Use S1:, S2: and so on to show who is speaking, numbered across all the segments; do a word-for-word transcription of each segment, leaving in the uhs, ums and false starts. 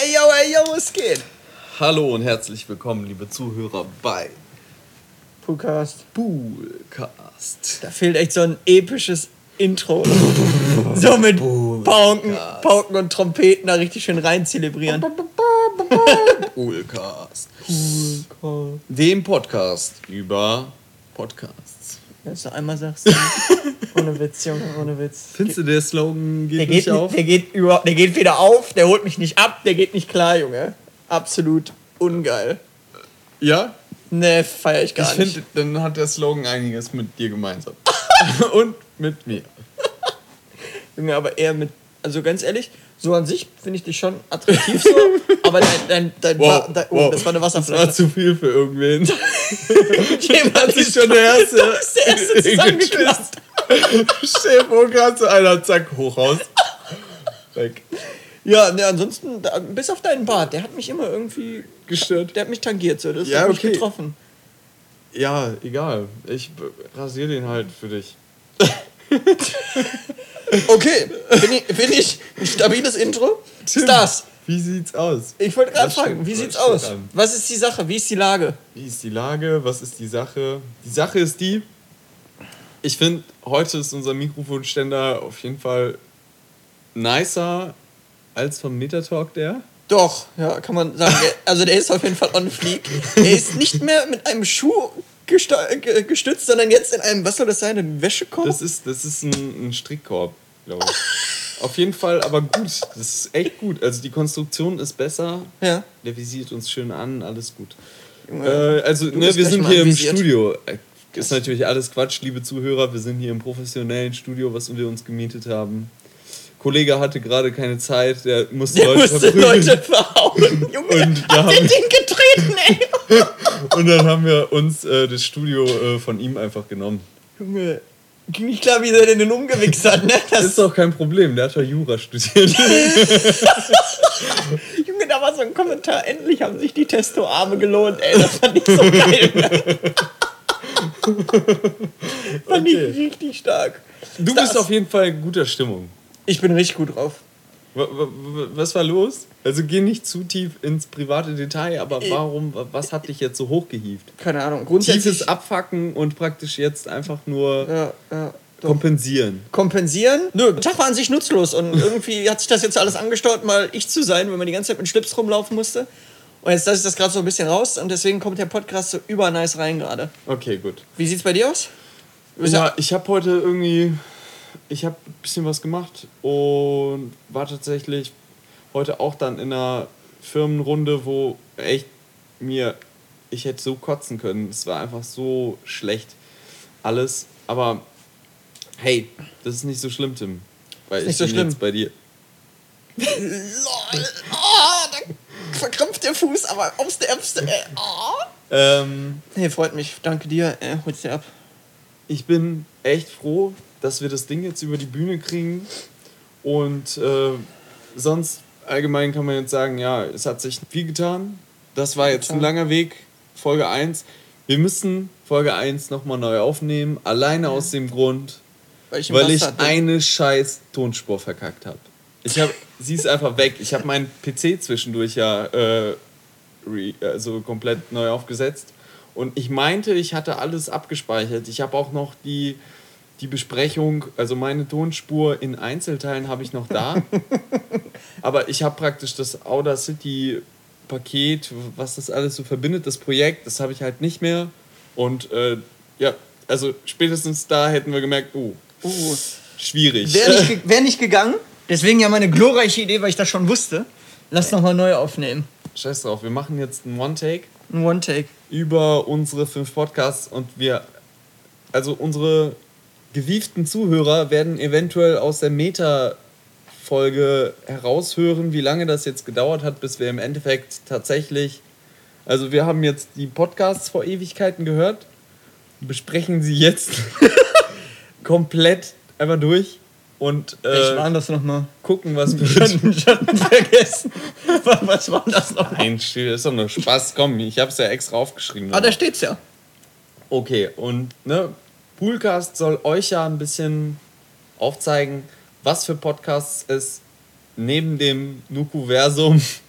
S1: Ey, yo, ey, yo, es geht.
S2: Hallo und herzlich willkommen, liebe Zuhörer, bei
S1: Poolcast.
S2: Poolcast.
S1: Da fehlt echt so ein episches Intro. So mit Pauken, Pauken und Trompeten da richtig schön rein zelebrieren.
S2: Poolcast.
S1: Poolcast.
S2: Dem Podcast über Podcasts.
S1: Wenn du noch einmal sagst, ohne Witz, Junge, ohne Witz.
S2: Findest du, der Slogan geht,
S1: der
S2: nicht
S1: geht,
S2: auf?
S1: Der geht, über, der geht weder auf, der holt mich nicht ab, der geht nicht klar, Junge. Absolut ungeil.
S2: Ja?
S1: Ne, feier ich gar
S2: ich
S1: nicht.
S2: Ich finde, dann hat der Slogan einiges mit dir gemeinsam. Und mit mir.
S1: Junge, aber eher mit, also ganz ehrlich, so an sich finde ich dich schon attraktiv so, aber dein, dein, dein,
S2: wow,
S1: dein oh,
S2: wow.
S1: das war eine Wasserflasche.
S2: Das war zu viel für irgendwen.
S1: Jemand
S2: hat sich schon der erste,
S1: der erste zusammengeklappt.
S2: Stell dir vor, gerade so einer, zack, hoch raus. Weg.
S1: Ja, ne, ansonsten, da, bis auf deinen Bart, der hat mich immer irgendwie
S2: gestört.
S1: Der hat mich tangiert, so, das
S2: ja,
S1: hat
S2: okay.
S1: mich getroffen.
S2: Ja, egal. Ich rasiere den halt für dich.
S1: Okay, bin ich, bin ich ein stabiles Intro?
S2: Tim,
S1: Stars.
S2: Wie sieht's aus?
S1: Ich wollte gerade
S2: Was
S1: fragen,
S2: steht-
S1: wie
S2: was
S1: sieht's
S2: steht
S1: aus?
S2: an?
S1: Was ist die Sache? Wie ist die Lage?
S2: Wie ist die Lage? Was ist die Sache? Die Sache ist die, ich finde, heute ist unser Mikrofonständer auf jeden Fall nicer als vom Metatalk der.
S1: Doch, ja, kann man sagen. Also der ist auf jeden Fall on fleek. Er ist nicht mehr mit einem Schuh gesta- ge- gestützt, sondern jetzt in einem, was soll das sein, ein Wäschekorb?
S2: Das ist, das ist ein, ein Strickkorb, glaube ich. Auf jeden Fall, aber gut. Das ist echt gut. Also die Konstruktion ist besser.
S1: Ja.
S2: Der visiert uns schön an, alles gut.
S1: Junge,
S2: Äh, also,
S1: du
S2: ne,
S1: bist
S2: wir
S1: gleich
S2: sind
S1: mal
S2: hier im
S1: anvisiert.
S2: Studio. Äh, Ist natürlich alles Quatsch, liebe Zuhörer. Wir sind hier im professionellen Studio, was wir uns gemietet haben. Kollege hatte gerade keine Zeit, der musste
S1: Der
S2: Leute
S1: musste
S2: verprügeln.
S1: Leute verhauen. Junge,
S2: Und da
S1: hat
S2: haben
S1: den
S2: wir-
S1: Ding getreten, ey.
S2: Und dann haben wir uns äh, das Studio äh, von ihm einfach genommen.
S1: Junge, ging nicht klar, wie der den umgewichst hat, ne?
S2: Das
S1: Das,
S2: ist doch kein Problem, der hat ja Jura studiert.
S1: Junge, da war so ein Kommentar, endlich haben sich die Testo-Arme gelohnt, ey. Das fand ich so geil. Ne? Fand
S2: Okay.
S1: ich richtig stark.
S2: Du
S1: Stars.
S2: bist auf jeden Fall in guter Stimmung.
S1: Ich bin richtig gut drauf.
S2: Wa- wa- wa- Was war los? Also geh nicht zu tief ins private Detail, aber warum, wa- was hat dich jetzt so hochgehievt?
S1: Keine Ahnung. Grundsätzlich.
S2: Tiefes Abfacken und praktisch jetzt einfach nur
S1: Ja, ja. Doch.
S2: kompensieren.
S1: Kompensieren? Nö, der Tag war an sich nutzlos und irgendwie hat sich das jetzt alles angestaut, mal ich zu sein, wenn man die ganze Zeit mit Schlips rumlaufen musste. Und jetzt lasse ich das gerade so ein bisschen raus und deswegen kommt der Podcast so übernice rein gerade.
S2: Okay, gut.
S1: Wie sieht's bei dir aus? Du bist
S2: Ja, ich habe heute irgendwie, ich habe ein bisschen was gemacht und war tatsächlich heute auch dann in einer Firmenrunde, wo echt mir, ich hätte so kotzen können. Es war einfach so schlecht alles. Aber hey, das ist nicht so schlimm, Tim. Weil
S1: Ist nicht
S2: ich
S1: so
S2: bin
S1: schlimm.
S2: jetzt bei dir.
S1: LOL. Oh, da verkrampft der Fuß, aber aufs Derbste. Ey. Oh.
S2: Ähm,
S1: Nee, freut mich. Danke dir. Äh, hol's dir ab.
S2: ich bin echt froh, dass wir das Ding jetzt über die Bühne kriegen. Und äh, sonst allgemein kann man jetzt sagen, ja, es hat sich viel getan. Das war jetzt ein langer Weg. Folge eins. Wir müssen Folge eins nochmal neu aufnehmen. Alleine aus dem Grund,
S1: Weil ich, im
S2: weil ich
S1: Bastard bin.
S2: eine scheiß Tonspur verkackt habe. Ich habe, sie ist einfach weg. Ich habe meinen P C zwischendurch ja äh, re, also komplett neu aufgesetzt. Und ich meinte, ich hatte alles abgespeichert. Ich habe auch noch die, die Besprechung, also meine Tonspur in Einzelteilen habe ich noch da. Aber ich habe praktisch das Audacity Paket, was das alles so verbindet, das Projekt, das habe ich halt nicht mehr. Und äh, ja, also spätestens da hätten wir gemerkt, oh,
S1: Uh.
S2: schwierig.
S1: Wäre nicht, ge- wär nicht gegangen. Deswegen ja meine glorreiche Idee, weil ich das schon wusste. Lass nochmal neu aufnehmen.
S2: Scheiß drauf, wir machen jetzt einen One-Take
S1: Ein One-Take.
S2: über unsere fünf Podcasts und wir, also unsere gewieften Zuhörer werden eventuell aus der Meta-Folge heraushören, wie lange das jetzt gedauert hat, bis wir im Endeffekt tatsächlich, also wir haben jetzt die Podcasts vor Ewigkeiten gehört, besprechen sie jetzt komplett einfach durch und
S1: Welche
S2: äh,
S1: waren das nochmal?
S2: gucken, was wir
S1: Schon, schon vergessen. Was war das noch?
S2: Nein, still, ist doch nur Spaß. Komm, ich hab's ja extra aufgeschrieben.
S1: Ah, da steht's ja.
S2: Okay, und ne, Poolcast soll euch ja ein bisschen aufzeigen, was für Podcasts es neben dem Nukuversum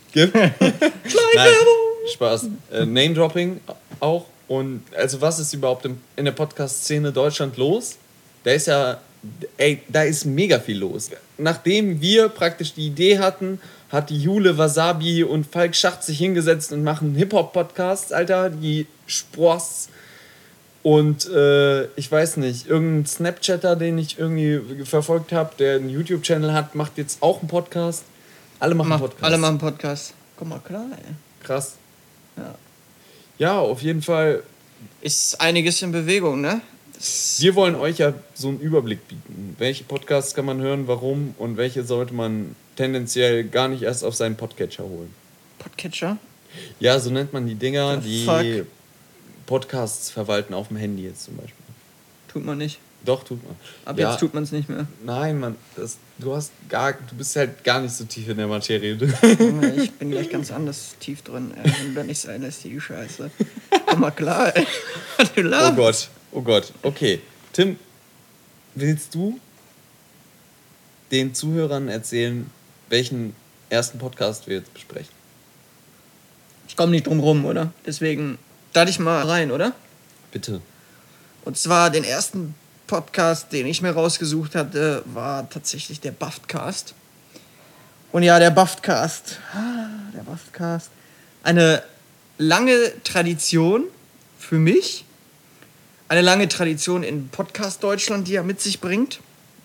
S2: gibt.
S1: Schleichwerbung!
S2: Spaß. Äh, Name-Dropping auch. Und also was ist überhaupt im, in der Podcast-Szene Deutschland los? Da ist ja, ey, da ist mega viel los. Nachdem wir praktisch die Idee hatten, hat die Jule Wasabi und Falk Schacht sich hingesetzt und machen Hip-Hop-Podcasts, Alter, die Spross. Und äh, ich weiß nicht, irgendein Snapchatter, den ich irgendwie verfolgt habe, der einen YouTube-Channel hat, macht jetzt auch einen Podcast. Alle machen
S1: Mach,
S2: Podcast.
S1: Alle machen Podcast. Komm mal klar, ey.
S2: Krass.
S1: Ja.
S2: Ja, auf jeden Fall.
S1: Ist einiges in Bewegung, ne? Das
S2: Wir wollen euch ja so einen Überblick bieten. Welche Podcasts kann man hören, warum und welche sollte man tendenziell gar nicht erst auf seinen Podcatcher holen.
S1: Podcatcher?
S2: Ja, so nennt man die Dinger,
S1: The
S2: die
S1: fuck?
S2: Podcasts verwalten auf dem Handy jetzt zum Beispiel.
S1: Tut man nicht.
S2: Doch, tut man.
S1: Ab
S2: ja,
S1: jetzt tut man es nicht mehr.
S2: Nein, Mann, das, du hast gar, du bist halt gar nicht so tief in der Materie.
S1: Ich bin gleich ganz anders tief drin, ey. Wenn du da nicht sein lässt, die Scheiße. Komm mal klar, ey. Du lachst.
S2: Oh Gott, oh Gott. Okay, Tim, willst du den Zuhörern erzählen, welchen ersten Podcast wir jetzt besprechen?
S1: Ich komme nicht drum rum, oder? Deswegen starte ich mal rein, oder?
S2: Bitte.
S1: Und zwar den ersten Podcast, den ich mir rausgesucht hatte, war tatsächlich der Buffcast. Und ja, der Buffcast. Ah, der Buffcast. Eine lange Tradition für mich. Eine lange Tradition in Podcast Deutschland, die er mit sich bringt.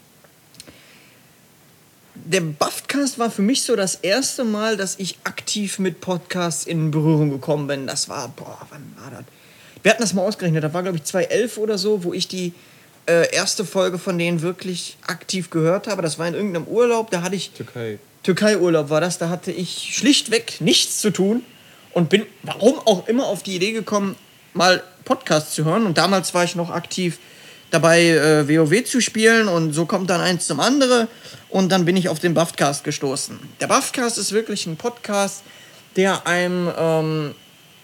S1: Der Buffcast war für mich so das erste Mal, dass ich aktiv mit Podcasts in Berührung gekommen bin. Das war, boah, wann war das? Wir hatten das mal ausgerechnet, das war glaube ich zweitausendelf oder so, wo ich die äh, erste Folge von denen wirklich aktiv gehört habe. Das war in irgendeinem Urlaub, da hatte ich...
S2: Türkei.
S1: Türkei-Urlaub war das, da hatte ich schlichtweg nichts zu tun und bin, warum auch immer, auf die Idee gekommen, mal Podcasts zu hören. Und damals war ich noch aktiv dabei, äh, WoW zu spielen und so kommt dann eins zum anderen und dann bin ich auf den Buffcast gestoßen. Der Buffcast ist wirklich ein Podcast, der einem ähm,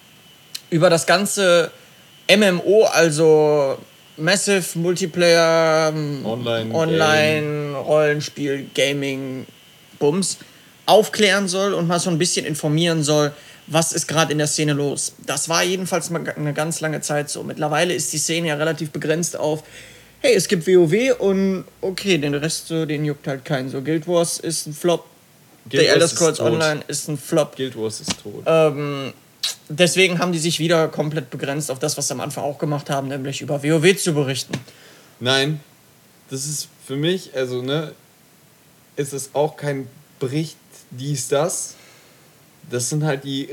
S1: über das ganze M M O, also Massive Multiplayer,
S2: Online,
S1: Online Rollenspiel, Gaming, Bums, aufklären soll und mal so ein bisschen informieren soll, was ist gerade in der Szene los. Das war jedenfalls mal eine ganz lange Zeit so. Mittlerweile ist die Szene ja relativ begrenzt auf, hey, es gibt WoW und okay, den Rest, so, den juckt halt keinen. So, Guild Wars ist ein Flop,
S2: Guild
S1: The
S2: Wars
S1: Elder
S2: ist
S1: Scrolls
S2: tot.
S1: Online ist ein Flop.
S2: Guild Wars ist tot.
S1: Ähm, deswegen haben die sich wieder komplett begrenzt auf das, was sie am Anfang auch gemacht haben, nämlich über WoW zu berichten.
S2: Nein, das ist für mich, also ne, ist es auch kein Bericht dies, das. Das sind halt die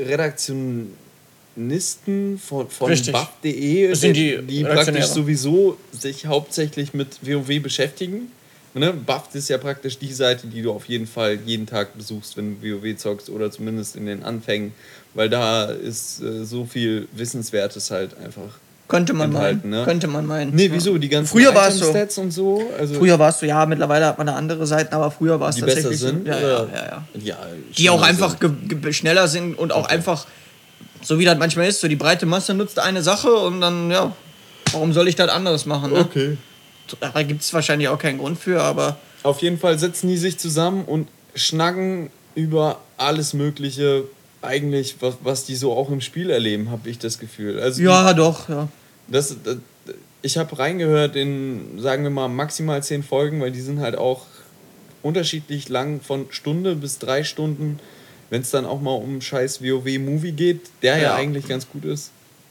S2: Redaktionisten von, von
S1: Richtig.
S2: buff punkt de,
S1: Das sind
S2: die,
S1: die
S2: die praktisch
S1: Redaktionäre.
S2: sowieso sich hauptsächlich mit WoW beschäftigen. Ne? Buff ist ja praktisch die Seite, die du auf jeden Fall jeden Tag besuchst, wenn du WoW zockst oder zumindest in den Anfängen, weil da ist äh, so viel Wissenswertes halt einfach
S1: Könnte man
S2: enthalten.
S1: meinen.
S2: Ne?
S1: Könnte man meinen.
S2: Nee, wieso? Die ganzen
S1: Früher war es so.
S2: Item-Stats und so? Also
S1: Früher war es so, ja, mittlerweile hat man da andere Seiten, aber früher war es
S2: die
S1: tatsächlich
S2: besser sind?
S1: so. Ja,
S2: oder?
S1: ja, ja, ja.
S2: ja
S1: Die auch
S2: schneller
S1: einfach
S2: sind.
S1: ge ge schneller sind und auch
S2: Okay.
S1: einfach, so wie das manchmal ist, so die breite Masse nutzt eine Sache und dann, ja, warum soll ich das anderes machen? Ne?
S2: Okay.
S1: Da gibt es wahrscheinlich auch keinen Grund für, aber
S2: Auf jeden Fall setzen die sich zusammen und schnacken über alles Mögliche, eigentlich, was, was die so auch im Spiel erleben, habe ich das Gefühl. Also
S1: ja, doch, ja.
S2: die, das, das, ich habe reingehört in, sagen wir mal, maximal zehn Folgen, weil die sind halt auch unterschiedlich lang, von Stunde bis drei Stunden, wenn es dann auch mal um scheiß WoW-Movie geht, der ja.
S1: Ja.
S2: eigentlich ganz gut ist.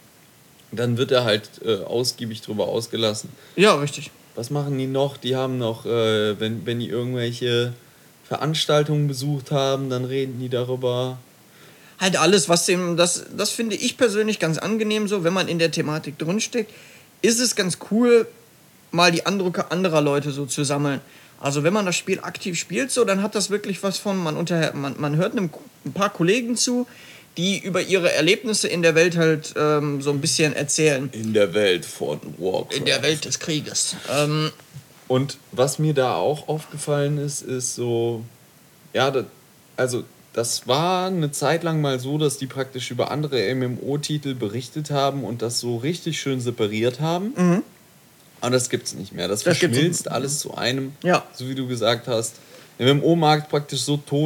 S2: Dann wird er halt äh, ausgiebig drüber ausgelassen.
S1: Ja, richtig.
S2: Was machen die noch? Die haben noch, äh, wenn, wenn die irgendwelche Veranstaltungen besucht haben, dann reden die darüber.
S1: Halt alles, was dem, das, das finde ich persönlich ganz angenehm so, wenn man in der Thematik drinsteckt, ist es ganz cool, mal die Eindrücke anderer Leute so zu sammeln. Also wenn man das Spiel aktiv spielt, so, dann hat das wirklich was von, man, unter, man, man hört einem, ein paar Kollegen zu, die über ihre Erlebnisse in der Welt halt ähm, so ein bisschen erzählen.
S2: In der Welt von Warcraft.
S1: In der Welt des Krieges. Ähm,
S2: Und was mir da auch aufgefallen ist, ist so, ja, das, also das war eine Zeit lang mal so, dass die praktisch über andere M M O-Titel berichtet haben und das so richtig schön separiert haben.
S1: Mhm.
S2: Aber das gibt's nicht mehr. Das,
S1: Das gibt's
S2: verschmilzt
S1: nicht.
S2: alles zu einem,
S1: Ja.
S2: so wie du gesagt hast. Der M M O-Markt praktisch so tot,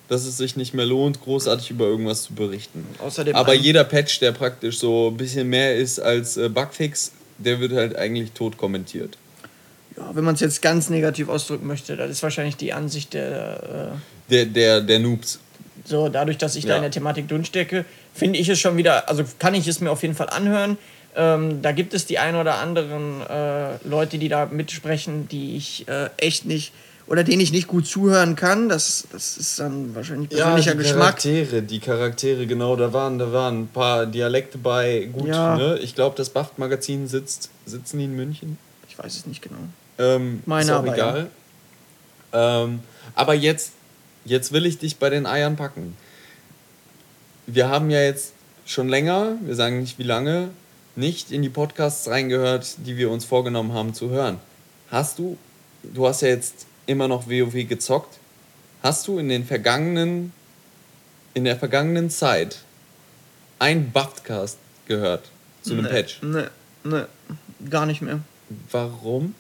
S2: dass es sich nicht mehr lohnt, großartig über irgendwas zu berichten.
S1: Außerdem
S2: Aber jeder Patch, der praktisch so ein bisschen mehr ist als äh, Bugfix, der wird halt eigentlich tot kommentiert.
S1: Ja, wenn man es jetzt ganz negativ ausdrücken möchte, das ist wahrscheinlich die Ansicht der... Äh,
S2: der, der, der Noobs.
S1: So, dadurch, dass ich
S2: ja.
S1: da in der Thematik drinstecke, finde ich es schon wieder, also kann ich es mir auf jeden Fall anhören. Ähm, da gibt es die ein oder anderen äh, Leute, die da mitsprechen, die ich äh, echt nicht, oder denen ich nicht gut zuhören kann. Das, das ist dann wahrscheinlich persönlicher
S2: ja, die
S1: Geschmack.
S2: Charaktere, die Charaktere, genau, da waren, da waren ein paar Dialekte bei. Gut,
S1: ja.
S2: ne? Ich glaube, das Baft-Magazin sitzt, sitzen die in München?
S1: Ich weiß es nicht genau.
S2: Ähm,
S1: Meine
S2: ist auch
S1: aber,
S2: egal. Ja. Ähm, aber jetzt, jetzt will ich dich bei den Eiern packen. Wir haben ja jetzt schon länger, wir sagen nicht wie lange, nicht in die Podcasts reingehört, die wir uns vorgenommen haben zu hören. Hast du, du hast ja jetzt immer noch WoW gezockt, hast du in den vergangenen, in der vergangenen Zeit einen Buffcast gehört zu einem
S1: nee,
S2: Patch?
S1: Ne, ne, gar nicht mehr.
S2: Warum?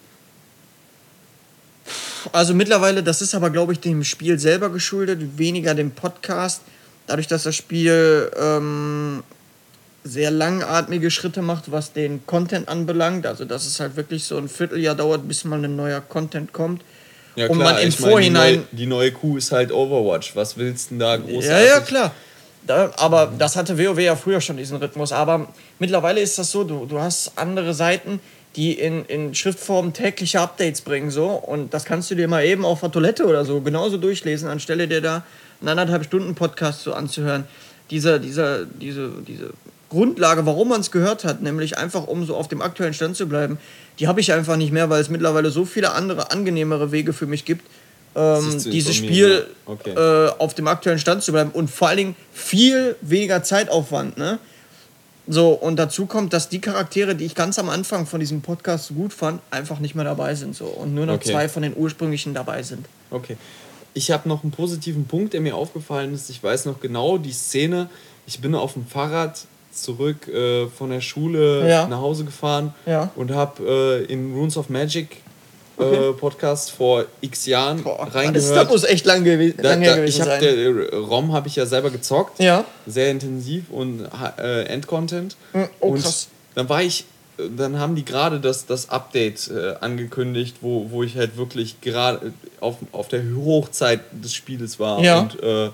S1: Also mittlerweile, das ist aber, glaube ich, dem Spiel selber geschuldet, weniger dem Podcast. Dadurch, dass das Spiel ähm, sehr langatmige Schritte macht, was den Content anbelangt. Also, dass es halt wirklich so ein Vierteljahr dauert, bis mal ein neuer Content kommt.
S2: Ja,
S1: und
S2: klar,
S1: man im
S2: ich mein,
S1: Vorhinein.
S2: Die neue, die neue Kuh ist halt Overwatch. Was willst du denn da großartig?
S1: Ja, ja, klar. Da, aber das hatte WoW ja früher schon, diesen Rhythmus. Aber mittlerweile ist das so, du, du hast andere Seiten, die in, in Schriftform tägliche Updates bringen. So. Und das kannst du dir mal eben auf der Toilette oder so genauso durchlesen, anstelle dir da einen anderthalb Stunden Podcast so anzuhören. Diese, diese, diese, diese Grundlage, warum man es gehört hat, nämlich einfach um so auf dem aktuellen Stand zu bleiben, die habe ich einfach nicht mehr, weil es mittlerweile so viele andere, angenehmere Wege für mich gibt, ähm, dieses Spiel okay. äh, auf dem aktuellen Stand zu bleiben und vor allen Dingen viel weniger Zeitaufwand, ne? So, und dazu kommt, dass die Charaktere, die ich ganz am Anfang von diesem Podcast so gut fand, einfach nicht mehr dabei sind, so, und nur noch okay. zwei von den ursprünglichen dabei sind.
S2: Okay. Ich habe noch einen positiven Punkt, der mir aufgefallen ist. Ich weiß noch genau die Szene. Ich bin auf dem Fahrrad zurück äh, von der Schule ja. nach Hause gefahren ja. und habe äh, in Runes of Magic okay. äh, Podcast vor x Jahren Boah, reingehört. Das,
S1: das muss echt lang, gew-
S2: da,
S1: lang
S2: da,
S1: gewesen
S2: ich hab
S1: sein.
S2: Der ROM habe ich ja selber gezockt.
S1: Ja.
S2: Sehr intensiv und äh, Endcontent.
S1: Oh,
S2: und
S1: krass.
S2: Dann war ich dann haben die gerade das, das Update äh, angekündigt, wo, wo ich halt wirklich gerade auf, auf der Hochzeit des Spieles war.
S1: Ja.
S2: Und äh,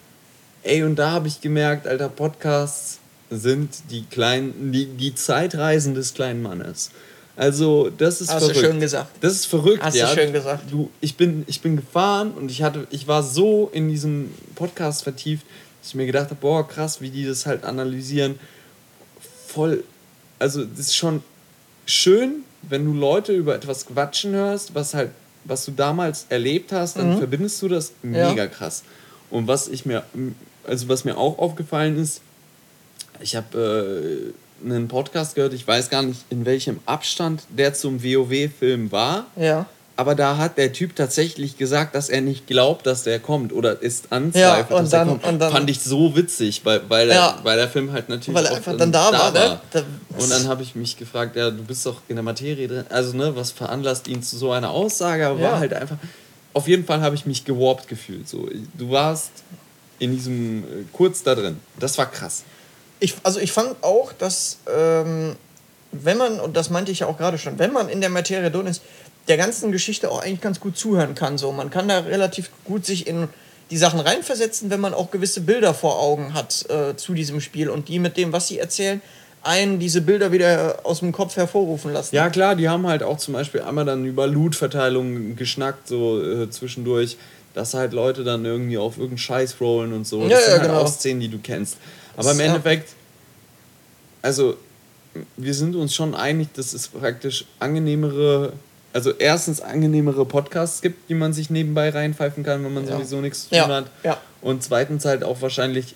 S2: ey, und da habe ich gemerkt, Alter, Podcasts sind die kleinen, die, die Zeitreisen des kleinen Mannes. Also, das ist
S1: Hast
S2: verrückt.
S1: du schön gesagt.
S2: Das ist verrückt,
S1: Hast
S2: ja.
S1: du schön gesagt.
S2: Du, ich bin, ich bin gefahren und ich hatte, ich war so in diesem Podcast vertieft, dass ich mir gedacht habe, boah, krass, wie die das halt analysieren. Voll. Also das ist schon schön, wenn du Leute über etwas quatschen hörst, was halt, was du damals erlebt hast, dann mhm. verbindest du das mega ja. krass. Und was ich mir, also was mir auch aufgefallen ist, ich habe äh, einen Podcast gehört, ich weiß gar nicht, in welchem Abstand der zum WoW-Film war.
S1: Ja.
S2: Aber da hat der Typ tatsächlich gesagt, dass er nicht glaubt, dass der kommt oder ist anzweifelt, ja, dass dann, er kommt. Und dann, fand ich so witzig, weil, weil,
S1: ja,
S2: der, weil der Film halt natürlich
S1: weil er einfach dann da, da war. Ne?
S2: war. Und dann habe ich mich gefragt, ja, du bist doch in der Materie drin. Also, ne, was veranlasst ihn zu so einer Aussage? Aber ja. war halt einfach... Auf jeden Fall habe ich mich gewarpt gefühlt. So. Du warst in diesem... kurz da drin. Das war krass.
S1: Ich, also ich fand auch, dass... Ähm, wenn man, und das meinte ich ja auch gerade schon, wenn man in der Materie drin ist, der ganzen Geschichte auch eigentlich ganz gut zuhören kann. So. Man kann da relativ gut sich in die Sachen reinversetzen, wenn man auch gewisse Bilder vor Augen hat äh, zu diesem Spiel und die mit dem, was sie erzählen, einen diese Bilder wieder aus dem Kopf hervorrufen lassen.
S2: Ja klar, die haben halt auch zum Beispiel einmal dann über Loot-Verteilung geschnackt, so äh, zwischendurch, dass halt Leute dann irgendwie auf irgendeinen Scheiß rollen und so.
S1: Ja,
S2: das
S1: ja,
S2: sind halt
S1: genau.
S2: auch Szenen, die du kennst. Aber im Endeffekt, also wir sind uns schon einig, dass es praktisch angenehmere... Also erstens angenehmere Podcasts gibt, die man sich nebenbei reinpfeifen kann, wenn man ja. sowieso nichts zu tun
S1: ja.
S2: hat.
S1: Ja.
S2: Und zweitens halt auch wahrscheinlich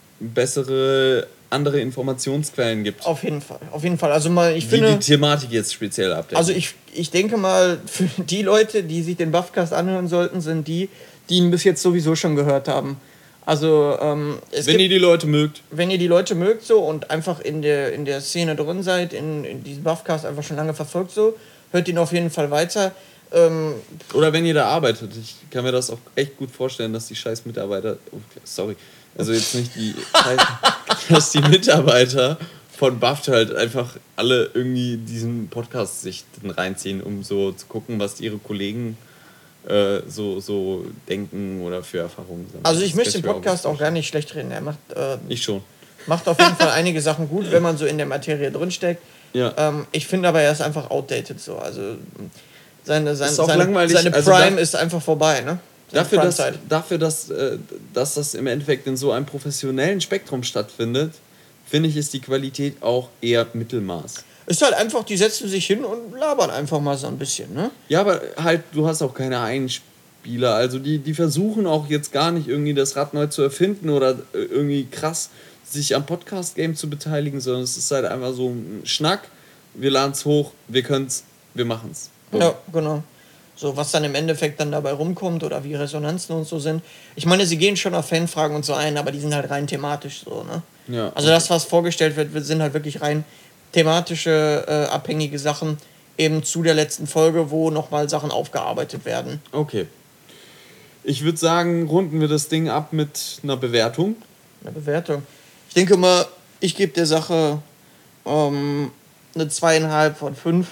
S2: bessere andere Informationsquellen gibt.
S1: Auf jeden Fall. Auf jeden Fall. Also mal, ich
S2: die
S1: finde,
S2: die Thematik jetzt speziell abdecken.
S1: Also ich, ich denke mal, für die Leute, die sich den Buffcast anhören sollten, sind die, die ihn bis jetzt sowieso schon gehört haben. Also ähm, es
S2: wenn
S1: gibt,
S2: ihr die Leute mögt.
S1: Wenn ihr die Leute mögt so und einfach in der, in der Szene drin seid, in, in diesem Buffcast einfach schon lange verfolgt so, hört ihn auf jeden Fall weiter. Ähm,
S2: Oder wenn ihr da arbeitet. Ich kann mir das auch echt gut vorstellen, dass die scheiß Mitarbeiter, oh, sorry, also jetzt nicht die, dass die Mitarbeiter von BAFTA halt einfach alle irgendwie diesen Podcast sich reinziehen, um so zu gucken, was ihre Kollegen äh, so, so denken oder für Erfahrungen sind.
S1: Also ich
S2: Das
S1: möchte
S2: kann
S1: den
S2: mir
S1: Podcast
S2: auch
S1: auch gar nicht schlecht reden. Er macht, äh,
S2: Ich schon.
S1: macht auf jeden Fall einige Sachen gut, wenn man so in der Materie drinsteckt.
S2: Ja.
S1: Ähm, ich finde aber, er ist einfach outdated so. Also seine, seine,
S2: Ist auch
S1: seine,
S2: langweilig.
S1: seine
S2: Also
S1: Prime
S2: da-
S1: ist einfach vorbei, ne? Seine
S2: Dafür, dass,
S1: Prime-Zeit.
S2: dafür dass, äh, dass das im Endeffekt in so einem professionellen Spektrum stattfindet, finde ich, ist die Qualität auch eher Mittelmaß.
S1: Ist halt einfach, die setzen sich hin und labern einfach mal so ein bisschen, ne?
S2: Ja, aber halt, du hast auch keine Einspieler. Also die, die versuchen auch jetzt gar nicht irgendwie das Rad neu zu erfinden oder äh, irgendwie krass sich am Podcast-Game zu beteiligen, sondern es ist halt einfach so ein Schnack. Wir laden es hoch, wir können es, wir machen es.
S1: Ja, genau. So, was dann im Endeffekt dann dabei rumkommt oder wie Resonanzen und so sind. Ich meine, sie gehen schon auf Fanfragen und so ein, aber die sind halt rein thematisch so, ne?
S2: Ja.
S1: Also das, was vorgestellt wird, sind halt wirklich rein thematische, äh, abhängige Sachen eben zu der letzten Folge, wo nochmal Sachen aufgearbeitet werden.
S2: Okay. Ich würde sagen, runden wir das Ding ab mit einer Bewertung.
S1: Eine Bewertung. Ich denke mal, ich gebe der Sache ähm, eine zweieinhalb von fünf.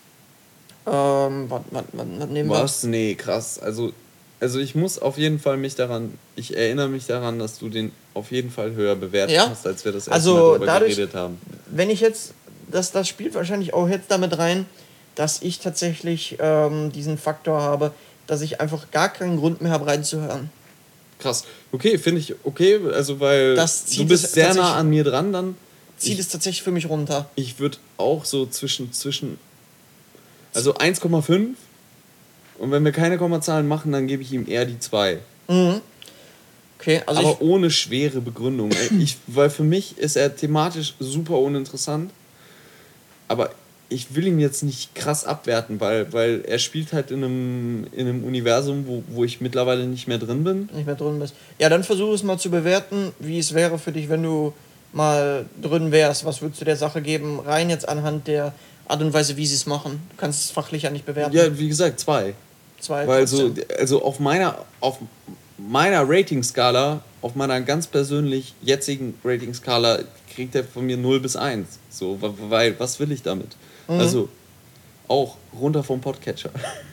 S1: Ähm, was, was, was, was nehmen wir?
S2: Was? Nee, krass. Also, also ich muss auf jeden Fall mich daran, ich erinnere mich daran, dass du den auf jeden Fall höher bewertet
S1: Ja?
S2: hast, als wir das erste
S1: Also
S2: Mal darüber
S1: dadurch-
S2: geredet haben.
S1: Wenn ich jetzt, das, das spielt wahrscheinlich auch jetzt damit rein, dass ich tatsächlich ähm, diesen Faktor habe, dass ich einfach gar keinen Grund mehr habe reinzuhören.
S2: Krass. Okay, finde ich okay, also weil
S1: Das
S2: du
S1: zieht
S2: bist
S1: es
S2: sehr nah
S1: tatsächlich-
S2: an mir dran dann.
S1: Zieht
S2: Ich,
S1: es tatsächlich für mich runter.
S2: ich würde auch so zwischen, zwischen, also eins Komma fünf und wenn wir keine Kommazahlen machen, dann gebe ich ihm eher die zwei.
S1: Mhm. Okay, also
S2: Aber
S1: ich,
S2: ohne schwere Begründung. Ich, weil für mich ist er thematisch super uninteressant. Aber ich will ihn jetzt nicht krass abwerten, weil, weil er spielt halt in einem, in einem Universum, wo, wo ich mittlerweile nicht mehr drin bin.
S1: nicht mehr drin bist. Ja, dann versuche es mal zu bewerten, wie es wäre für dich, wenn du mal drin wärst. Was würdest du der Sache geben? Rein jetzt anhand der Art und Weise, wie sie es machen. Du kannst es fachlich ja nicht bewerten.
S2: Ja, wie gesagt, zwei.
S1: Zwei
S2: Weil so,
S1: trotzdem.
S2: also auf meiner, auf meiner Ratingskala, auf meiner ganz persönlich jetzigen Ratingskala, kriegt er von mir null bis eins. So, wa- weil, was will ich damit?
S1: Mhm.
S2: Also, auch runter vom Podcatcher.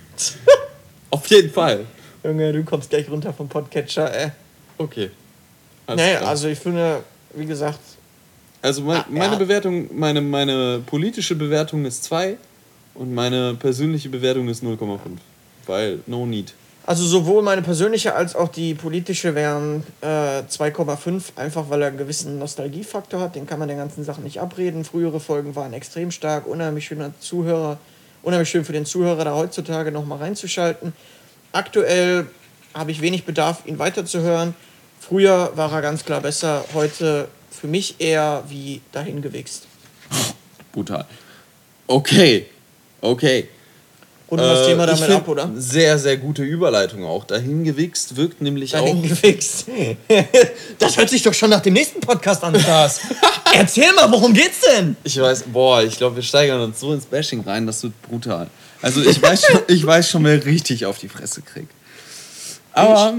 S2: Auf jeden Fall.
S1: Junge, du kommst gleich runter vom Podcatcher, ey.
S2: Okay. Alles
S1: Naja,
S2: klar.
S1: also ich finde, wie gesagt,
S2: Also mein,
S1: Ah,
S2: meine
S1: ja.
S2: Bewertung, meine, meine politische Bewertung ist zwei und meine persönliche Bewertung ist null Komma fünf. Weil no need.
S1: also sowohl meine persönliche als auch die politische wären äh, zwei Komma fünf, einfach weil er einen gewissen Nostalgiefaktor hat, den kann man den ganzen Sachen nicht abreden. Frühere Folgen waren extrem stark, unheimlich schöner Zuhörer, unheimlich schön für den Zuhörer, da heutzutage nochmal reinzuschalten. Aktuell habe ich wenig Bedarf, ihn weiterzuhören. Früher war er ganz klar besser, heute für mich eher wie dahingewichst.
S2: Brutal. Okay. Okay.
S1: Und das
S2: Äh,
S1: Thema
S2: ich
S1: damit
S2: find
S1: ab, oder?
S2: Sehr, sehr gute Überleitung auch. Dahingewichst wirkt nämlich auch.
S1: Dahingewichst. Das hört sich doch schon nach dem nächsten Podcast an, Stars. Erzähl mal, worum geht's denn?
S2: Ich weiß, boah, ich glaube, wir steigern uns so ins Bashing rein, das wird brutal. Also ich weiß schon, ich weiß schon, wer richtig auf die Fresse kriegt. Aber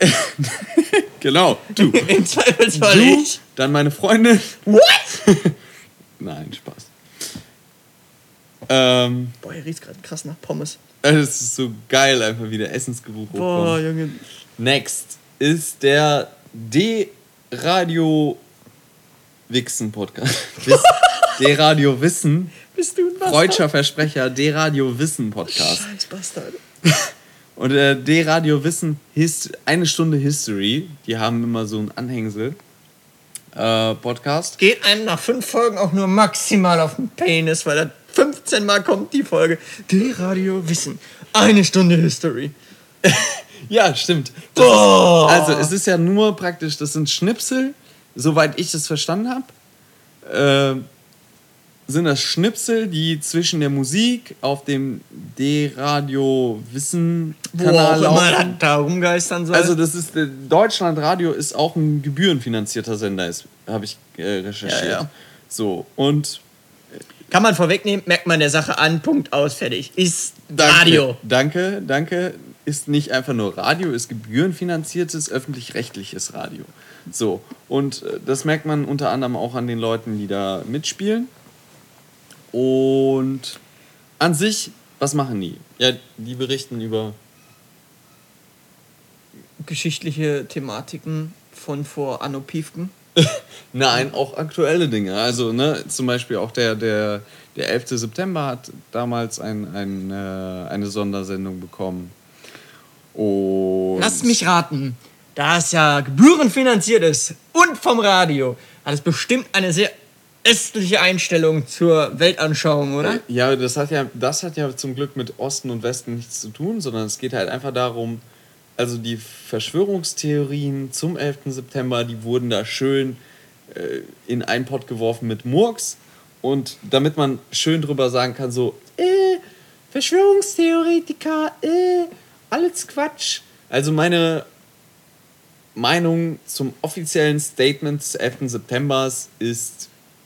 S2: genau, du.
S1: Im Zweifelsfall
S2: Du,
S1: ich.
S2: dann meine Freundin.
S1: What?
S2: Nein, Spaß. Ähm,
S1: Boah, hier riecht's gerade krass nach Pommes.
S2: es ist so geil, einfach wieder Essensgeruch
S1: Boah,
S2: hochkommt.
S1: Junge.
S2: Next ist der D-Radio Wichsen Podcast. Wiss- D-Radio Wissen.
S1: Bist du ein Bastard?
S2: Freudscher Versprecher, D-Radio Wissen Podcast.
S1: Scheiß Bastard.
S2: Und äh, D-Radio Wissen, Hist- eine Stunde History, die haben immer so ein Anhängsel. Äh, Podcast.
S1: Geht einem nach fünf Folgen auch nur maximal auf den Penis, weil da fünfzehn Mal kommt die Folge. Die Radio Wissen. Eine Stunde History.
S2: Ja, stimmt. Das
S1: Boah.
S2: ist, also es ist ja nur praktisch, das sind Schnipsel, soweit ich das verstanden habe. Äh, sind das Schnipsel, die zwischen der Musik auf dem D-Radio Wissen
S1: Wo
S2: Kanal
S1: auch immer das
S2: laufen.
S1: da rumgeistern soll.
S2: Also das ist äh, Deutschlandradio ist auch ein gebührenfinanzierter Sender, ist habe ich äh, recherchiert.
S1: Ja, ja.
S2: So und
S1: Kann man vorwegnehmen, merkt man der Sache an, Punkt, aus, fertig. Ist
S2: danke,
S1: Radio.
S2: Danke, danke. Ist nicht einfach nur Radio, ist gebührenfinanziertes, öffentlich-rechtliches Radio. So, und äh, das merkt man unter anderem auch an den Leuten, die da mitspielen. Und an sich, was machen die? Ja, die berichten über...
S1: Geschichtliche Thematiken von vor Anno Piefken.
S2: Nein, auch aktuelle Dinge. Also, ne, zum Beispiel auch der, der, der elfte September hat damals ein, ein, äh, eine Sondersendung bekommen. Und
S1: Lass mich raten, da es ja gebührenfinanziert ist und vom Radio, hat es bestimmt eine sehr östliche Einstellung zur Weltanschauung, oder?
S2: Ja, das hat ja, das hat ja zum Glück mit Osten und Westen nichts zu tun, sondern es geht halt einfach darum, also die Verschwörungstheorien zum elften September, die wurden da schön äh, in einen Pott geworfen mit Murks. Und damit man schön drüber sagen kann, so, äh, Verschwörungstheoretiker, äh, alles Quatsch. Also meine Meinung zum offiziellen Statement des elften Septembers ist,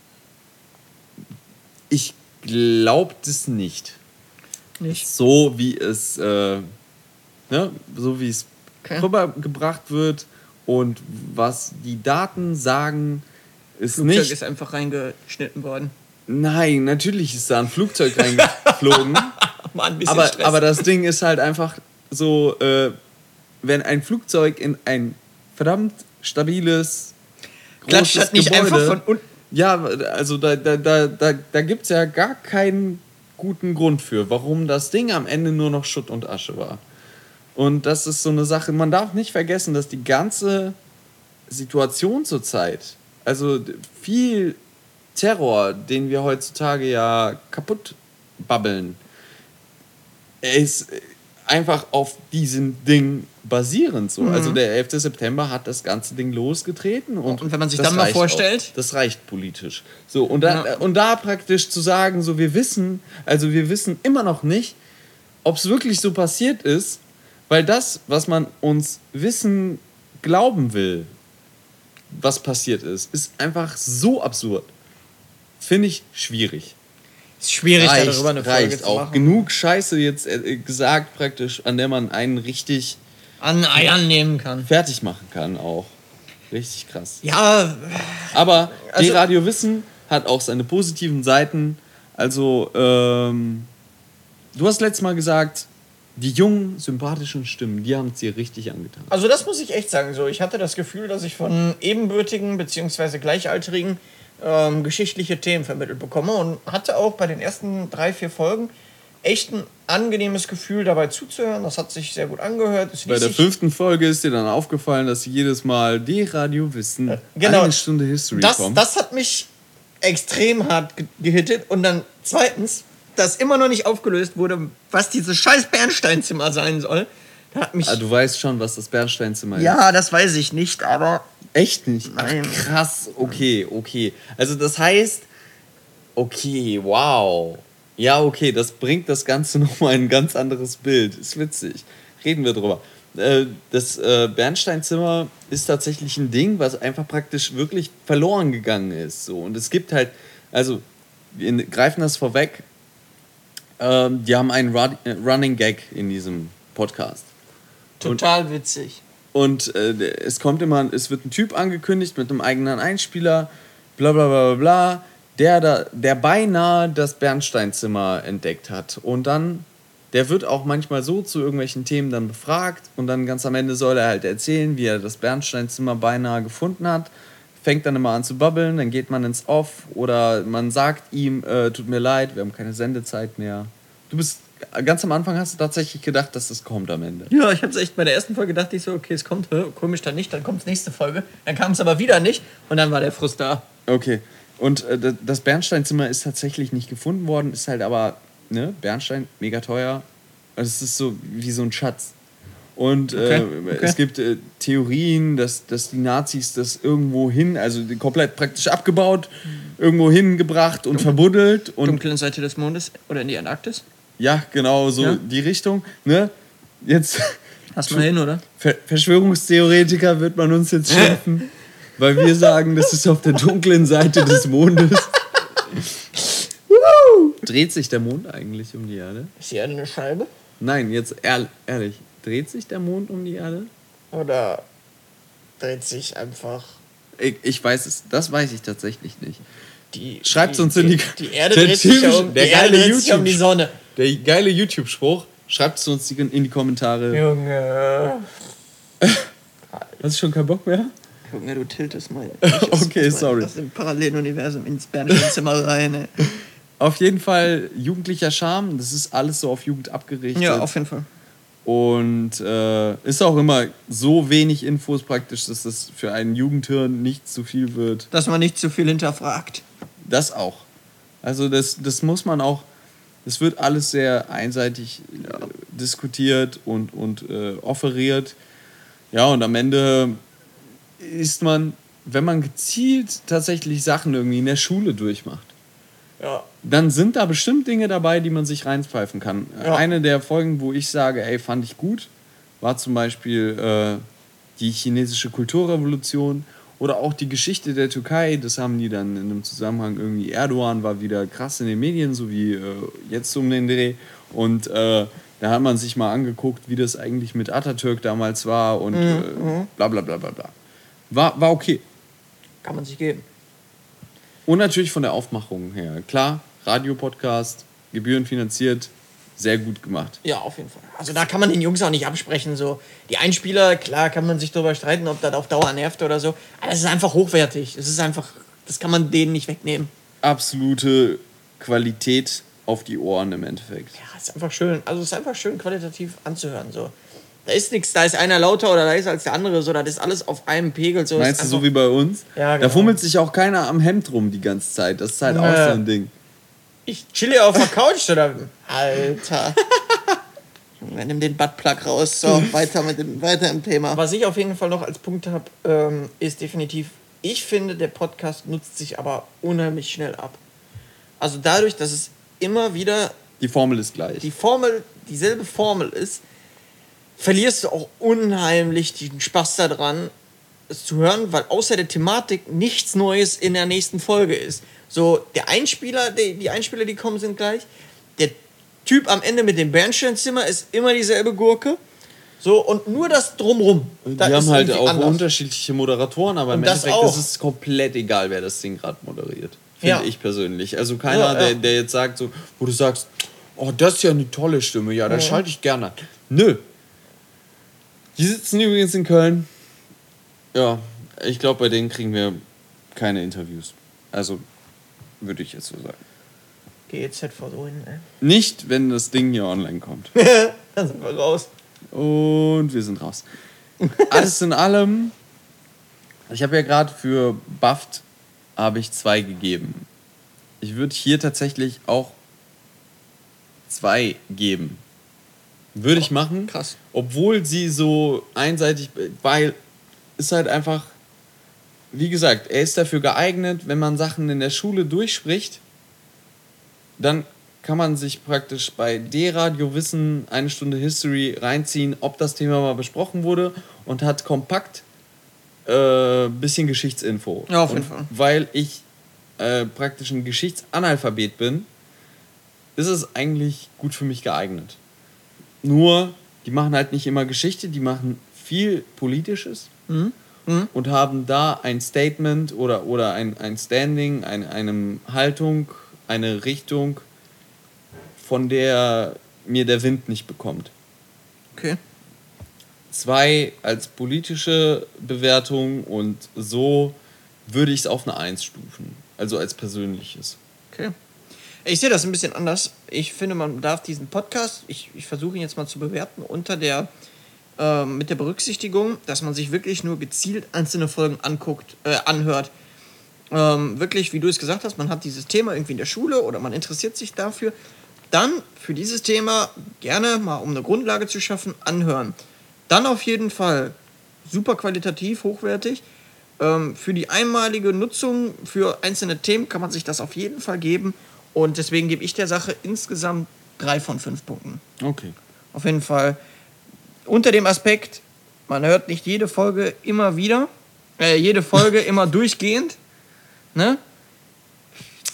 S2: ich glaube das nicht.
S1: Nicht?
S2: So wie es... Äh, Ne, so wie es okay. rübergebracht wird und was die Daten sagen, ist
S1: Flugzeug
S2: nicht...
S1: ist einfach reingeschnitten worden.
S2: Nein, natürlich ist da ein Flugzeug reingeflogen.
S1: Mann, ein bisschen
S2: aber,
S1: Stress.
S2: aber das Ding ist halt einfach so, äh, wenn ein Flugzeug in ein verdammt stabiles, großes
S1: Klatscht nicht
S2: Gebäude...
S1: einfach von unten.
S2: Ja, also da, da, da, da, da gibt es ja gar keinen guten Grund für, warum das Ding am Ende nur noch Schutt und Asche war. Und das ist so eine Sache, man darf nicht vergessen, dass die ganze Situation zurzeit, also viel Terror, den wir heutzutage ja kaputt babbeln, ist einfach auf diesem Ding basierend so. Mhm. Also der elfte September hat das ganze Ding losgetreten. Und,
S1: und wenn man sich dann mal vorstellt...
S2: Auch. Das reicht politisch. So, und, da, ja. und da praktisch zu sagen, so wir wissen, also wir wissen immer noch nicht, ob es wirklich so passiert ist, weil das, was man uns wissen, glauben will, was passiert ist, ist einfach so absurd. Finde ich schwierig.
S1: Ist schwierig,
S2: reicht,
S1: darüber eine Folge
S2: reicht
S1: zu
S2: auch.
S1: machen.
S2: Genug Scheiße jetzt äh, gesagt praktisch, an der man einen richtig
S1: an Eiern nehmen kann.
S2: Fertig machen kann auch. Richtig krass.
S1: Ja.
S2: Aber
S1: also,
S2: D-Radio Wissen hat auch seine positiven Seiten. Also, ähm, du hast letztes Mal gesagt, die jungen, sympathischen Stimmen, die haben es dir richtig angetan.
S1: Also das muss ich echt sagen. So, ich hatte das Gefühl, dass ich von ebenbürtigen bzw. gleichaltrigen ähm, geschichtliche Themen vermittelt bekomme und hatte auch bei den ersten drei, vier Folgen echt ein angenehmes Gefühl, dabei zuzuhören. Das hat sich sehr gut angehört. Es
S2: bei der fünften Folge ist dir dann aufgefallen, dass jedes Mal D-Radio Wissen äh,
S1: genau,
S2: eine Stunde History
S1: das,
S2: kommt.
S1: Das hat mich extrem hart gehittet. Und dann zweitens, dass immer noch nicht aufgelöst wurde, was dieses scheiß Bernsteinzimmer sein soll. Da hat mich
S2: ah, du weißt schon, was das Bernsteinzimmer
S1: ja,
S2: ist.
S1: Ja, das weiß ich nicht, aber...
S2: Echt nicht?
S1: Nein.
S2: Ach, krass, okay, okay. Also das heißt, okay, wow. Ja, okay, das bringt das Ganze nochmal ein ganz anderes Bild. Ist witzig. Reden wir drüber. Das Bernsteinzimmer ist tatsächlich ein Ding, was einfach praktisch wirklich verloren gegangen ist. So. Und es gibt halt, also wir greifen das vorweg, ähm, die haben einen Running Gag in diesem Podcast.
S1: Total
S2: und,
S1: witzig.
S2: Und äh, es kommt immer, es wird ein Typ angekündigt mit einem eigenen Einspieler, bla bla bla bla, der, da, der beinahe das Bernsteinzimmer entdeckt hat. Und dann, der wird auch manchmal so zu irgendwelchen Themen dann befragt und dann ganz am Ende soll er halt erzählen, wie er das Bernsteinzimmer beinahe gefunden hat. Fängt dann immer an zu babbeln, dann geht man ins Off oder man sagt ihm, äh, tut mir leid, wir haben keine Sendezeit mehr. Du bist, ganz am Anfang hast du tatsächlich gedacht, dass das kommt am Ende.
S1: Ja, ich hab's echt bei der ersten Folge gedacht, ich so, okay, es kommt, hä, komisch dann nicht, dann kommt die nächste Folge. Dann kam es aber wieder nicht und dann war der Frust da.
S2: Okay, und äh, das Bernsteinzimmer ist tatsächlich nicht gefunden worden, ist halt aber, ne, Bernstein, mega teuer. Also es ist so wie so ein Schatz. Und
S1: okay,
S2: äh,
S1: okay.
S2: es gibt äh, Theorien, dass, dass die Nazis das irgendwo hin, also komplett praktisch abgebaut, irgendwo hingebracht und Dunkel, verbuddelt. Und
S1: dunklen Seite des Mondes oder in die Antarktis?
S2: Ja, genau, so ja. Die Richtung. Ne? Jetzt
S1: Hast du mal hin, oder?
S2: Ver- Verschwörungstheoretiker wird man uns jetzt schimpfen, weil wir sagen, das ist auf der dunklen Seite des Mondes. Dreht sich der Mond eigentlich um die Erde?
S1: Ist die Erde eine Scheibe?
S2: Nein, jetzt ehr- ehrlich. Dreht sich der Mond um die Erde?
S1: Oder dreht sich einfach...
S2: Ich, ich weiß es. Das weiß ich tatsächlich nicht.
S1: Die,
S2: Schreibt
S1: die,
S2: uns in die...
S1: Die, die Erde
S2: der
S1: dreht sich
S2: Typ-
S1: um,
S2: der
S1: die, Erde
S2: geile
S1: dreht sich um die
S2: YouTube-
S1: Sonne.
S2: Der geile YouTube-Spruch. Schreibt es uns in die Kommentare.
S1: Junge.
S2: Hast du schon keinen Bock mehr?
S1: Junge, du tiltest mal.
S2: Okay, sorry.
S1: Das im Paralleluniversum ins Bernsteinzimmer rein. Ey.
S2: Auf jeden Fall jugendlicher Charme. Das ist alles so auf Jugend abgerichtet.
S1: Ja, auf jeden Fall.
S2: Und äh, ist auch immer so wenig Infos praktisch, dass das für einen Jugendhirn nicht zu viel wird.
S1: Dass man nicht zu viel hinterfragt.
S2: Das auch. Also das, das muss man auch, es wird alles sehr einseitig äh, diskutiert und, und äh, offeriert. Ja, und am Ende ist man, wenn man gezielt tatsächlich Sachen irgendwie in der Schule durchmacht,
S1: Ja.
S2: dann sind da bestimmt Dinge dabei, die man sich reinpfeifen kann.
S1: Ja.
S2: Eine der Folgen, wo ich sage, ey, fand ich gut, war zum Beispiel äh, die chinesische Kulturrevolution oder auch die Geschichte der Türkei. Das haben die dann in einem Zusammenhang irgendwie, Erdogan war wieder krass in den Medien, so wie äh, jetzt um den Dreh. Und äh, da hat man sich mal angeguckt, wie das eigentlich mit Atatürk damals war und äh, bla bla bla bla bla. War, war okay.
S1: Kann man sich geben.
S2: Und natürlich von der Aufmachung her. Klar, Radiopodcast, gebührenfinanziert, sehr gut gemacht.
S1: Ja, auf jeden Fall. Also da kann man den Jungs auch nicht absprechen. So. Die Einspieler, klar, kann man sich darüber streiten, ob das auf Dauer nervt oder so. Aber es ist einfach hochwertig. Es ist einfach, das kann man denen nicht wegnehmen.
S2: Absolute Qualität auf die Ohren im Endeffekt.
S1: Ja, es ist einfach schön. Also es ist einfach schön qualitativ anzuhören. So. Da ist nichts, da ist einer lauter oder da ist als der andere. So. Das ist alles auf einem Pegel. So.
S2: Meinst
S1: ist
S2: du, so wie bei uns?
S1: Ja,
S2: Da
S1: genau.
S2: fummelt sich auch keiner am Hemd rum die ganze Zeit. Das ist halt auch
S1: Nö.
S2: so ein Ding.
S1: Ich chille auf der Couch oder... Alter. Junge, nimm den Buttplug raus. So, weiter, mit dem, weiter im Thema. Was ich auf jeden Fall noch als Punkt habe, ähm, ist definitiv, ich finde, der Podcast nutzt sich aber unheimlich schnell ab. Also dadurch, dass es immer wieder
S2: Die Formel ist gleich.
S1: die Formel, dieselbe Formel ist, verlierst du auch unheimlich den Spaß daran, es zu hören, weil außer der Thematik nichts Neues in der nächsten Folge ist. So, der Einspieler, die, die Einspieler, die kommen, sind gleich. Der Typ am Ende mit dem Bernsteinzimmer ist immer dieselbe Gurke. So, und nur das Drumrum.
S2: Die
S1: da
S2: haben
S1: ist
S2: halt
S1: irgendwie
S2: auch
S1: anders.
S2: unterschiedliche Moderatoren, aber im
S1: Und das
S2: Endeffekt
S1: auch.
S2: ist es komplett egal, wer das Ding gerade moderiert. Finde
S1: Ja.
S2: ich persönlich. Also keiner,
S1: Ja, ja.
S2: Der, der jetzt sagt, so, wo du sagst, oh, das ist ja eine tolle Stimme, ja, da
S1: Ja.
S2: schalte ich gerne an. Nö. Die sitzen übrigens in Köln. Ja, ich glaube, bei denen kriegen wir keine Interviews. Also, würde ich jetzt so sagen.
S1: G Z vor so hin, ey.
S2: Nicht, wenn das Ding hier online kommt.
S1: Dann sind wir raus.
S2: Und wir sind raus. Alles in allem, ich habe ja gerade für Buffed habe ich zwei gegeben. Ich würde hier tatsächlich auch zwei geben. Würde ich machen.
S1: Krass.
S2: Obwohl sie so einseitig, weil ist halt einfach, wie gesagt, er ist dafür geeignet, wenn man Sachen in der Schule durchspricht, dann kann man sich praktisch bei D-Radio Wissen eine Stunde History reinziehen, ob das Thema mal besprochen wurde und hat kompakt äh, bisschen Geschichtsinfo.
S1: Ja, auf jeden
S2: und
S1: Fall.
S2: Weil ich äh, praktisch ein Geschichtsanalphabet bin, ist es eigentlich gut für mich geeignet. Nur, die machen halt nicht immer Geschichte, die machen viel Politisches
S1: Mhm. Mhm.
S2: und haben da ein Statement oder, oder ein, ein Standing, ein, eine Haltung, eine Richtung, von der mir der Wind nicht bekommt.
S1: Okay.
S2: Zwei als politische Bewertung und so würde ich es auf eine eins stufen. Also als persönliches.
S1: Okay. Ich sehe das ein bisschen anders. Ich finde, man darf diesen Podcast, ich, ich versuche ihn jetzt mal zu bewerten, unter der, äh, mit der Berücksichtigung, dass man sich wirklich nur gezielt einzelne Folgen anguckt, äh, anhört. Ähm, wirklich, wie du es gesagt hast, man hat dieses Thema irgendwie in der Schule oder man interessiert sich dafür. Dann für dieses Thema gerne mal, um eine Grundlage zu schaffen, anhören. Dann auf jeden Fall super qualitativ, hochwertig. Ähm, für die einmalige Nutzung für einzelne Themen kann man sich das auf jeden Fall geben. Und deswegen gebe ich der Sache insgesamt drei von fünf Punkten.
S2: Okay.
S1: Auf jeden Fall unter dem Aspekt, man hört nicht jede Folge immer wieder, äh, jede Folge immer durchgehend. Ne?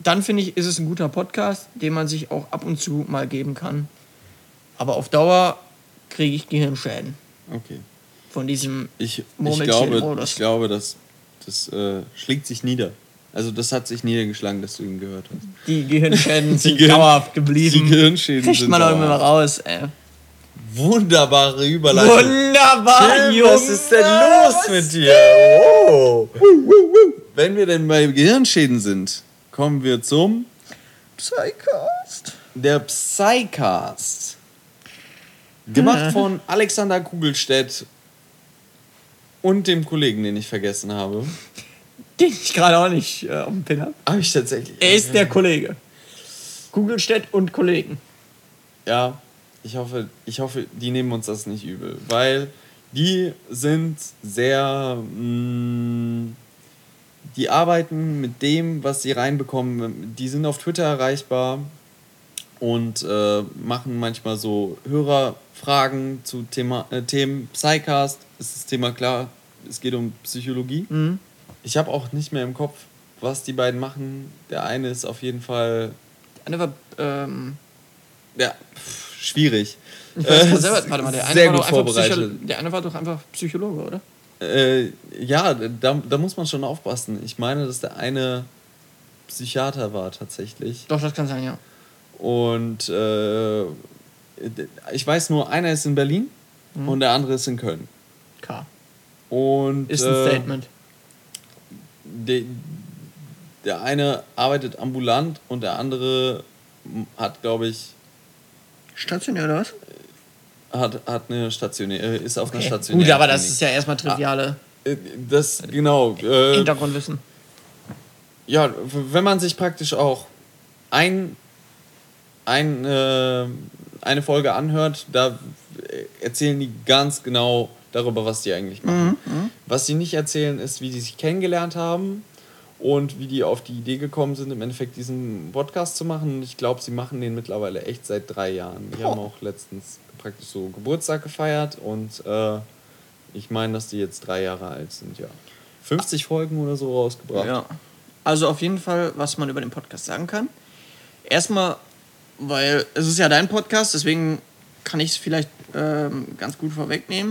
S1: dann finde ich, ist es ein guter Podcast, den man sich auch ab und zu mal geben kann. Aber auf Dauer kriege ich Gehirnschäden.
S2: Okay.
S1: Von diesem
S2: Ich, ich glaube, ich glaube, das, das äh, schlägt sich nieder. Also das hat sich niedergeschlagen, dass du ihn gehört hast.
S1: Die Gehirnschäden
S2: die
S1: sind
S2: Gehirn,
S1: dauerhaft geblieben.
S2: Die Gehirnschäden
S1: Kriegt
S2: sind
S1: man auch immer raus, ey.
S2: Wunderbare Überleitung.
S1: Wunderbar,
S2: Junge. Was ist denn los was mit dir? Wow. Wenn wir denn bei Gehirnschäden sind, kommen wir zum
S1: Psycast.
S2: Der Psycast. Gemacht
S1: Ja.
S2: von Alexander Kugelstedt und dem Kollegen, den ich vergessen habe.
S1: Den ich gerade auch nicht äh, auf dem Pin habe.
S2: Habe ich tatsächlich.
S1: Er ist der Kollege. Kugelstedt und Kollegen.
S2: Ja, ich hoffe, ich hoffe, die nehmen uns das nicht übel, weil die sind sehr, mh, die arbeiten mit dem, was sie reinbekommen. Die sind auf Twitter erreichbar und äh, machen manchmal so Hörerfragen zu Thema, äh, Themen. Psycast ist das Thema klar, es geht um Psychologie.
S1: Mhm.
S2: Ich habe auch nicht mehr im Kopf, was die beiden machen. Der eine ist auf jeden Fall...
S1: Der eine war, ähm...
S2: Ja, pff, schwierig.
S1: Ich weiß
S2: äh,
S1: mal selber, warte mal, der eine,
S2: sehr
S1: war
S2: gut
S1: doch einfach
S2: vorbereitet.
S1: Psycho- der eine war doch einfach Psychologe, oder?
S2: Äh, ja, da, da muss man schon aufpassen. Ich meine, dass der eine Psychiater war tatsächlich.
S1: Doch, das kann sein, ja.
S2: Und äh, ich weiß nur, einer ist in Berlin mhm. und der andere ist in Köln.
S1: K.
S2: Und,
S1: ist ein
S2: äh,
S1: Statement.
S2: De, der eine arbeitet ambulant und der andere hat, glaube ich...
S1: Stationär oder was?
S2: Hat, hat eine stationäre, ist auf
S1: okay.
S2: einer stationären
S1: Gut, aber das ist ja erstmal triviale
S2: ah, das, genau. Äh,
S1: Hintergrundwissen.
S2: Ja, wenn man sich praktisch auch ein, ein, äh, eine Folge anhört, da erzählen die ganz genau darüber, was die eigentlich machen.
S1: Mhm.
S2: Was sie nicht erzählen, ist, wie die sich kennengelernt haben und wie die auf die Idee gekommen sind, im Endeffekt diesen Podcast zu machen. Und ich glaube, sie machen den mittlerweile echt seit drei Jahren. Die oh. haben auch letztens praktisch so Geburtstag gefeiert und äh, ich meine, dass die jetzt drei Jahre alt sind, ja. fünfzig Folgen oder so rausgebracht.
S1: Ja. Also auf jeden Fall, was man über den Podcast sagen kann. Erstmal, weil es ist ja dein Podcast, deswegen kann ich es vielleicht ähm, ganz gut vorwegnehmen.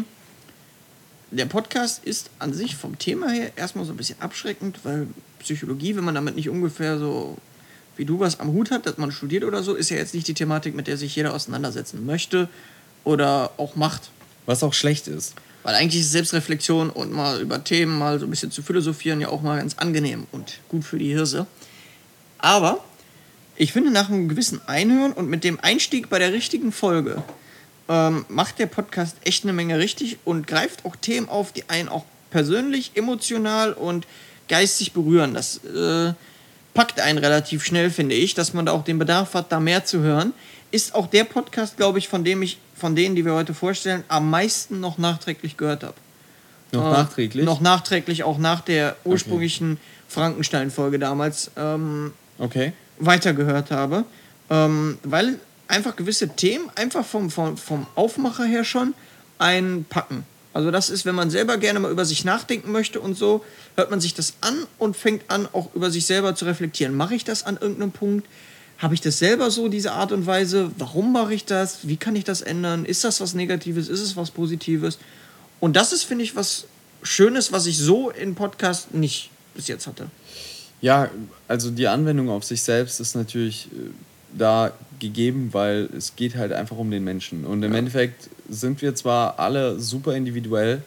S1: Der Podcast ist an sich vom Thema her erstmal so ein bisschen abschreckend, weil Psychologie, wenn man damit nicht ungefähr so wie du was am Hut hat, dass man studiert oder so, ist ja jetzt nicht die Thematik, mit der sich jeder auseinandersetzen möchte oder auch macht.
S2: Was auch schlecht ist.
S1: Weil eigentlich ist Selbstreflexion und mal über Themen mal so ein bisschen zu philosophieren ja auch mal ganz angenehm und gut für die Hirse. Aber ich finde, nach einem gewissen Einhören und mit dem Einstieg bei der richtigen Folge ähm, macht der Podcast echt eine Menge richtig und greift auch Themen auf, die einen auch persönlich, emotional und geistig berühren. Das äh, packt einen relativ schnell, finde ich, dass man da auch den Bedarf hat, da mehr zu hören. Ist auch der Podcast, glaube ich, von dem ich, von denen, die wir heute vorstellen, am meisten noch nachträglich gehört habe.
S2: Noch
S1: äh,
S2: nachträglich?
S1: Noch nachträglich, auch nach der ursprünglichen okay. Frankenstein-Folge damals ähm,
S2: okay.
S1: weitergehört habe. Ähm, weil einfach gewisse Themen einfach vom, vom, vom Aufmacher her schon einen packen. Also das ist, wenn man selber gerne mal über sich nachdenken möchte und so, hört man sich das an und fängt an, auch über sich selber zu reflektieren. Mache ich das an irgendeinem Punkt? Habe ich das selber so, diese Art und Weise? Warum mache ich das? Wie kann ich das ändern? Ist das was Negatives? Ist es was Positives? Und das ist, finde ich, was Schönes, was ich so in Podcast nicht bis jetzt hatte.
S2: Ja, also die Anwendung auf sich selbst ist natürlich äh, da gegeben, weil es geht halt einfach um den Menschen. Und im ja. Endeffekt sind wir zwar alle super individuell,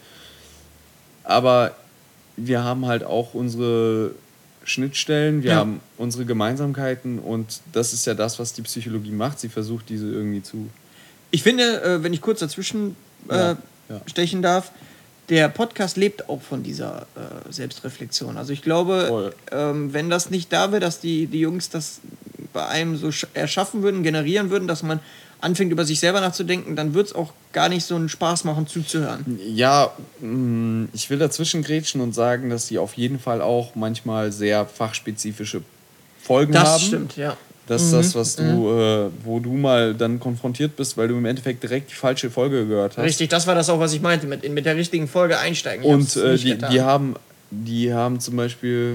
S2: aber wir haben halt auch unsere Schnittstellen, wir ja. haben unsere Gemeinsamkeiten und das ist ja das, was die Psychologie macht. Sie versucht, diese irgendwie zu...
S1: Ich finde, äh, wenn ich kurz dazwischen äh, ja. Ja. stechen darf, der Podcast lebt auch von dieser äh, Selbstreflexion. Also ich glaube, ähm, wenn das nicht da wäre, dass die, die Jungs das bei einem so erschaffen würden, generieren würden, dass man anfängt, über sich selber nachzudenken, dann wird es auch gar nicht so einen Spaß machen, zuzuhören.
S2: Ja, mh, ich will dazwischen grätschen und sagen, dass sie auf jeden Fall auch manchmal sehr fachspezifische Folgen
S1: das
S2: haben.
S1: Das stimmt, ja.
S2: Das ist mhm. das, was du, mhm. äh, wo du mal dann konfrontiert bist, weil du im Endeffekt direkt die falsche Folge gehört hast.
S1: Richtig, das war das auch, was ich meinte, mit, mit der richtigen Folge einsteigen.
S2: Und äh, die, die, haben, die haben zum Beispiel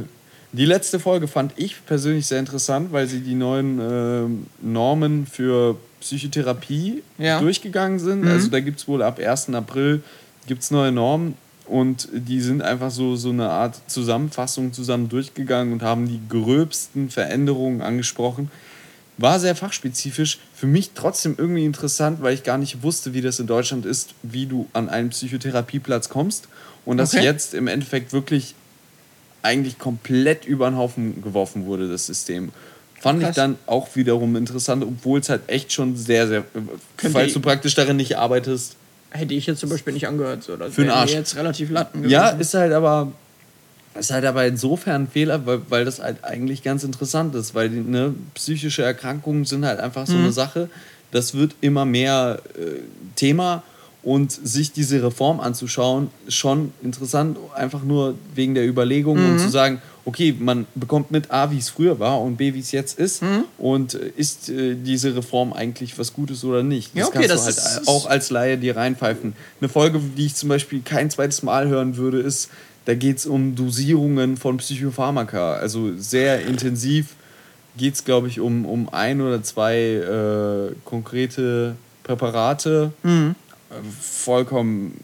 S2: Die letzte Folge fand ich persönlich sehr interessant, weil sie die neuen äh, Normen für Psychotherapie ja. durchgegangen sind. Mhm. Also da gibt es wohl ab ersten April gibt's neue Normen und die sind einfach so, so eine Art Zusammenfassung zusammen durchgegangen und haben die gröbsten Veränderungen angesprochen. War sehr fachspezifisch, für mich trotzdem irgendwie interessant, weil ich gar nicht wusste, wie das in Deutschland ist, wie du an einen Psychotherapieplatz kommst und das okay. jetzt im Endeffekt wirklich eigentlich komplett über den Haufen geworfen wurde, das System. Fand Krass. ich dann auch wiederum interessant, obwohl es halt echt schon sehr, sehr... Könnte falls du praktisch darin nicht arbeitest...
S1: Hätte ich jetzt zum Beispiel nicht angehört. So. Das
S2: für den Arsch.
S1: Jetzt relativ Latten gewesen.
S2: Ja, ist halt aber... ist halt aber insofern ein Fehler, weil, weil das halt eigentlich ganz interessant ist, weil die, ne, psychische Erkrankungen sind halt einfach so mhm. eine Sache, das wird immer mehr äh, Thema und sich diese Reform anzuschauen, ist schon interessant, einfach nur wegen der Überlegung mhm. und zu sagen, okay, man bekommt mit A, wie es früher war und B, wie es jetzt ist mhm. und äh, ist äh, diese Reform eigentlich was Gutes oder nicht? Das ja, okay, kannst das du halt auch als Laie dir reinpfeifen. Eine Folge, die ich zum Beispiel kein zweites Mal hören würde, ist, da geht es um Dosierungen von Psychopharmaka. Also sehr intensiv geht es, glaube ich, um, um ein oder zwei äh, konkrete Präparate. Mhm. Vollkommen,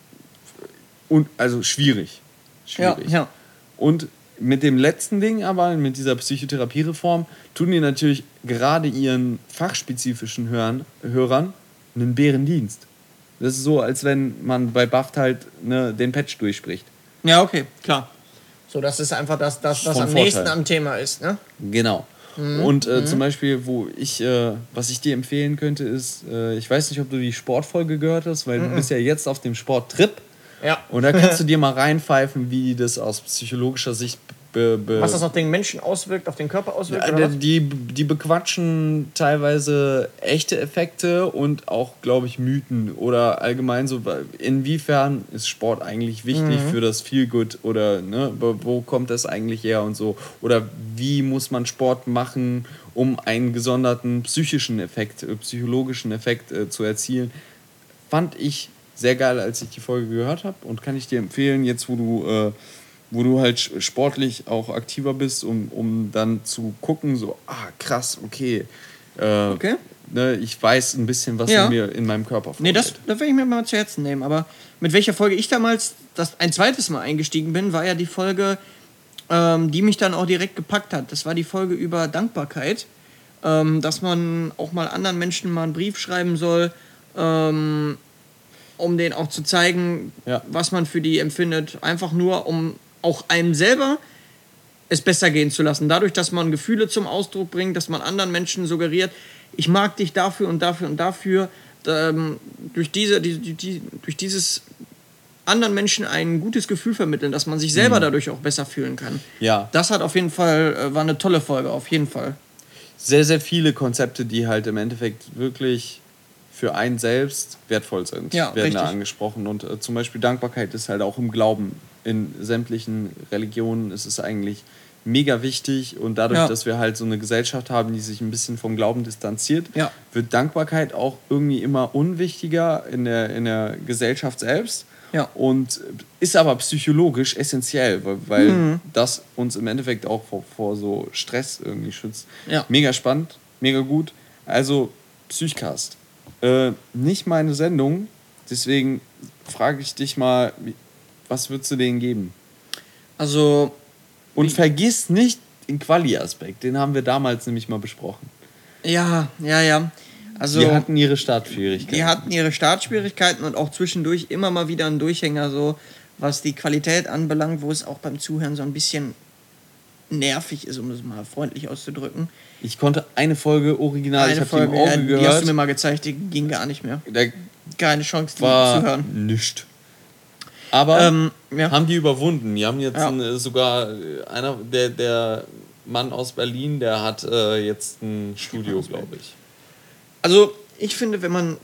S2: un, also schwierig. schwierig. Ja, ja. Und mit dem letzten Ding aber, mit dieser Psychotherapiereform, tun die natürlich gerade ihren fachspezifischen Hörern, Hörern einen Bärendienst. Das ist so, als wenn man bei B A F T halt ne, den Patch durchspricht.
S1: Ja, okay, klar. So, das ist einfach das, das was am Vorteil. nächsten am Thema ist, ne?
S2: Genau. Mhm. Und äh, mhm. zum Beispiel, wo ich, äh, was ich dir empfehlen könnte, ist, äh, ich weiß nicht, ob du die Sportfolge gehört hast, weil mhm. du bist ja jetzt auf dem Sporttrip. Ja. Und da kannst du dir mal reinpfeifen, wie das aus psychologischer Sicht Be, be
S1: was das auf den Menschen auswirkt, auf den Körper auswirkt?
S2: Ja,
S1: oder was?
S2: Die, die bequatschen teilweise echte Effekte und auch, glaube ich, Mythen oder allgemein so, inwiefern ist Sport eigentlich wichtig mhm. für das Feelgood oder ne, wo kommt das eigentlich her und so oder wie muss man Sport machen, um einen gesonderten psychischen Effekt, psychologischen Effekt äh, zu erzielen. Fand ich sehr geil, als ich die Folge gehört habe und kann ich dir empfehlen, jetzt wo du äh, wo du halt sportlich auch aktiver bist, um, um dann zu gucken, so, ah, krass, okay, äh, okay. Ne, ich weiß ein bisschen, was ja. in mir in meinem Körper vorgeht.
S1: Nee, das, das werde ich mir mal zu Herzen nehmen, aber mit welcher Folge ich damals das ein zweites Mal eingestiegen bin, war ja die Folge, ähm, die mich dann auch direkt gepackt hat. Das war die Folge über Dankbarkeit, ähm, dass man auch mal anderen Menschen mal einen Brief schreiben soll, ähm, um denen auch zu zeigen, ja. was man für die empfindet, einfach nur, um auch einem selber es besser gehen zu lassen. Dadurch, dass man Gefühle zum Ausdruck bringt, dass man anderen Menschen suggeriert, ich mag dich dafür und dafür und dafür. Ähm, durch, diese, die, die, durch dieses anderen Menschen ein gutes Gefühl vermitteln, dass man sich selber mhm. dadurch auch besser fühlen kann. Ja. Das hat auf jeden Fall, äh, war eine tolle Folge, auf jeden Fall.
S2: Sehr, sehr viele Konzepte, die halt im Endeffekt wirklich für einen selbst wertvoll sind, ja, werden richtig. da angesprochen. Und äh, zum Beispiel Dankbarkeit ist halt auch im Glauben. In sämtlichen Religionen ist es eigentlich mega wichtig. Und dadurch, ja. dass wir halt so eine Gesellschaft haben, die sich ein bisschen vom Glauben distanziert, ja. wird Dankbarkeit auch irgendwie immer unwichtiger in der, in der Gesellschaft selbst. Ja. Und ist aber psychologisch essentiell, weil, weil mhm. das uns im Endeffekt auch vor, vor so Stress irgendwie schützt. Ja. Mega spannend, mega gut. Also Psychcast. Äh, nicht meine Sendung, deswegen frage ich dich mal, was würdest du denen geben?
S1: Also...
S2: Und vergiss nicht den Quali-Aspekt, den haben wir damals nämlich mal besprochen.
S1: Ja, ja, ja. Also,
S2: die hatten ihre Startschwierigkeiten.
S1: Die hatten ihre Startschwierigkeiten und auch zwischendurch immer mal wieder einen Durchhänger, so was die Qualität anbelangt, wo es auch beim Zuhören so ein bisschen nervig ist, um es mal freundlich auszudrücken.
S2: Ich konnte eine Folge original, eine ich habe die im Auge ja, gehört.
S1: Die hast du mir mal gezeigt, die ging gar nicht mehr.
S2: Da
S1: Keine Chance, die
S2: war
S1: zu hören.
S2: Nichts. Aber
S1: ähm, ja.
S2: haben die überwunden. Die haben jetzt ja. ein, sogar einer, der, der Mann aus Berlin, der hat äh, jetzt ein Studio, glaube ich.
S1: Also ich finde, wenn man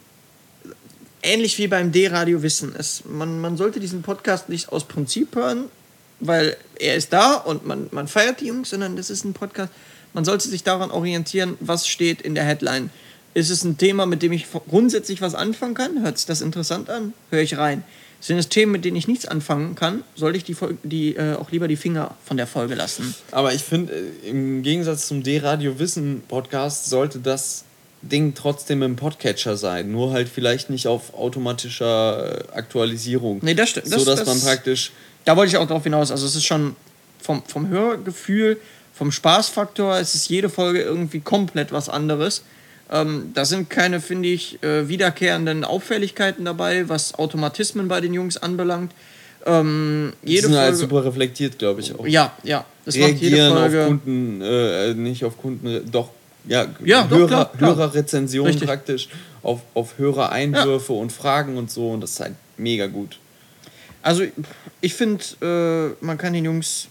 S1: ähnlich wie beim D-Radio Wissen ist, man, man sollte diesen Podcast nicht aus Prinzip hören, weil er ist da und man, man feiert die Jungs, sondern das ist ein Podcast, man sollte sich daran orientieren, was steht in der Headline. Ist es ein Thema, mit dem ich grundsätzlich was anfangen kann? Hört sich das interessant an? Höre ich rein. Sind es Themen, mit denen ich nichts anfangen kann, sollte ich die, Folge, die äh, auch lieber die Finger von der Folge lassen.
S2: Aber ich finde, im Gegensatz zum D-Radio-Wissen-Podcast sollte das Ding trotzdem im Podcatcher sein. Nur halt vielleicht nicht auf automatischer Aktualisierung.
S1: Nee, das stimmt. Das,
S2: so dass
S1: das,
S2: man praktisch...
S1: Da wollte ich auch drauf hinaus. Also es ist schon vom, vom Hörgefühl, vom Spaßfaktor, es ist jede Folge irgendwie komplett was anderes. Ähm, da sind keine, finde ich, äh, wiederkehrenden Auffälligkeiten dabei, was Automatismen bei den Jungs anbelangt. Ähm,
S2: Die
S1: jede
S2: sind
S1: Folge,
S2: halt super reflektiert, glaube ich auch.
S1: Ja, ja. Das
S2: Reagieren
S1: macht jede Folge,
S2: auf Kunden, äh, nicht auf Kunden, doch, ja,
S1: ja
S2: Hörer,
S1: doch, klar, klar.
S2: Hörerrezensionen
S1: Richtig.
S2: praktisch, auf, auf Hörereinwürfe ja. und Fragen und so, und das ist halt mega gut.
S1: Also ich finde, äh, man kann den Jungs,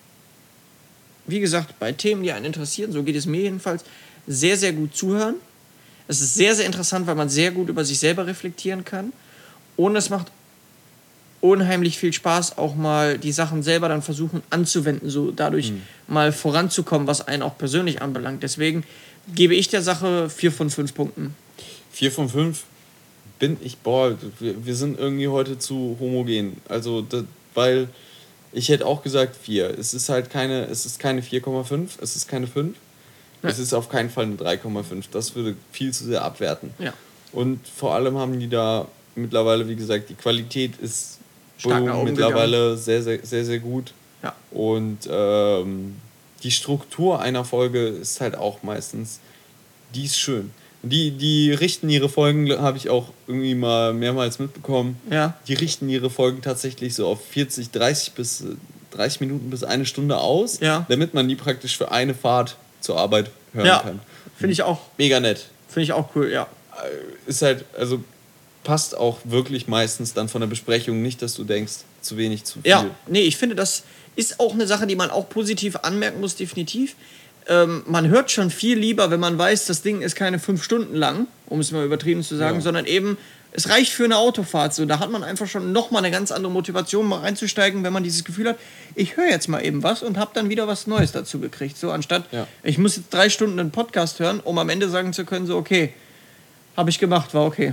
S1: wie gesagt, bei Themen, die einen interessieren, so geht es mir jedenfalls, sehr, sehr gut zuhören. Es ist sehr, sehr interessant, weil man sehr gut über sich selber reflektieren kann. Und es macht unheimlich viel Spaß, auch mal die Sachen selber dann versuchen anzuwenden, so dadurch mhm. mal voranzukommen, was einen auch persönlich anbelangt. Deswegen gebe ich der Sache vier von fünf Punkten.
S2: vier von fünf bin ich, boah, wir, wir sind irgendwie heute zu homogen. Also, das, weil ich hätte auch gesagt vier. Es ist halt keine, es ist keine vier Komma fünf, es ist keine fünf. Ja. Es ist auf keinen Fall eine drei Komma fünf. Das würde viel zu sehr abwerten.
S1: Ja.
S2: Und vor allem haben die da mittlerweile, wie gesagt, die Qualität ist
S1: stark nach oben
S2: mittlerweile sehr, sehr, sehr, sehr gut.
S1: Ja.
S2: Und ähm, die Struktur einer Folge ist halt auch meistens, die ist schön. Die, die richten ihre Folgen, habe ich auch irgendwie mal mehrmals mitbekommen,
S1: ja.
S2: die richten ihre Folgen tatsächlich so auf vierzig, dreißig bis dreißig Minuten bis eine Stunde aus,
S1: ja.
S2: damit man die praktisch für eine Fahrt zur Arbeit hören
S1: ja.
S2: kann.
S1: Finde ich auch.
S2: Mega nett.
S1: Finde ich auch cool, ja.
S2: Ist halt, also passt auch wirklich meistens dann von der Besprechung, nicht, dass du denkst, zu wenig, zu viel.
S1: Ja, nee, ich finde, das ist auch eine Sache, die man auch positiv anmerken muss, definitiv. Ähm, man hört schon viel lieber, wenn man weiß, das Ding ist keine fünf Stunden lang, um es mal übertrieben zu sagen, ja. sondern eben, es reicht für eine Autofahrt. So, da hat man einfach schon nochmal eine ganz andere Motivation, mal reinzusteigen, wenn man dieses Gefühl hat, ich höre jetzt mal eben was und habe dann wieder was Neues dazu gekriegt. So, anstatt, ja. ich muss jetzt drei Stunden einen Podcast hören, um am Ende sagen zu können, so, okay, habe ich gemacht, war okay.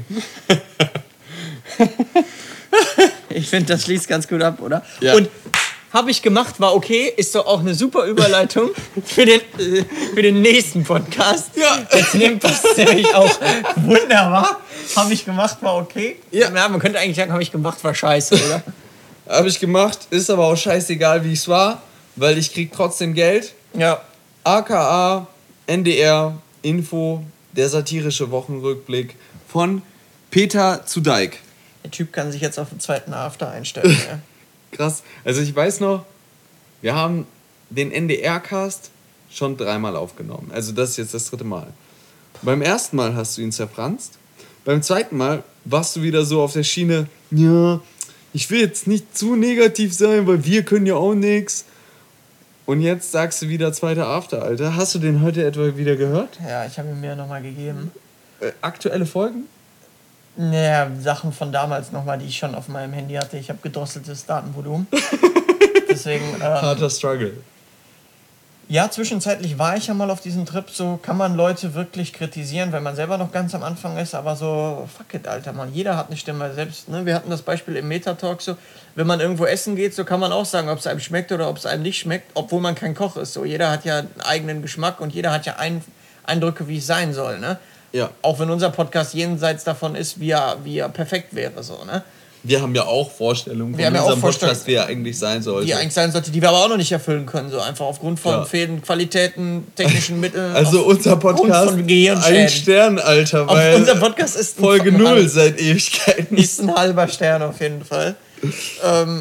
S1: Ich finde, das schließt ganz gut ab, oder?
S2: Ja.
S1: Und habe ich gemacht, war okay, ist doch auch eine super Überleitung für den, äh, für den nächsten Podcast.
S2: Ja.
S1: Jetzt nimmt das nämlich auch wunderbar. Habe ich gemacht, war okay.
S2: Ja.
S1: ja man könnte eigentlich sagen, habe ich gemacht, war scheiße, oder?
S2: Habe ich gemacht, ist aber auch scheißegal, wie es war, weil ich krieg trotzdem Geld.
S1: Ja.
S2: A K A, N D R, Info, der satirische Wochenrückblick von Peter zu Dijk.
S1: Der Typ kann sich jetzt auf den zweiten After einstellen. Ja.
S2: Krass. Also ich weiß noch, wir haben den N D R-Cast schon dreimal aufgenommen. Also das ist jetzt das dritte Mal. Beim ersten Mal hast du ihn zerfranst. Beim zweiten Mal warst du wieder so auf der Schiene, ja, ich will jetzt nicht zu negativ sein, weil wir können ja auch nichts. Und jetzt sagst du wieder zweiter After, Alter. Hast du den heute etwa wieder gehört?
S1: Ja, ich habe ihn mir nochmal gegeben.
S2: Äh, aktuelle Folgen?
S1: Naja, Sachen von damals nochmal, die ich schon auf meinem Handy hatte. Ich habe gedrosseltes Datenvolumen. Deswegen. Ähm,
S2: Harter Struggle.
S1: Ja, zwischenzeitlich war ich ja mal auf diesem Trip. So kann man Leute wirklich kritisieren, wenn man selber noch ganz am Anfang ist. Aber so, fuck it, Alter, Mann. Jeder hat eine Stimme selbst. Ne? Wir hatten das Beispiel im Metatalk so. Wenn man irgendwo essen geht, so kann man auch sagen, ob es einem schmeckt oder ob es einem nicht schmeckt, obwohl man kein Koch ist. So, jeder hat ja einen eigenen Geschmack und jeder hat ja ein, Eindrücke, wie es sein soll. Ne?
S2: Ja.
S1: Auch wenn unser Podcast jenseits davon ist, wie er, wie er perfekt wäre. So, ne?
S2: Wir haben ja auch Vorstellungen von
S1: wir haben
S2: unserem
S1: ja auch
S2: Podcast, wie er eigentlich sein sollte.
S1: Die eigentlich sein sollte, die wir aber auch noch nicht erfüllen können. So einfach aufgrund von
S2: ja.
S1: fehlenden Qualitäten, technischen Mitteln.
S2: Also unser Podcast
S1: von
S2: ein Stern, Alter. Weil
S1: unser Podcast ist
S2: Folge null seit Ewigkeiten.
S1: Ist ein halber Stern auf jeden Fall. ähm,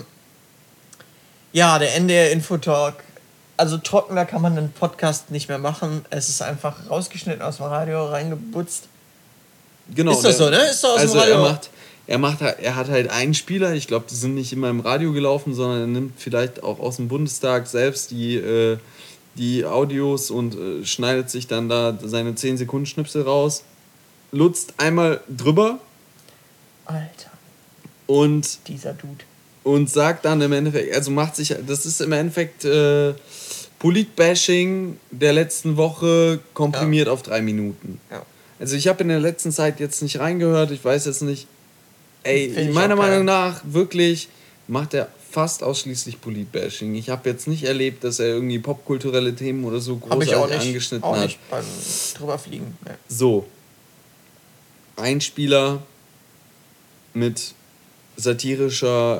S1: ja, der N D R Infotalk. Also trockener kann man einen Podcast nicht mehr machen. Es ist einfach rausgeschnitten aus dem Radio, reingebutzt.
S2: Genau.
S1: Ist das
S2: der,
S1: so, ne? Ist das aus
S2: also
S1: dem Radio?
S2: Er macht, er macht, er hat halt einen Spieler. Ich glaube, die sind nicht immer im Radio gelaufen, sondern er nimmt vielleicht auch aus dem Bundestag selbst die, äh, die Audios und äh, schneidet sich dann da seine zehn Sekunden Schnipsel raus, lutzt einmal drüber.
S1: Alter.
S2: Und
S1: dieser Dude.
S2: Und sagt dann im Endeffekt, also macht sich, das ist im Endeffekt äh, Polit-Bashing der letzten Woche komprimiert ja. auf drei Minuten.
S1: Ja.
S2: Also ich habe in der letzten Zeit jetzt nicht reingehört, ich weiß jetzt nicht, ey,
S1: Find ich
S2: meiner
S1: auch geil.
S2: Meinung nach wirklich macht er fast ausschließlich Polit-Bashing. Ich habe jetzt nicht erlebt, dass er irgendwie popkulturelle Themen oder so
S1: Hab ich auch
S2: großartig
S1: nicht,
S2: angeschnitten
S1: auch
S2: hat.
S1: nicht beim drüberfliegen. Ne.
S2: So. Ein Spieler mit satirischer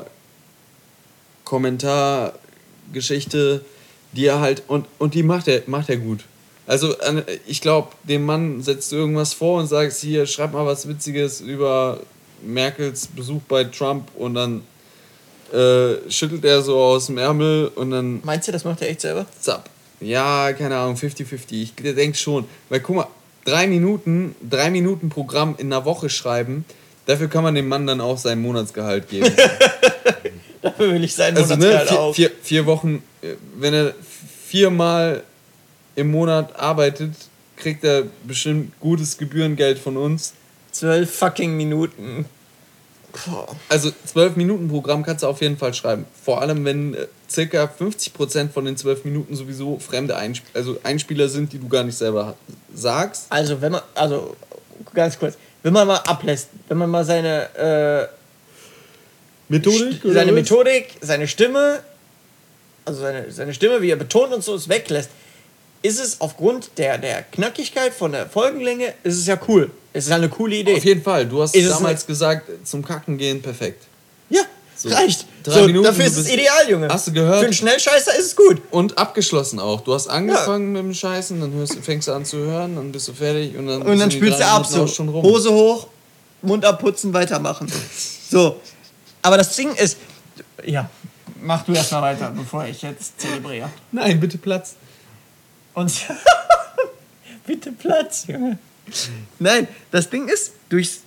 S2: Kommentargeschichte, die er halt, und, und die macht er, macht er gut. Also ich glaube, dem Mann setzt du irgendwas vor und sagst, hier, schreib mal was Witziges über Merkels Besuch bei Trump, und dann äh, schüttelt er so aus dem Ärmel und dann...
S1: Meinst du, das macht er echt selber?
S2: Zapp. Ja, keine Ahnung, fünfzig fünfzig. Ich denke schon. Weil guck mal, drei Minuten, drei Minuten Programm in einer Woche schreiben, dafür kann man dem Mann dann auch sein Monatsgehalt geben.
S1: Dafür will ich sein
S2: Also
S1: Monatsgehalt
S2: ne, vier,
S1: auch.
S2: vier, vier Wochen, äh, wenn er viermal im Monat arbeitet, kriegt er bestimmt gutes Gebührengeld von uns.
S1: Zwölf fucking Minuten. Boah.
S2: Also zwölf Minuten Programm kannst du auf jeden Fall schreiben. Vor allem, wenn äh, circa fünfzig Prozent von den zwölf Minuten sowieso fremde Einsp- also Einspieler sind, die du gar nicht selber ha- sagst.
S1: Also, wenn man, also, ganz kurz, wenn man mal ablässt, wenn man mal seine, äh,
S2: Methodik?
S1: St- seine Methodik, seine Stimme, also seine, seine Stimme, wie er betont und so, es weglässt, ist es aufgrund der, der Knackigkeit von der Folgenlänge, ist es ja cool. Es ist halt eine coole Idee.
S2: Auf jeden Fall. Du hast
S1: Ist es
S2: damals
S1: eine-
S2: gesagt, zum Kacken gehen, perfekt.
S1: Ja,
S2: So,
S1: reicht.
S2: drei
S1: So,
S2: Minuten,
S1: dafür
S2: du
S1: ist es
S2: bist-
S1: ideal, Junge.
S2: Hast du gehört?
S1: Für einen Schnellscheißer ist es gut.
S2: Und abgeschlossen auch. Du hast angefangen mit dem Scheißen, dann hörst, fängst du an zu hören, dann bist du fertig und dann,
S1: Und dann
S2: sind die
S1: spielst
S2: drei
S1: du ab,
S2: Minuten
S1: so
S2: auch schon rum.
S1: Hose hoch, Mund abputzen, weitermachen. So, aber das Ding ist, ja, mach du erst mal weiter, bevor ich jetzt zelebriere.
S2: Nein, bitte Platz.
S1: Und bitte Platz, Junge. Nein, das Ding ist, durchs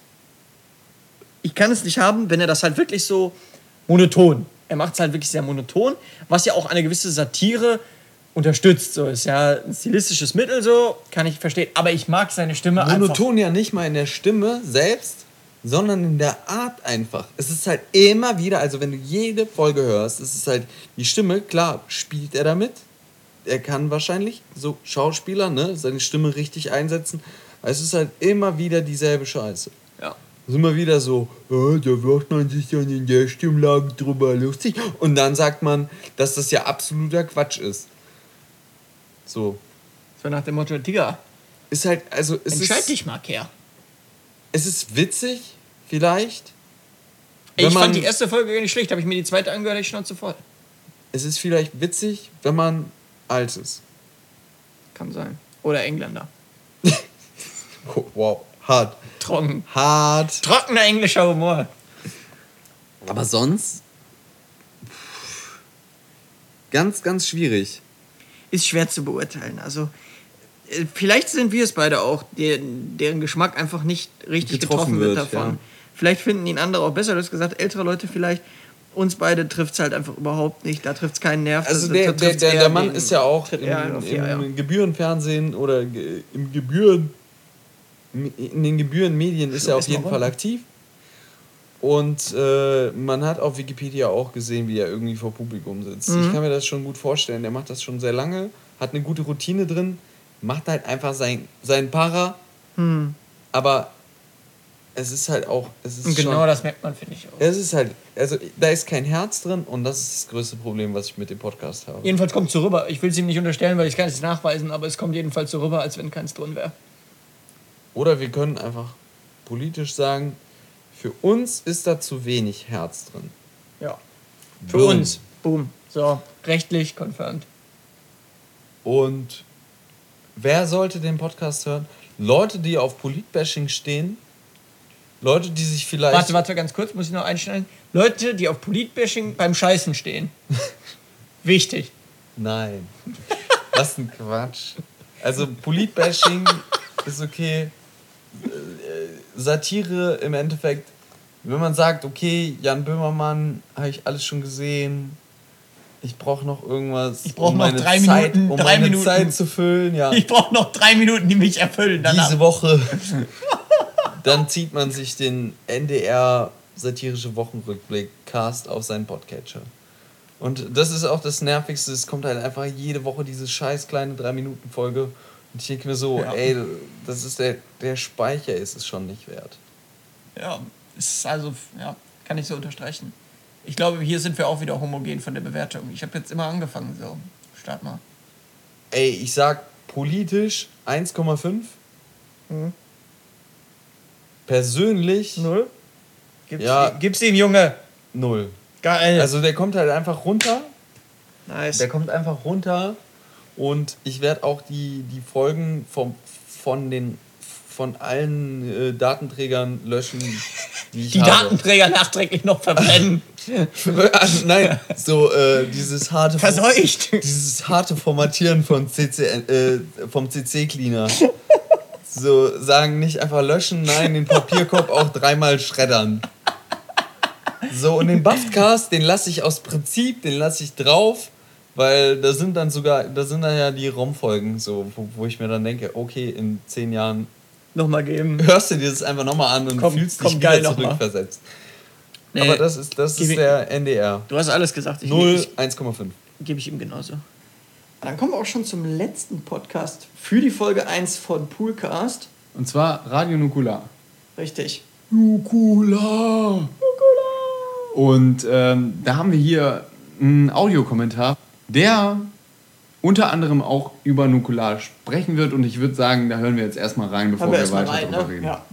S1: ich kann es nicht haben, wenn er das halt wirklich so monoton. Er macht es halt wirklich sehr monoton, was ja auch eine gewisse Satire unterstützt. So ist ja ein stilistisches Mittel, so kann ich verstehen. Aber ich mag seine Stimme einfach.
S2: Monoton ja nicht mal in der Stimme selbst, sondern in der Art einfach. Es ist halt immer wieder, also wenn du jede Folge hörst, es ist halt die Stimme, klar, spielt er damit. Er kann wahrscheinlich, so Schauspieler, ne, seine Stimme richtig einsetzen. Aber es ist halt immer wieder dieselbe Scheiße.
S1: Ja.
S2: Es ist immer wieder so, oh, da macht man sich dann in der Stimmlage drüber lustig. Und dann sagt man, dass das ja absoluter Quatsch ist. So.
S1: So nach dem Motto, Digga,
S2: Ist halt, also es
S1: entscheid
S2: ist,
S1: dich mal, Kerl.
S2: es ist witzig, vielleicht.
S1: Ey,
S2: wenn
S1: ich
S2: man,
S1: fand die erste Folge gar nicht schlecht. Habe ich mir die zweite angehört, ich schnauze voll.
S2: Es ist vielleicht witzig, wenn man alt ist.
S1: Kann sein. Oder Engländer.
S2: Oh, wow, hart.
S1: Trocken.
S2: Hart.
S1: Trockener englischer Humor.
S2: Aber sonst pff, ganz, ganz schwierig.
S1: Ist schwer zu beurteilen. Also, äh, vielleicht sind wir es beide auch, der, deren Geschmack einfach nicht richtig
S2: Getroffen
S1: getroffen, wird,
S2: wird,
S1: davon.
S2: ja.
S1: Vielleicht finden ihn andere auch besser. Du hast gesagt, ältere Leute vielleicht. Uns beide trifft es halt einfach überhaupt nicht. Da trifft es keinen Nerv.
S2: Also
S1: da-
S2: der,
S1: da
S2: der,
S1: trifft's
S2: der,
S1: eher
S2: der Mann
S1: den-
S2: ist ja auch
S1: tritt
S2: im,
S1: eher auf, ja,
S2: im
S1: ja.
S2: Gebührenfernsehen oder ge, im Gebühren in den Gebührenmedien ist er auf
S1: erst mal
S2: jeden
S1: rum.
S2: Fall aktiv. Und äh, man hat auf Wikipedia auch gesehen, wie er irgendwie vor Publikum sitzt.
S1: Mhm.
S2: Ich kann mir das schon gut vorstellen. Der macht das schon sehr lange, hat eine gute Routine drin, macht halt einfach sein, sein Para.
S1: Hm.
S2: Aber es ist halt auch... Es ist
S1: Und genau
S2: schon,
S1: das merkt man, finde ich auch.
S2: es ist halt... Also da ist kein Herz drin und das ist das größte Problem, was ich mit dem Podcast habe.
S1: Jedenfalls kommt es so rüber. Ich will es ihm nicht unterstellen, weil ich kann es nicht nachweisen, aber es kommt jedenfalls so rüber, als wenn keins drin wäre.
S2: Oder wir können einfach politisch sagen, für uns ist da zu wenig Herz drin.
S1: Ja. Für
S2: Boom.
S1: uns. Boom. So, rechtlich confirmed.
S2: Und wer sollte den Podcast hören? Leute, die auf Politbashing stehen. Leute, die sich vielleicht...
S1: Warte, warte, ganz kurz, muss ich noch einstellen. Leute, die auf Politbashing beim Scheißen stehen. Wichtig.
S2: Nein. Was ein Quatsch. Also Politbashing ist okay. Äh, Satire im Endeffekt, wenn man sagt, okay, Jan Böhmermann, habe ich alles schon gesehen. Ich brauche noch irgendwas,
S1: Ich brauch
S2: um
S1: noch
S2: meine
S1: drei
S2: Zeit,
S1: Minuten,
S2: um
S1: drei
S2: meine
S1: Minuten.
S2: Zeit zu füllen. Ja.
S1: Ich brauche noch drei Minuten, die mich erfüllen. Danach.
S2: Diese Woche. Dann zieht man sich den N D R satirische Wochenrückblick Cast auf seinen Podcatcher. Und das ist auch das Nervigste. Es kommt halt einfach jede Woche diese scheiß kleine drei Minuten Folge. Und ich denke mir so,
S1: Ja.
S2: ey, das ist der, der Speicher ist es schon nicht wert.
S1: Ja, Das ist also, ja, kann ich so unterstreichen. Ich glaube, hier sind wir auch wieder homogen von der Bewertung. Ich habe jetzt immer angefangen, so. Start mal.
S2: Ey, ich sag politisch eins Komma fünf. Mhm. Persönlich...
S1: Null? Gib's,
S2: ja,
S1: gib's ihm, Junge.
S2: Null.
S1: Geil.
S2: Also der kommt halt einfach runter.
S1: Nice.
S2: Der kommt einfach runter und ich werde auch die, die Folgen vom, von, den, von allen äh, Datenträgern löschen, die ich
S1: Die
S2: habe.
S1: Datenträger nachträglich noch verbrennen.
S2: Nein, so äh, dieses harte
S1: Verseucht.
S2: Dieses harte Formatieren von C C, äh, vom C C-Cleaner. So sagen, nicht einfach löschen, nein, den Papierkorb auch dreimal schreddern. So, und den Buffcast, den lasse ich aus Prinzip, den lasse ich drauf, weil da sind dann sogar, da sind dann ja die ROM-Folgen, so, wo, wo ich mir dann denke, okay, in zehn Jahren
S1: nochmal geben.
S2: Hörst du dir das einfach nochmal an und komm, fühlst dich wieder zurückversetzt. Nee, aber das ist, das ist der N D R.
S1: Du hast alles gesagt. Ich
S2: null, eins Komma fünf.
S1: Gebe ich ihm genauso. Dann kommen wir auch schon zum letzten Podcast für die Folge eins von Poolcast.
S3: Und zwar Radio Nukular.
S1: Richtig.
S3: Nukular. Nukular. Und ähm, da haben wir hier einen Audiokommentar, der unter anderem auch über Nukular sprechen wird. Und ich würde sagen, da hören wir jetzt erstmal rein, bevor wir, wir weiter rein, darüber ne? reden. Ja.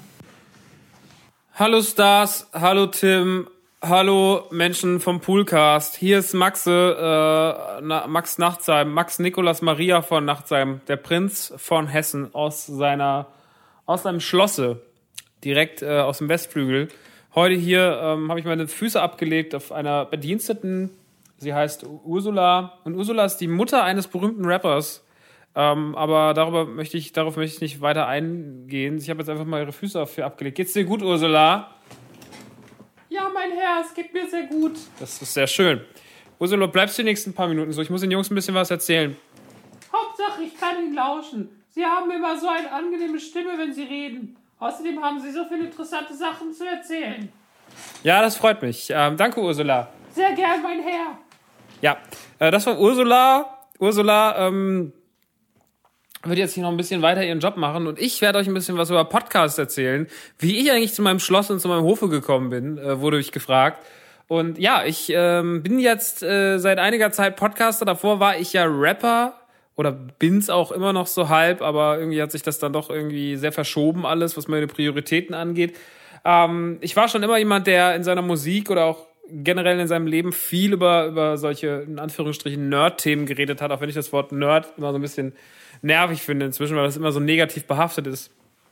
S4: Hallo Stars, hallo Tim, hallo Menschen vom Poolcast. Hier ist Maxe, äh, na, Max Nachtsheim, Max Nikolas Maria von Nachtsheim, der Prinz von Hessen aus seiner, aus seinem Schlosse, direkt äh, aus dem Westflügel. Heute hier ähm, habe ich meine Füße abgelegt auf einer Bediensteten. Sie heißt Ursula und Ursula ist die Mutter eines berühmten Rappers. Ähm, aber darüber möchte ich, darauf möchte ich nicht weiter eingehen. Ich habe jetzt einfach mal ihre Füße dafür abgelegt. Geht's dir gut, Ursula? Ja, mein Herr, es geht mir sehr gut. Das ist sehr schön. Ursula, bleibst du die nächsten paar Minuten so? Ich muss den Jungs ein bisschen was erzählen. Hauptsache, ich kann Ihnen lauschen. Sie haben immer so eine angenehme Stimme, wenn Sie reden. Außerdem haben Sie so viele interessante Sachen zu erzählen. Ja, das freut mich. Ähm, danke, Ursula. Sehr gern, mein Herr. Ja, äh, das war Ursula. Ursula, ähm... wird jetzt hier noch ein bisschen weiter ihren Job machen und ich werde euch ein bisschen was über Podcasts erzählen. Wie ich eigentlich zu meinem Schloss und zu meinem Hofe gekommen bin, äh, wurde ich gefragt. Und ja, ich ähm, bin jetzt äh, seit einiger Zeit Podcaster. Davor war ich ja Rapper oder bin's auch immer noch so halb, aber irgendwie hat sich das dann doch irgendwie sehr verschoben alles, was meine Prioritäten angeht. Ähm, ich war schon immer jemand, der in seiner Musik oder auch generell in seinem Leben viel über, über solche, in Anführungsstrichen, Nerd-Themen geredet hat, auch wenn ich das Wort Nerd immer so ein bisschen nervig finde inzwischen, weil das immer so negativ behaftet ist.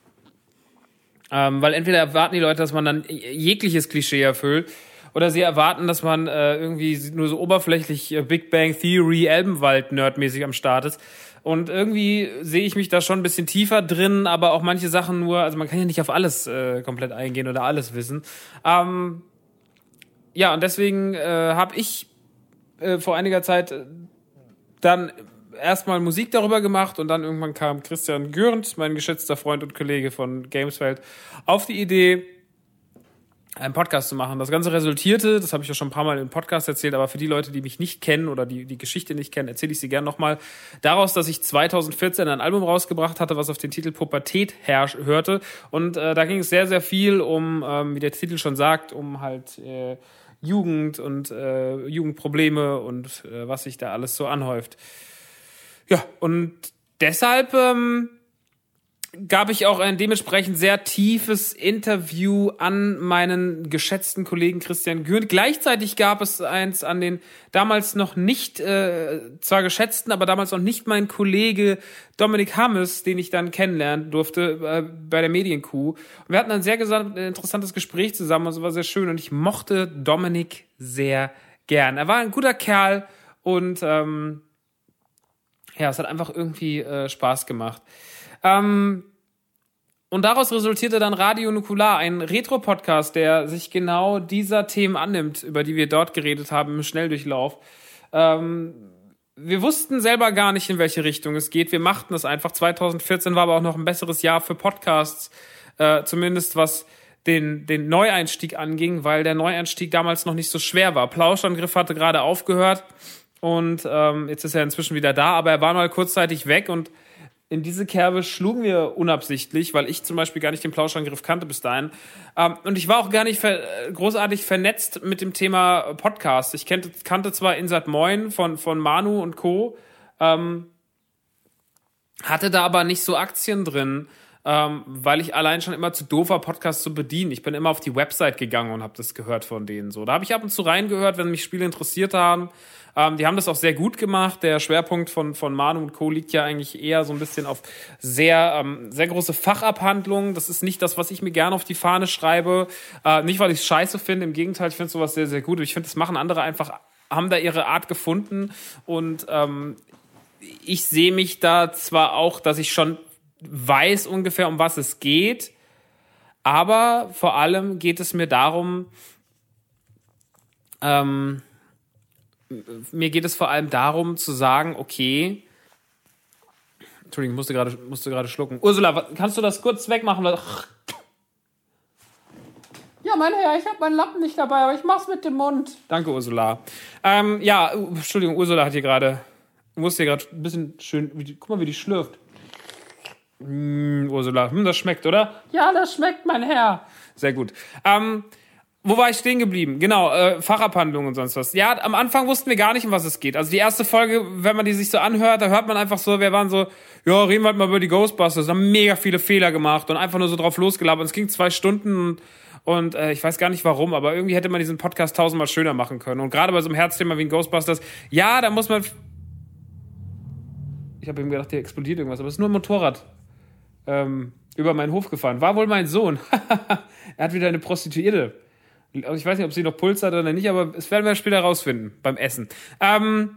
S4: Ähm, weil entweder erwarten die Leute, dass man dann jegliches Klischee erfüllt, oder sie erwarten, dass man äh, irgendwie nur so oberflächlich äh, Big Bang Theory, Elbenwald-Nerdmäßig am Start ist. Und irgendwie sehe ich mich da schon ein bisschen tiefer drin, aber auch manche Sachen nur, also man kann ja nicht auf alles äh, komplett eingehen oder alles wissen. Ähm, ja, und deswegen äh, habe ich äh, vor einiger Zeit äh, dann erstmal Musik darüber gemacht und dann irgendwann kam Christian Gürnt, mein geschätzter Freund und Kollege von Gamesfeld, auf die Idee, einen Podcast zu machen. Das Ganze resultierte, das habe ich ja schon ein paar Mal im Podcast erzählt, aber für die Leute, die mich nicht kennen oder die die Geschichte nicht kennen, erzähle ich sie gerne nochmal, daraus, dass ich zwanzig vierzehn ein Album rausgebracht hatte, was auf den Titel Pubertät herrsch- hörte und äh, da ging es sehr, sehr viel um, ähm, wie der Titel schon sagt, um halt äh, Jugend und äh, Jugendprobleme und äh, was sich da alles so anhäuft. Ja, und deshalb ähm, gab ich auch ein dementsprechend sehr tiefes Interview an meinen geschätzten Kollegen Christian Gürnt. Gleichzeitig gab es eins an den damals noch nicht, äh, zwar geschätzten, aber damals noch nicht mein Kollege Dominik Hammes, den ich dann kennenlernen durfte äh, bei der Medienkuh. Und wir hatten ein sehr gesamt, interessantes Gespräch zusammen, also war sehr schön und ich mochte Dominik sehr gern. Er war ein guter Kerl und ähm, ja, es hat einfach irgendwie äh, Spaß gemacht. Ähm, und daraus resultierte dann Radio Nukular, ein Retro-Podcast, der sich genau dieser Themen annimmt, über die wir dort geredet haben im Schnelldurchlauf. Ähm, wir wussten selber gar nicht, in welche Richtung es geht. Wir machten das einfach. zwanzig vierzehn war aber auch noch ein besseres Jahr für Podcasts, äh, zumindest was den, den Neueinstieg anging, weil der Neueinstieg damals noch nicht so schwer war. Plauschangriff hatte gerade aufgehört und ähm, jetzt ist er inzwischen wieder da, aber er war mal kurzzeitig weg und in diese Kerbe schlugen wir unabsichtlich, weil ich zum Beispiel gar nicht den Plauschangriff kannte bis dahin. Ähm, und ich war auch gar nicht ver- großartig vernetzt mit dem Thema Podcast. Ich kannte, kannte zwar Insert Moin von, von Manu und Co., ähm, hatte da aber nicht so Aktien drin, ähm, weil ich allein schon immer zu doof war, Podcasts zu bedienen. Ich bin immer auf die Website gegangen und habe das gehört von denen. So, da habe ich ab und zu reingehört, wenn mich Spiele interessiert haben. Ähm, die haben das auch sehr gut gemacht. Der Schwerpunkt von von Manu und Co. liegt ja eigentlich eher so ein bisschen auf sehr ähm, sehr große Fachabhandlungen. Das ist nicht das, was ich mir gerne auf die Fahne schreibe. Äh, nicht, weil ich es scheiße finde. Im Gegenteil, ich finde sowas sehr, sehr gut. Ich finde, das machen andere einfach, haben da ihre Art gefunden. Und ähm, ich sehe mich da zwar auch, dass ich schon weiß ungefähr, um was es geht, aber vor allem geht es mir darum, ähm, mir geht es vor allem darum zu sagen, okay, Entschuldigung, ich musste gerade musste gerade schlucken. Ursula, kannst du das kurz wegmachen? Ja, mein Herr, ich habe meinen Lappen nicht dabei, aber ich mach's mit dem Mund. Danke, Ursula. Ähm, ja, Entschuldigung, Ursula hat hier gerade, musste hier gerade ein bisschen schön, wie, guck mal, wie die schlürft. Mm, Ursula, hm, das schmeckt, oder? Ja, das schmeckt, mein Herr. Sehr gut. Ähm, wo war ich stehen geblieben? Genau, äh, Fachabhandlung und sonst was. Ja, am Anfang wussten wir gar nicht, um was es geht. Also die erste Folge, wenn man die sich so anhört, da hört man einfach so, wir waren so, ja, reden wir halt mal über die Ghostbusters, haben mega viele Fehler gemacht und einfach nur so drauf losgelabert. Und es ging zwei Stunden und, und äh, ich weiß gar nicht warum, aber irgendwie hätte man diesen Podcast tausendmal schöner machen können. Und gerade bei so einem Herzthema wie ein Ghostbusters, ja, da muss man... Ich habe eben gedacht, hier explodiert irgendwas, aber es ist nur ein Motorrad. Ähm, über meinen Hof gefahren. War wohl mein Sohn. Er hat wieder eine Prostituierte. Also ich weiß nicht, ob sie noch Puls hat oder nicht, aber das werden wir später rausfinden beim Essen. Ähm,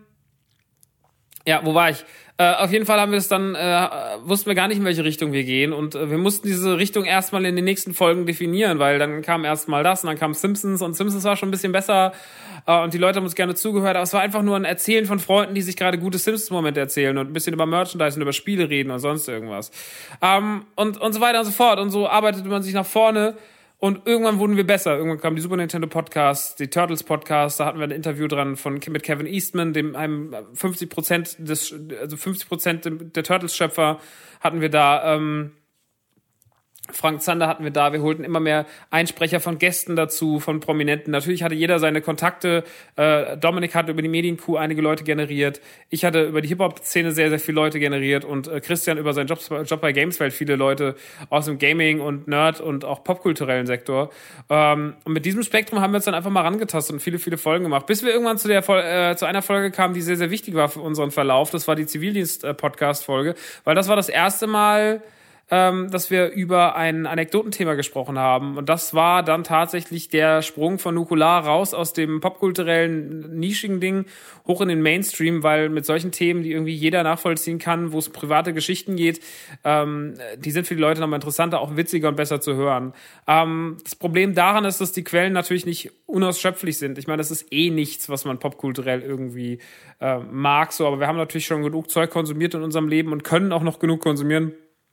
S4: ja, wo war ich? Äh, auf jeden Fall haben wir es dann, äh, wussten wir gar nicht, in welche Richtung wir gehen und äh, wir mussten diese Richtung erstmal in den nächsten Folgen definieren, weil dann kam erstmal das und dann kam Simpsons und Simpsons war schon ein bisschen besser äh, und die Leute haben uns gerne zugehört, aber es war einfach nur ein Erzählen von Freunden, die sich gerade gute Simpsons-Momente erzählen und ein bisschen über Merchandise und über Spiele reden und sonst irgendwas. Ähm, und, und so weiter und so fort und so arbeitete man sich nach vorne. Und irgendwann wurden wir besser. Irgendwann kam die Super Nintendo Podcast, die Turtles Podcast, da hatten wir ein Interview dran von mit Kevin Eastman, dem einem fünfzig Prozent des, also fünfzig Prozent der Turtles Schöpfer hatten wir da. Ähm, Frank Zander hatten wir da, wir holten immer mehr Einsprecher von Gästen dazu, von Prominenten. Natürlich hatte jeder seine Kontakte. Äh, Dominik hat über die Medienkuh einige Leute generiert. Ich hatte über die Hip-Hop-Szene sehr, sehr viele Leute generiert und äh, Christian über seinen Job, Job bei Gameswelt viele Leute aus dem Gaming- und Nerd- und auch popkulturellen Sektor. Ähm, und mit diesem Spektrum haben wir uns dann einfach mal rangetastet und viele, viele Folgen gemacht, bis wir irgendwann zu der äh, zu einer Folge kamen, die sehr, sehr wichtig war für unseren Verlauf. Das war die Zivildienst-Podcast-Folge, weil das war das erste Mal, Ähm, dass wir über ein Anekdotenthema gesprochen haben. Und das war dann tatsächlich der Sprung von Nukular raus aus dem popkulturellen, nischigen Ding hoch in den Mainstream, weil mit solchen Themen, die irgendwie jeder nachvollziehen kann, wo es um private Geschichten geht, ähm, die sind für die Leute nochmal interessanter, auch witziger und besser zu hören. Ähm, das Problem daran ist, dass die Quellen natürlich nicht unausschöpflich sind. Ich meine, das ist eh nichts, was man popkulturell irgendwie äh, mag, so, aber wir haben natürlich schon genug Zeug konsumiert in unserem Leben und können auch noch genug konsumieren,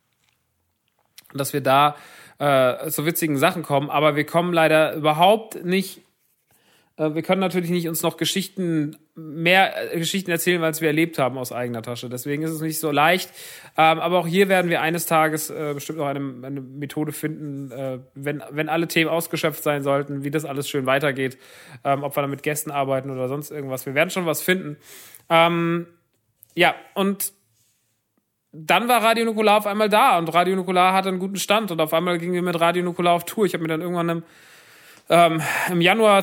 S4: dass wir da äh, zu witzigen Sachen kommen, aber wir kommen leider überhaupt nicht, äh, wir können natürlich nicht uns noch Geschichten, mehr äh, Geschichten erzählen, als wir erlebt haben aus eigener Tasche. Deswegen ist es nicht so leicht, ähm, aber auch hier werden wir eines Tages äh, bestimmt noch eine, eine Methode finden, äh, wenn, wenn alle Themen ausgeschöpft sein sollten, wie das alles schön weitergeht, ähm, ob wir dann mit Gästen arbeiten oder sonst irgendwas. Wir werden schon was finden. Ähm, ja, und dann war Radio Nukular auf einmal da und Radio Nukular hatte einen guten Stand und auf einmal gingen wir mit Radio Nukular auf Tour. Ich habe mir dann irgendwann im, ähm, im Januar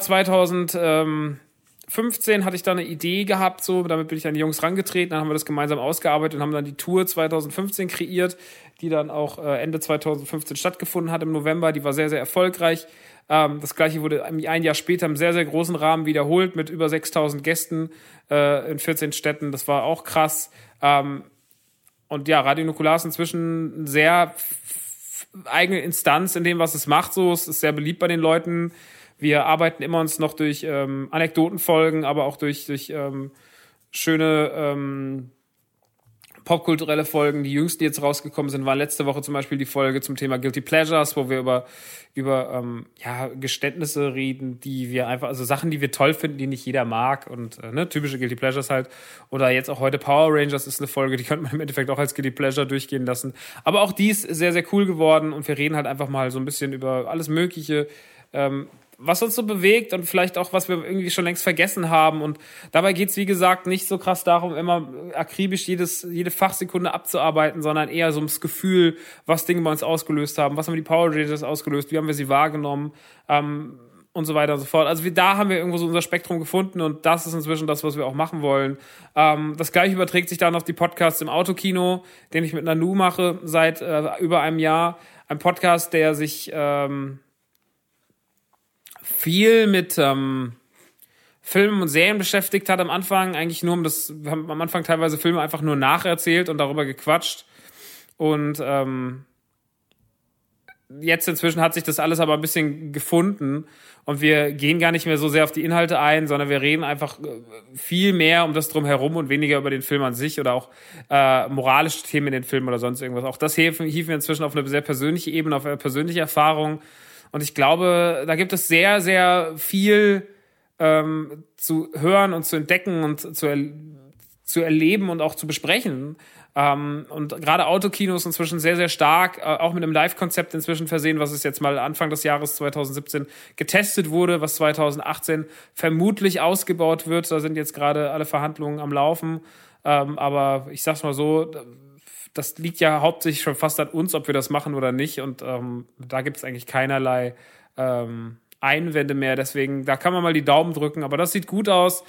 S4: zweitausendfünfzehn hatte ich da eine Idee gehabt, so, damit bin ich an die Jungs rangetreten, dann haben wir das gemeinsam ausgearbeitet und haben dann die Tour zweitausendfünfzehn kreiert, die dann auch äh, Ende zweitausendfünfzehn stattgefunden hat im November. Die war sehr, sehr erfolgreich. Ähm, das gleiche wurde ein Jahr später im sehr, sehr großen Rahmen wiederholt mit über sechstausend Gästen äh, in vierzehn Städten. Das war auch krass. Ähm, Und ja, Radio Nukular ist inzwischen eine sehr f- eigene Instanz in dem, was es macht. So, es ist sehr beliebt bei den Leuten. Wir arbeiten immer uns noch durch ähm, Anekdotenfolgen, aber auch durch, durch ähm, schöne ähm, popkulturelle Folgen. Die jüngsten, die jetzt rausgekommen sind, waren letzte Woche zum Beispiel die Folge zum Thema Guilty Pleasures, wo wir über, über ähm, ja, Geständnisse reden, die wir einfach, also Sachen, die wir toll finden, die nicht jeder mag und äh, ne, typische Guilty Pleasures halt. Oder jetzt auch heute Power Rangers ist eine Folge, die könnte man im Endeffekt auch als Guilty Pleasure durchgehen lassen. Aber auch die ist sehr, sehr cool geworden und wir reden halt einfach mal so ein bisschen über alles Mögliche, ähm, was uns so bewegt und vielleicht auch, was wir irgendwie schon längst vergessen haben. Und dabei geht's wie gesagt, nicht so krass darum, immer akribisch jedes, jede Fachsekunde abzuarbeiten, sondern eher so ums Gefühl, was Dinge bei uns ausgelöst haben, was haben die Power Rangers ausgelöst, wie haben wir sie wahrgenommen, ähm, und so weiter und so fort. Also wir, da haben wir irgendwo so unser Spektrum gefunden und das ist inzwischen das, was wir auch machen wollen. Ähm, das gleiche überträgt sich dann auf die Podcasts im Autokino, den ich mit Nanu mache seit äh, über einem Jahr. Ein Podcast, der sich ähm, viel mit ähm, Filmen und Serien beschäftigt hat am Anfang, eigentlich nur um das, wir haben am Anfang teilweise Filme einfach nur nacherzählt und darüber gequatscht und ähm, jetzt inzwischen hat sich das alles aber ein bisschen gefunden und wir gehen gar nicht mehr so sehr auf die Inhalte ein, sondern wir reden einfach viel mehr um das Drumherum und weniger über den Film an sich oder auch äh, moralische Themen in den Filmen oder sonst irgendwas. Auch das hieven wir inzwischen auf eine sehr persönliche Ebene, auf eine persönliche Erfahrung. Und ich glaube, da gibt es sehr, sehr viel ähm, zu hören und zu entdecken und zu, er- zu erleben und auch zu besprechen. Ähm, und gerade Autokino ist inzwischen sehr, sehr stark, äh, auch mit einem Live-Konzept inzwischen versehen, was es jetzt mal Anfang des Jahres zwanzig siebzehn getestet wurde, was zwanzig achtzehn vermutlich ausgebaut wird. Da sind jetzt gerade alle Verhandlungen am Laufen. Ähm, aber ich sag's mal so, das liegt ja hauptsächlich schon fast an uns, ob wir das machen oder nicht. Und ähm, da gibt es eigentlich keinerlei ähm, Einwände mehr. Deswegen, da kann man mal die Daumen drücken. Aber das sieht gut aus.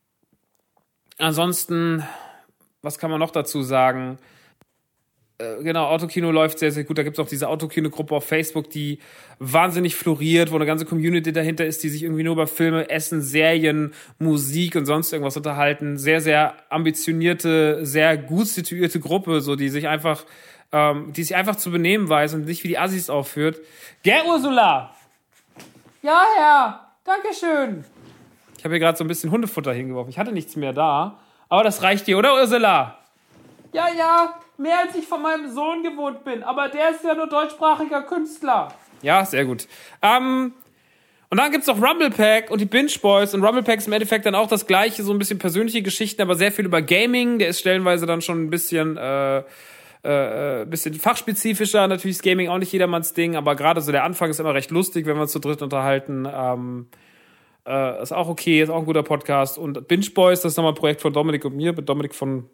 S4: Ansonsten, was kann man noch dazu sagen? Äh, genau, Autokino läuft sehr, sehr gut. Da gibt es auch diese Autokino-Gruppe auf Facebook, die wahnsinnig floriert, wo eine ganze Community dahinter ist, die sich irgendwie nur über Filme, Essen, Serien, Musik und sonst irgendwas unterhalten. Sehr, sehr ambitionierte, sehr gut situierte Gruppe, so die sich einfach, ähm, die sich einfach zu benehmen weiß und nicht wie die Assis aufführt. Gell, Ursula? Ja, Herr. Dankeschön. Ich habe hier gerade so ein bisschen Hundefutter hingeworfen. Ich hatte nichts mehr da. Aber das reicht dir, oder, Ursula? Ja, ja. Mehr als ich von meinem Sohn gewohnt bin. Aber der ist ja nur deutschsprachiger Künstler. Ja, sehr gut. Ähm, und dann gibt's noch Rumble Pack und die Binge Boys. Und Rumble Pack ist im Endeffekt dann auch das Gleiche, so ein bisschen persönliche Geschichten, aber sehr viel über Gaming. Der ist stellenweise dann schon ein bisschen, äh, äh, bisschen fachspezifischer. Natürlich ist Gaming auch nicht jedermanns Ding, aber gerade so der Anfang ist immer recht lustig, wenn wir uns zu dritt unterhalten. Ähm, äh, ist auch okay, ist auch ein guter Podcast. Und Binge Boys, das ist nochmal ein Projekt von Dominik und mir, mit Dominik von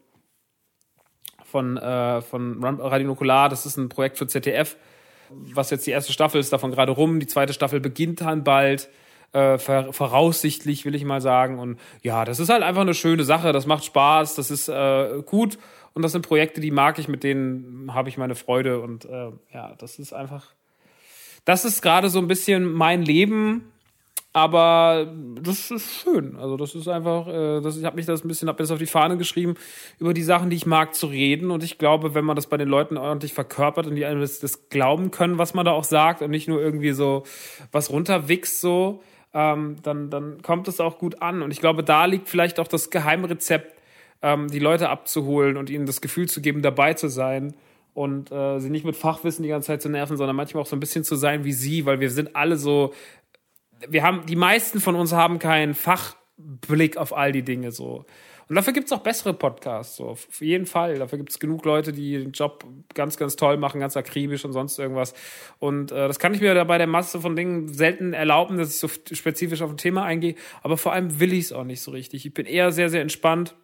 S4: von, äh, von Radio Nukular. Das ist ein Projekt für Z D F, was jetzt die erste Staffel ist, davon gerade rum. Die zweite Staffel beginnt dann bald, äh, voraussichtlich, will ich mal sagen. Und ja, das ist halt einfach eine schöne Sache. Das macht Spaß, das ist äh, gut. Und das sind Projekte, die mag ich, mit denen habe ich meine Freude. Und äh, ja, das ist einfach, das ist gerade so ein bisschen mein Leben. Aber das ist schön. Also das ist einfach, äh, das, ich habe mich das ein bisschen, hab mir das auf die Fahne geschrieben, über die Sachen, die ich mag, zu reden. Und ich glaube, wenn man das bei den Leuten ordentlich verkörpert und die einem das, das glauben können, was man da auch sagt und nicht nur irgendwie so was runterwichst so, ähm, dann, dann kommt es auch gut an. Und ich glaube, da liegt vielleicht auch das Geheimrezept, ähm, die Leute abzuholen und ihnen das Gefühl zu geben, dabei zu sein. Und äh, sie nicht mit Fachwissen die ganze Zeit zu nerven, sondern manchmal auch so ein bisschen zu sein wie sie, weil wir sind alle so, wir haben, die meisten von uns haben keinen Fachblick auf all die Dinge so. Und dafür gibt es auch bessere Podcasts, so. Auf jeden Fall. Dafür gibt es genug Leute, die den Job ganz, ganz toll machen, ganz akribisch und sonst irgendwas. Und äh, das kann ich mir da bei der Masse von Dingen selten erlauben, dass ich so spezifisch auf ein Thema eingehe. Aber vor allem will ich es auch nicht so richtig. Ich bin eher sehr, sehr entspannt.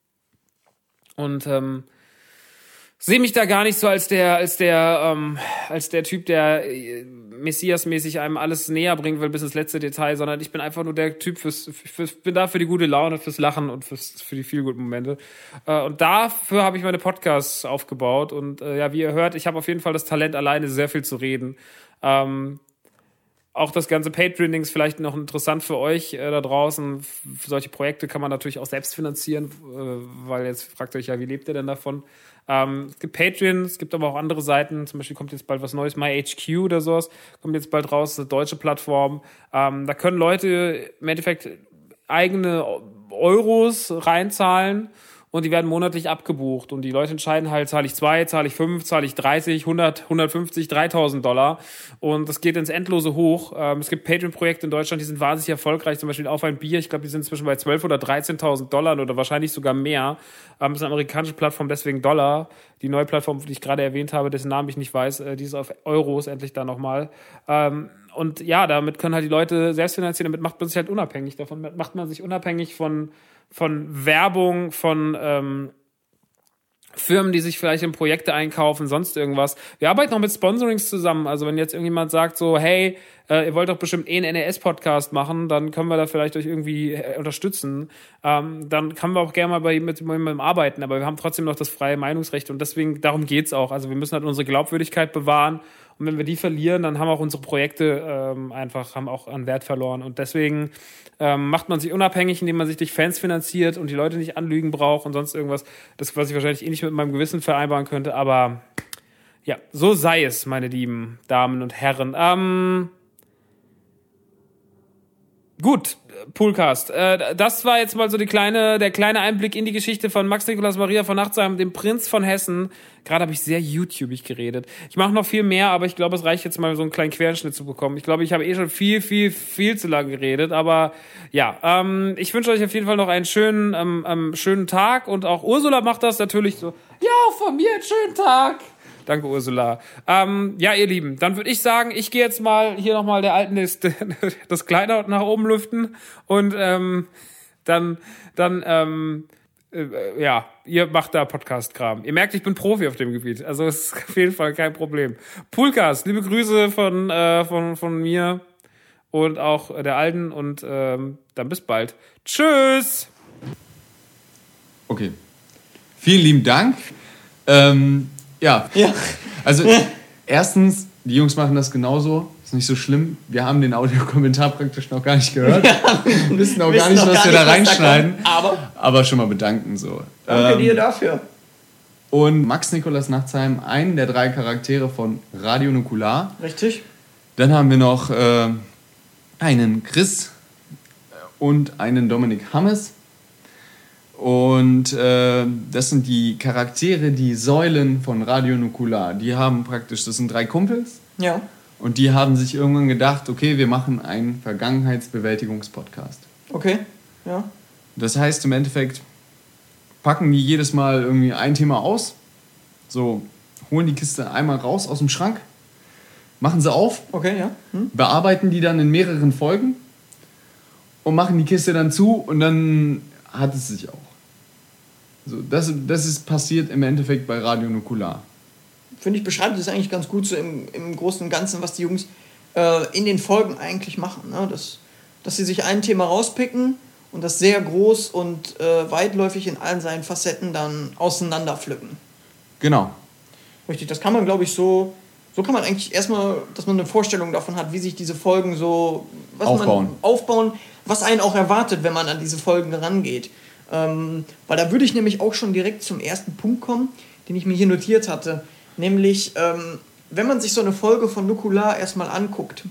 S4: Und ähm, sehe mich da gar nicht so als der, als der, ähm, als der Typ, der äh, Messias-mäßig einem alles näher bringen will bis ins letzte Detail, sondern ich bin einfach nur der Typ fürs, fürs bin da für die gute Laune, fürs Lachen und fürs, für die viel guten Momente. Äh, und dafür habe ich meine Podcasts aufgebaut. Und äh, ja, wie ihr hört, ich habe auf jeden Fall das Talent, alleine sehr viel zu reden. Ähm, Auch das ganze Patreoning ist vielleicht noch interessant für euch äh, da draußen. Für solche Projekte kann man natürlich auch selbst finanzieren, äh, weil jetzt fragt euch ja, wie lebt ihr denn davon? Ähm, es gibt Patreon, es gibt aber auch andere Seiten. Zum Beispiel kommt jetzt bald was Neues, MyHQ oder sowas. Kommt jetzt bald raus, eine deutsche Plattform. Ähm, da können Leute im Endeffekt eigene Euros reinzahlen und die werden monatlich abgebucht und die Leute entscheiden halt, zahle ich zwei, zahle ich fünf, zahle ich dreißig, hundert, hundertfünfzig, dreitausend Dollar und das geht ins Endlose hoch. Ähm, es gibt Patreon-Projekte in Deutschland, die sind wahnsinnig erfolgreich, zum Beispiel Auf ein Bier, ich glaube, die sind inzwischen bei zwölf oder dreizehntausend Dollar oder wahrscheinlich sogar mehr. Ähm, das ist eine amerikanische Plattform, deswegen Dollar. Die neue Plattform, die ich gerade erwähnt habe, dessen Namen ich nicht weiß, äh, die ist auf Euros endlich da nochmal. Ähm, und ja, damit können halt die Leute selbst finanzieren, damit macht man sich halt unabhängig davon, macht man sich unabhängig von von Werbung, von ähm, Firmen, die sich vielleicht in Projekte einkaufen, sonst irgendwas. Wir arbeiten auch mit Sponsorings zusammen. Also wenn jetzt irgendjemand sagt so, hey, äh, ihr wollt doch bestimmt eh einen N E S-Podcast machen, dann können wir da vielleicht euch irgendwie äh, unterstützen. Ähm, dann können wir auch gerne mal bei mit jemandem arbeiten, aber wir haben trotzdem noch das freie Meinungsrecht und deswegen, darum geht's auch. Also wir müssen halt unsere Glaubwürdigkeit bewahren und wenn wir die verlieren, dann haben auch unsere Projekte ähm, einfach, haben auch an Wert verloren und deswegen ähm, macht man sich unabhängig, indem man sich durch Fans finanziert und die Leute nicht anlügen braucht und sonst irgendwas. Das, was ich wahrscheinlich eh nicht mit meinem Gewissen vereinbaren könnte, aber ja, so sei es, meine lieben Damen und Herren. Ähm, gut, Poolcast. Äh, das war jetzt mal so die kleine, der kleine Einblick in die Geschichte von Max Nikolaus Maria von Nachtsheim, dem Prinz von Hessen. Gerade habe ich sehr YouTubig geredet. Ich mache noch viel mehr, aber ich glaube, es reicht jetzt mal so einen kleinen Querschnitt zu bekommen. Ich glaube, ich habe eh schon viel, viel, viel zu lange geredet, aber ja, ähm, ich wünsche euch auf jeden Fall noch einen schönen, ähm, ähm, schönen Tag und auch Ursula macht das natürlich so. Ja, auch von mir einen schönen Tag. Danke, Ursula. Ähm, ja, ihr Lieben, dann würde ich sagen, ich gehe jetzt mal hier nochmal der Alten das, das Kleider nach oben lüften und ähm, dann, dann ähm, äh, ja, ihr macht da Podcast-Kram. Ihr merkt, ich bin Profi auf dem Gebiet, also es ist auf jeden Fall kein Problem. Poolcast, liebe Grüße von, äh, von, von mir und auch der Alten und ähm, dann bis bald. Tschüss!
S3: Okay. Vielen lieben Dank. Ähm, Ja,
S1: Ja.
S3: also erstens, die Jungs machen das genauso, ist nicht so schlimm. Wir haben den Audiokommentar praktisch noch gar nicht gehört. Wir wissen auch gar nicht, was wir da reinschneiden.
S1: Aber
S3: aber schon mal bedanken so.
S1: danke
S3: Ähm,
S1: dir dafür.
S3: Und Max Nikolaus Nachtsheim, einen der drei Charaktere von Radio Nukular.
S1: Richtig.
S3: Dann haben wir noch äh, einen Chris und einen Dominik Hammes. Und äh, das sind die Charaktere, die Säulen von Radio Nukular. Die haben praktisch, das sind drei Kumpels.
S1: Ja.
S3: Und die haben sich irgendwann gedacht, okay, wir machen einen Vergangenheitsbewältigungspodcast.
S1: Okay. Ja.
S3: Das heißt im Endeffekt, packen die jedes Mal irgendwie ein Thema aus, so holen die Kiste einmal raus aus dem Schrank, machen sie auf,
S1: Okay, ja. Hm?
S3: bearbeiten die dann in mehreren Folgen und machen die Kiste dann zu und dann hat es sich auch. So, das, das ist passiert im Endeffekt bei Radio Nukular.
S1: Finde ich, beschreibt es eigentlich ganz gut so im, im Großen und Ganzen, was die Jungs äh, in den Folgen eigentlich machen. Ne? Das, dass sie sich ein Thema rauspicken und das sehr groß und äh, weitläufig in allen seinen Facetten dann auseinanderpflücken.
S3: Genau.
S1: Richtig, das kann man, glaube ich, so... So kann man eigentlich erstmal, dass man eine Vorstellung davon hat, wie sich diese Folgen so... Was
S3: Aufbauen.
S1: Man aufbauen, was einen auch erwartet, wenn man an diese Folgen rangeht. Ähm, weil da würde ich nämlich auch schon direkt zum ersten Punkt kommen, den ich mir hier notiert hatte. Nämlich, ähm, wenn man sich so eine Folge von Nukular erstmal anguckt,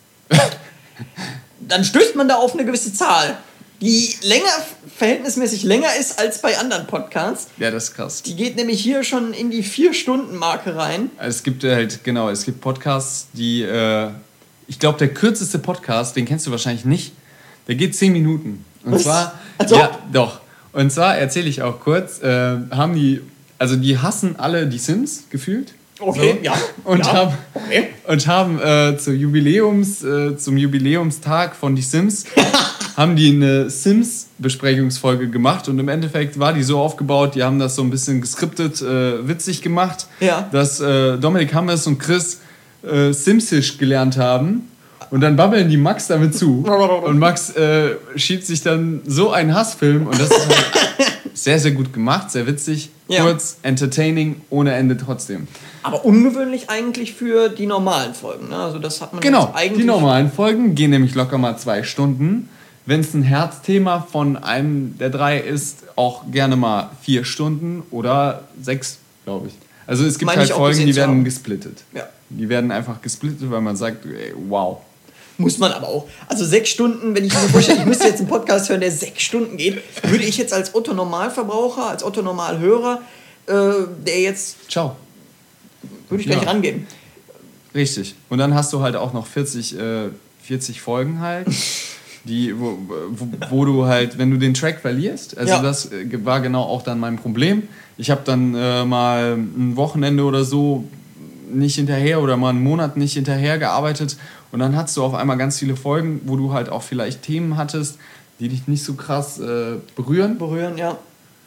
S1: dann stößt man da auf eine gewisse Zahl, die länger, verhältnismäßig länger ist als bei anderen Podcasts.
S3: Ja, das ist krass.
S1: Die geht nämlich hier schon in die vier-Stunden-Marke rein.
S3: Es gibt halt, genau, es gibt Podcasts, die, äh, ich glaube, der kürzeste Podcast, den kennst du wahrscheinlich nicht, der geht zehn Minuten. Und
S1: Was?
S3: zwar,
S1: Als ob?
S3: ja, doch. Und zwar erzähle ich auch kurz, äh, haben die, also die hassen alle die Sims, gefühlt.
S1: Okay,
S3: So.
S1: ja.
S3: Und
S1: ja.
S3: haben,
S1: Okay.
S3: und haben äh, zur Jubiläums, äh, zum Jubiläumstag von die Sims haben die eine Sims-Besprechungsfolge gemacht und im Endeffekt war die so aufgebaut, die haben das so ein bisschen geskriptet, äh, witzig gemacht,
S1: Ja.
S3: dass äh, Dominik Hammes und Chris äh, Simsisch gelernt haben und dann babbeln die Max damit zu und Max äh, schiebt sich dann so einen Hassfilm und das ist halt sehr, sehr gut gemacht, sehr witzig,
S1: Ja.
S3: kurz, entertaining, ohne Ende trotzdem.
S1: Aber ungewöhnlich eigentlich für die normalen Folgen. Ne? Also das hat man
S3: Genau,
S1: jetzt eigentlich...
S3: die normalen Folgen gehen nämlich locker mal zwei Stunden. Wenn es ein Herzthema von einem der drei ist, auch gerne mal vier Stunden oder sechs, glaube ich. Also es gibt
S1: Meine
S3: halt
S1: ich auch
S3: Folgen,
S1: gesehen
S3: die
S1: zu
S3: werden
S1: haben.
S3: gesplittet.
S1: Ja.
S3: Die werden einfach gesplittet, weil man sagt, ey, wow.
S1: Muss man aber auch. Also sechs Stunden, wenn ich mir vorstelle, ich müsste jetzt einen Podcast hören, der sechs Stunden geht, würde ich jetzt als Otto-Normalverbraucher, als Otto-Normalhörer, äh, der jetzt...
S3: Ciao.
S1: Würde ich gar
S3: Ja.
S1: nicht rangehen.
S3: Richtig. Und dann hast du halt auch noch vierzig, äh, vierzig Folgen halt, die, wo, wo, wo du halt, wenn du den Track verlierst, also
S1: Ja.
S3: das äh, war genau auch dann mein Problem. Ich habe dann äh, mal ein Wochenende oder so nicht hinterher oder mal einen Monat nicht hinterher gearbeitet und dann hattest du auf einmal ganz viele Folgen, wo du halt auch vielleicht Themen hattest, die dich nicht so krass äh, berühren.
S1: Berühren, ja.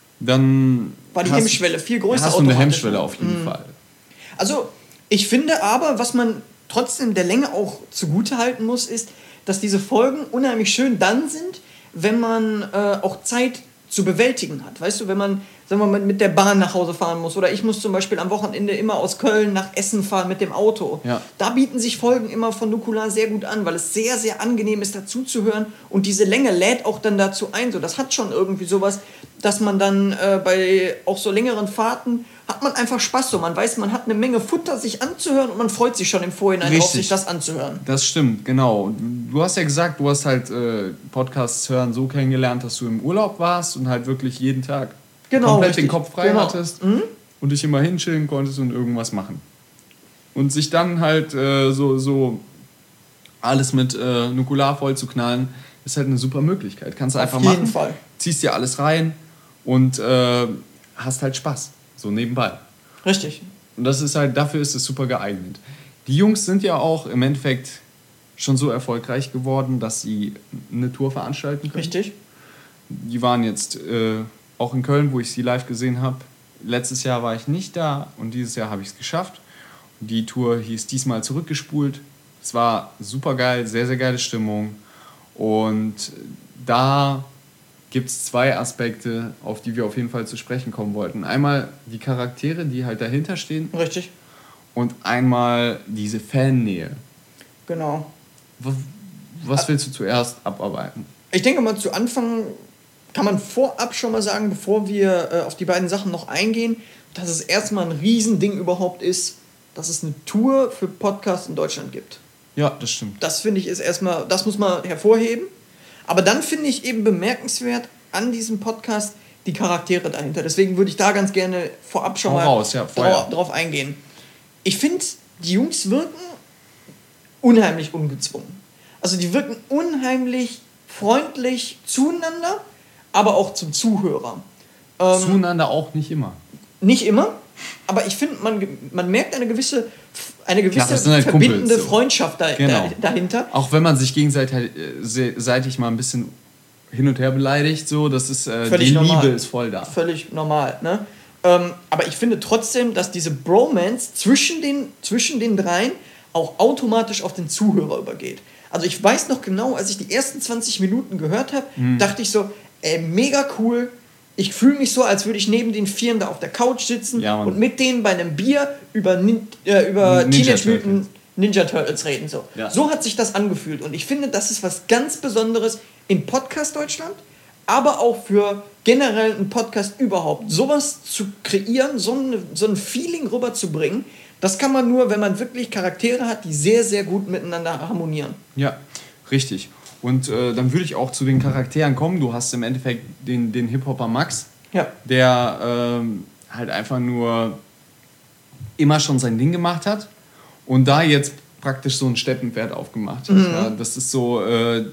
S3: Dann
S1: War die
S3: hast-
S1: Hemmschwelle viel größer
S3: Hast du eine
S1: automatisch.
S3: Hemmschwelle auf jeden
S1: Mhm.
S3: Fall.
S1: Also, ich finde aber, was man trotzdem der Länge auch zugutehalten muss, ist, dass diese Folgen unheimlich schön dann sind, wenn man äh, auch Zeit zu bewältigen hat. Weißt du, wenn man, sagen wir mal, mit der Bahn nach Hause fahren muss oder ich muss zum Beispiel am Wochenende immer aus Köln nach Essen fahren mit dem Auto.
S3: Ja.
S1: Da bieten sich Folgen immer von Nukular sehr gut an, weil es sehr, sehr angenehm ist, dazu zu hören und diese Länge lädt auch dann dazu ein. So, das hat schon irgendwie sowas, dass man dann äh, bei auch so längeren Fahrten hat man einfach Spaß. So, man weiß, man hat eine Menge Futter, sich anzuhören und man freut sich schon im Vorhinein drauf,
S3: Richtig.
S1: sich das anzuhören.
S3: Das stimmt, genau. Du hast ja gesagt, du hast halt äh, Podcasts hören so kennengelernt, dass du im Urlaub warst und halt wirklich jeden Tag
S1: Genau,
S3: komplett
S1: richtig.
S3: den Kopf frei
S1: Genau.
S3: hattest und dich immer hinchillen konntest und irgendwas machen. Und sich dann halt äh, so, so alles mit äh, Nukular voll zu knallen, ist halt eine super Möglichkeit. Kannst du
S1: Auf
S3: einfach
S1: jeden
S3: machen,
S1: Fall.
S3: ziehst dir alles rein und äh, hast halt Spaß, so nebenbei.
S1: Richtig.
S3: Und das ist halt, dafür ist es super geeignet. Die Jungs sind ja auch im Endeffekt schon so erfolgreich geworden, dass sie eine Tour veranstalten können.
S1: Richtig.
S3: Die waren jetzt äh, auch in Köln, wo ich sie live gesehen habe. Letztes Jahr war ich nicht da und dieses Jahr habe ich es geschafft. Die Tour hieß diesmal Zurückgespult. Es war super geil, sehr, sehr geile Stimmung. Und da gibt es zwei Aspekte, auf die wir auf jeden Fall zu sprechen kommen wollten. Einmal die Charaktere, die halt dahinter stehen,
S1: Richtig.
S3: und einmal diese Fannähe.
S1: Genau.
S3: W- Was willst du zuerst abarbeiten?
S1: Ich denke mal, zu Anfang kann man vorab schon mal sagen, bevor wir äh, auf die beiden Sachen noch eingehen, dass es erstmal ein Riesending überhaupt ist, dass es eine Tour für Podcasts in Deutschland gibt.
S3: Ja, das stimmt.
S1: Das finde ich ist erstmal, das muss man hervorheben. Aber dann finde ich eben bemerkenswert an diesem Podcast die Charaktere dahinter. Deswegen würde ich da ganz gerne vorab schon
S3: Hau
S1: mal
S3: raus, ja, Feuer.
S1: drauf, drauf eingehen. Ich finde, die Jungs wirken unheimlich ungezwungen. Also die wirken unheimlich freundlich zueinander, aber auch zum Zuhörer. Ähm,
S3: Zueinander auch nicht immer.
S1: nicht immer, aber ich finde, man, man merkt eine gewisse, eine gewisse
S3: das sind halt
S1: verbindende
S3: Kumpels, so.
S1: Freundschaft da,
S3: Genau.
S1: da, dahinter.
S3: Auch wenn man sich gegenseitig halt, äh, se- seitig mal ein bisschen hin und her beleidigt, so, das ist, äh,
S1: Völlig
S3: die
S1: normal.
S3: Liebe ist voll da.
S1: Völlig normal. Ne? Ähm, aber ich finde trotzdem, dass diese Bromance zwischen den, zwischen den dreien auch automatisch auf den Zuhörer übergeht. Also ich weiß noch genau, als ich die ersten zwanzig Minuten gehört habe,
S3: Mhm.
S1: dachte ich so, ey, mega cool. Ich fühle mich so, als würde ich neben den Vieren da auf der Couch sitzen
S3: Ja, Mann.
S1: und mit denen bei einem Bier über, Nin äh, über
S3: Ninja
S1: Teenage Mutant Ninja Turtles reden. So.
S3: Ja.
S1: so hat sich das angefühlt. Und ich finde, das ist was ganz Besonderes in Podcast Deutschland, aber auch für generell einen Podcast überhaupt. Sowas zu kreieren, so, eine, so ein Feeling rüberzubringen, das kann man nur, wenn man wirklich Charaktere hat, die sehr, sehr gut miteinander harmonieren.
S3: Ja, richtig. Und äh, dann würde ich auch zu den Charakteren kommen. Du hast im Endeffekt den, den Hip-Hopper Max,
S1: Ja.
S3: der ähm, halt einfach nur immer schon sein Ding gemacht hat und da jetzt praktisch so ein Steppenpferd aufgemacht hat. Ja, das ist so, äh,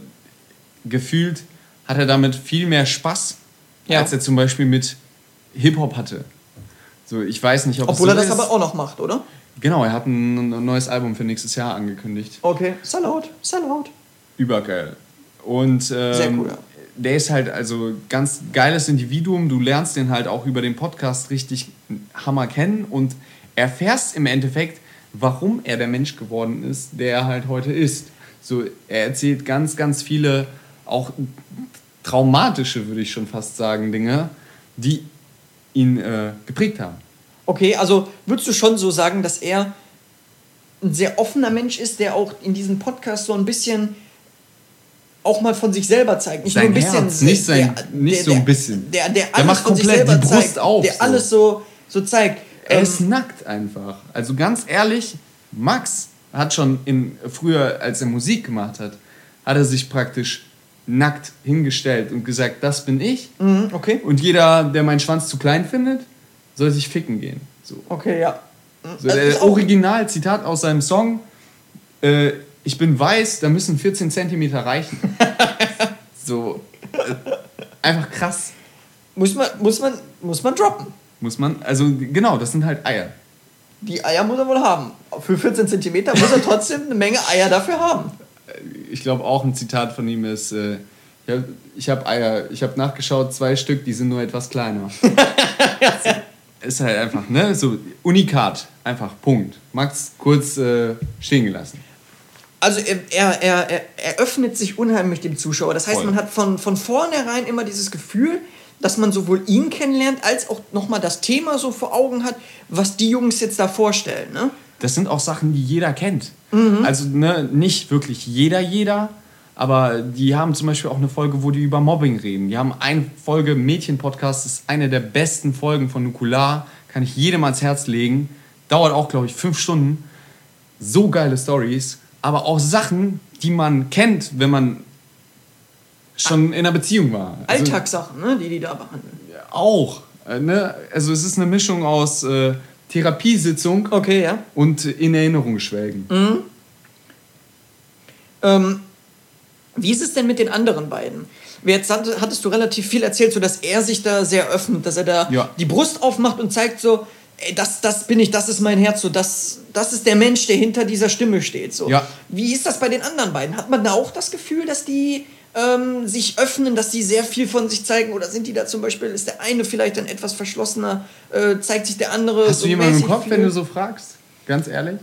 S3: gefühlt hat er damit viel mehr Spaß,
S1: Ja.
S3: als er zum Beispiel mit Hip-Hop hatte. So, ich weiß nicht, ob
S1: Obwohl
S3: es
S1: er
S3: so
S1: das
S3: ist.
S1: aber auch noch macht, oder?
S3: Genau, er hat ein, ein neues Album für nächstes Jahr angekündigt.
S1: Okay. Salut, salut.
S3: Übergeil. Und ähm,
S1: Sehr cool, ja.
S3: der ist halt also ganz geiles Individuum. Du lernst den halt auch über den Podcast richtig Hammer kennen und erfährst im Endeffekt, warum er der Mensch geworden ist, der er halt heute ist. So, er erzählt ganz, ganz viele auch traumatische, würde ich schon fast sagen, Dinge, die ihn äh, geprägt haben.
S1: Okay, also würdest du schon so sagen, dass er ein sehr offener Mensch ist, der auch in diesem Podcast so ein bisschen auch mal von sich selber zeigt. Nicht
S3: Sein
S1: nur ein bisschen.
S3: Herz, nicht sein- nicht so ein bisschen.
S1: Der, der,
S3: Der
S1: alles
S3: macht
S1: von sich
S3: komplett
S1: selber
S3: die Brust
S1: zeigt,
S3: auf,
S1: Der
S3: so.
S1: alles so, so zeigt.
S3: Er
S1: Ähm,
S3: ist nackt einfach. Also ganz ehrlich, Max hat schon in, früher, als er Musik gemacht hat, hat er sich praktisch nackt hingestellt und gesagt, das bin ich.
S1: Mhm, okay.
S3: Und jeder, der meinen Schwanz zu klein findet, soll sich ficken gehen. So.
S1: Okay, ja.
S3: So, der Original-Zitat aus seinem Song, äh, ich bin weiß, da müssen vierzehn Zentimeter reichen. So, äh, einfach krass.
S1: Muss man, muss, man, muss man droppen.
S3: Muss man, also genau, das sind halt Eier.
S1: Die Eier muss er wohl haben. Für vierzehn Zentimeter muss er trotzdem eine Menge Eier dafür haben.
S3: Ich glaube auch ein Zitat von ihm ist, äh, ich habe hab Eier, ich habe nachgeschaut, zwei Stück, die sind nur etwas kleiner. Ist halt einfach, ne, so Unikat, einfach, Punkt. Max kurz äh, stehen gelassen.
S1: Also er, er, er, er öffnet sich unheimlich dem Zuschauer. Das heißt,
S3: Voll.
S1: man hat von, von vornherein immer dieses Gefühl, dass man sowohl ihn kennenlernt, als auch nochmal das Thema so vor Augen hat, was die Jungs jetzt da vorstellen, ne?
S3: Das sind auch Sachen, die jeder kennt. Mhm. Also ne, nicht wirklich jeder, jeder, aber die haben zum Beispiel auch eine Folge, wo die über Mobbing reden. Die haben eine Folge, Mädchen-Podcast, ist eine der besten Folgen von Nukular, kann ich jedem ans Herz legen. Dauert auch, glaube ich, fünf Stunden. So geile Storys, aber auch Sachen, die man kennt, wenn man schon in einer Beziehung war. Also,
S1: Alltagssachen, ne, die die da behandeln.
S3: auch. Äh, ne? Also es ist eine Mischung aus äh, Therapiesitzung
S1: Okay, ja.
S3: und in Erinnerung schwelgen.
S1: Mhm. Ähm, wie ist es denn mit den anderen beiden? Jetzt hattest du relativ viel erzählt, so dass er sich da sehr öffnet, dass er da
S3: Ja.
S1: die Brust aufmacht und zeigt so, ey, das, das bin ich, das ist mein Herz, so, das, das ist der Mensch, der hinter dieser Stimme steht. So.
S3: Ja.
S1: Wie ist das bei den anderen beiden? Hat man da auch das Gefühl, dass die ähm, sich öffnen, dass die sehr viel von sich zeigen? Oder sind die da zum Beispiel, ist der eine vielleicht dann etwas verschlossener, äh, zeigt sich der andere
S3: Hast
S1: so
S3: du jemanden im
S1: mäßig
S3: Kopf,
S1: viel?
S3: wenn du so fragst? Ganz ehrlich?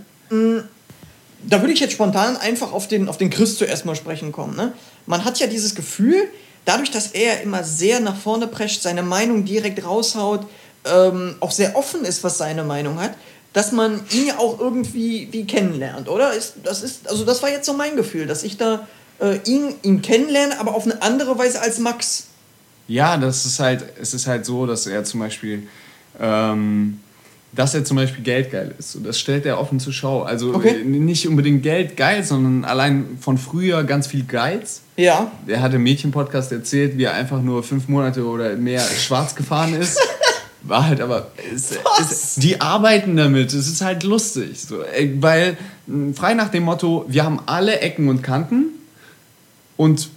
S1: Da würde ich jetzt spontan einfach auf den, auf den Chris zuerst mal sprechen kommen. Ne? Man hat ja dieses Gefühl, dadurch, dass er immer sehr nach vorne prescht, seine Meinung direkt raushaut, ähm, auch sehr offen ist, was seine Meinung hat, dass man ihn ja auch irgendwie wie kennenlernt, oder? Ist, das ist, also das war jetzt so mein Gefühl, dass ich da äh, ihn, ihn kennenlerne, aber auf eine andere Weise als Max.
S3: Ja, das ist halt, es ist halt so, dass er zum Beispiel, ähm, dass er zum Beispiel geldgeil ist. Und das stellt er offen zur Schau. Also
S1: Okay.
S3: äh, nicht unbedingt geldgeil, sondern allein von früher ganz viel Geiz.
S1: Ja.
S3: Er hat im Mädchen-Podcast erzählt, wie er einfach nur fünf Monate oder mehr schwarz gefahren ist. War halt aber, es, es, die arbeiten damit, es ist halt lustig. So, ey, weil, mh, frei nach dem Motto, wir haben alle Ecken und Kanten und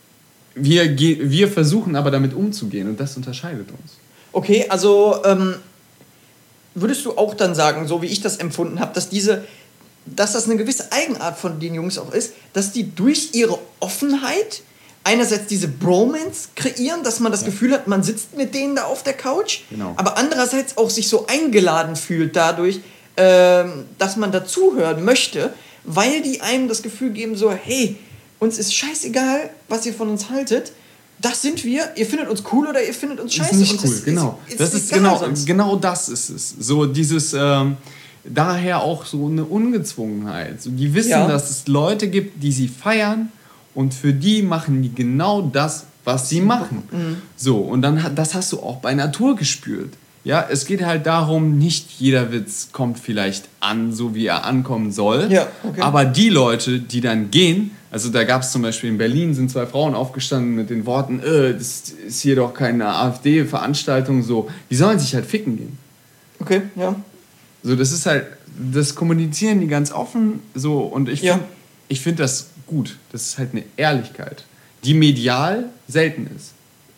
S3: wir, ge- wir versuchen aber damit umzugehen und das unterscheidet uns.
S1: Okay, also ähm, würdest du auch dann sagen, so wie ich das empfunden habe, dass diese, dass das eine gewisse Eigenart von den Jungs auch ist, dass die durch ihre Offenheit einerseits diese Bromance kreieren, dass man das Gefühl hat, man sitzt mit denen da auf der Couch,
S3: Genau.
S1: aber andererseits auch sich so eingeladen fühlt dadurch, ähm, dass man dazuhören möchte, weil die einem das Gefühl geben, so, hey, uns ist scheißegal, was ihr von uns haltet, das sind wir, ihr findet uns cool oder ihr findet uns scheiße.
S3: Das ist nicht
S1: Uns
S3: cool, genau.
S1: ist,
S3: das
S1: ist
S3: ist
S1: egal
S3: genau,
S1: sonst.
S3: genau das ist es. So dieses, ähm, daher auch so eine Ungezwungenheit. So, die wissen,
S1: Ja.
S3: dass es Leute gibt, die sie feiern und für die machen die genau das, was sie machen.
S1: Mhm.
S3: So, und dann hat, das hast du auch bei Natur gespürt. Ja, es geht halt darum, nicht jeder Witz kommt vielleicht an, so wie er ankommen soll.
S1: Ja, okay.
S3: Aber die Leute, die dann gehen, also da gab es zum Beispiel in Berlin, sind zwei Frauen aufgestanden mit den Worten, äh, das ist hier doch keine AfD-Veranstaltung, so. Die sollen sich halt ficken gehen.
S1: Okay, ja.
S3: So, das ist halt, das kommunizieren die ganz offen, so, und ich
S1: Ja.
S3: finde ich find das gut. Das ist halt eine Ehrlichkeit, die medial selten ist.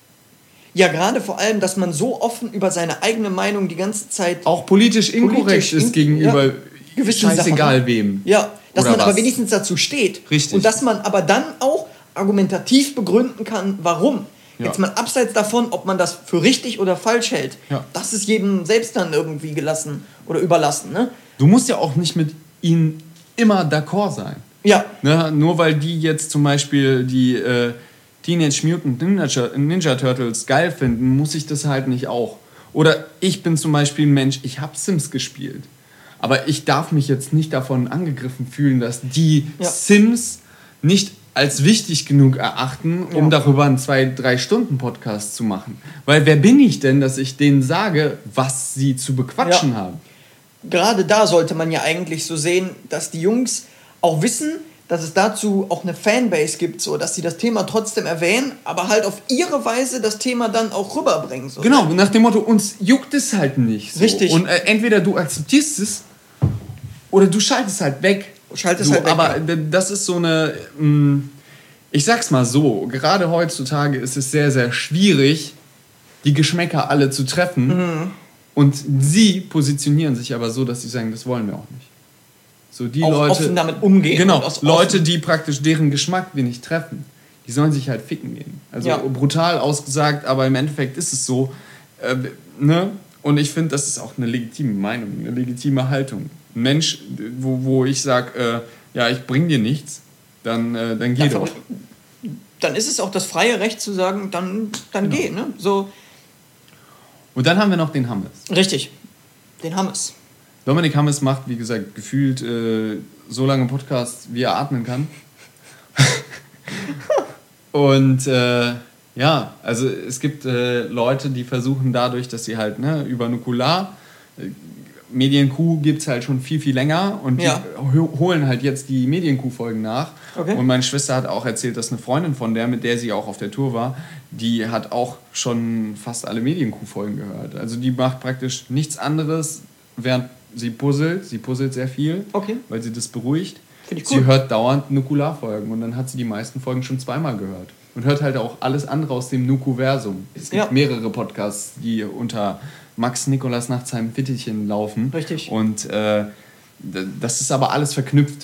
S1: Ja, gerade vor allem, dass man so offen über seine eigene Meinung die ganze Zeit...
S3: Auch politisch inkorrekt
S1: Politisch
S3: ist
S1: in-
S3: gegenüber
S1: ja, gewissen
S3: scheißegal
S1: Sachen.
S3: wem.
S1: Ja, dass
S3: Oder
S1: man aber
S3: was.
S1: wenigstens dazu steht.
S3: Richtig.
S1: Und dass man aber dann auch argumentativ begründen kann, warum.
S3: Ja.
S1: Jetzt mal abseits davon, ob man das für richtig oder falsch hält.
S3: Ja.
S1: Das ist jedem selbst dann irgendwie gelassen oder überlassen. Ne?
S3: Du musst ja auch nicht mit ihnen immer d'accord sein.
S1: Ja,
S3: Ne? Nur weil die jetzt zum Beispiel die äh, Teenage Mutant Ninja, Ninja Turtles geil finden, muss ich das halt nicht auch. Oder ich bin zum Beispiel ein Mensch, ich habe Sims gespielt. Aber ich darf mich jetzt nicht davon angegriffen fühlen, dass die
S1: Ja.
S3: Sims nicht als wichtig genug erachten, um
S1: Ja.
S3: darüber einen zwei drei Stunden Podcast zu machen. Weil wer bin ich denn, dass ich denen sage, was sie zu bequatschen
S1: Ja.
S3: haben?
S1: gerade da sollte man ja eigentlich so sehen, dass die Jungs auch wissen, dass es dazu auch eine Fanbase gibt, so dass sie das Thema trotzdem erwähnen, aber halt auf ihre Weise das Thema dann auch rüberbringen. So.
S3: Genau, nach dem Motto, uns juckt es halt nicht. So.
S1: Richtig.
S3: Und äh, entweder du akzeptierst es oder du schaltest halt weg.
S1: Schaltest
S3: so,
S1: halt weg.
S3: Aber
S1: ja.
S3: das ist so eine, mh, ich sag's mal so, gerade heutzutage ist es sehr, sehr schwierig, die Geschmäcker alle zu treffen.
S1: Mhm.
S3: Und sie positionieren sich aber so, dass sie sagen, das wollen wir auch nicht. So die
S1: Auch
S3: Leute,
S1: offen damit umgehen.
S3: Genau,
S1: und aus-
S3: Leute,
S1: offen-
S3: die praktisch deren Geschmack wir nicht treffen, die sollen sich halt ficken gehen. Also
S1: Ja.
S3: brutal ausgesagt, aber im Endeffekt ist es so. Äh, ne? Und ich finde, das ist auch eine legitime Meinung, eine legitime Haltung. Ein Mensch, wo, wo ich sage, äh, ja, ich bring dir nichts, dann, äh, dann geh
S1: Ja,
S3: doch.
S1: dann ist es auch das freie Recht zu sagen, dann, dann
S3: Genau.
S1: geh. Ne? So,
S3: Und dann haben wir noch den Hammes.
S1: richtig. Den Hammes.
S3: Dominik Hammes macht, wie gesagt, gefühlt äh, so lange Podcasts, wie er atmen kann. Und äh, ja, also es gibt äh, Leute, die versuchen dadurch, dass sie halt ne, über Nukular, äh, Medienkuh gibt es halt schon viel, viel länger und
S1: Ja.
S3: die ho- holen halt jetzt die Medienkuh-Folgen nach.
S1: Okay.
S3: Und meine Schwester hat auch erzählt, dass eine Freundin von der, mit der sie auch auf der Tour war, die hat auch schon fast alle Medienkuh-Folgen gehört. Also die macht praktisch nichts anderes, während sie puzzelt. Sie puzzelt sehr viel,
S1: Okay.
S3: weil sie das beruhigt.
S1: Find ich cool.
S3: Sie hört dauernd Nukular-Folgen und dann hat sie die meisten Folgen schon zweimal gehört. Und hört halt auch alles andere aus dem Nuku-Versum. Es gibt
S1: Ja.
S3: mehrere Podcasts, die unter Max Nikolas Nachtsheim Fittelchen laufen.
S1: Richtig.
S3: Und äh, d- das ist aber alles verknüpft.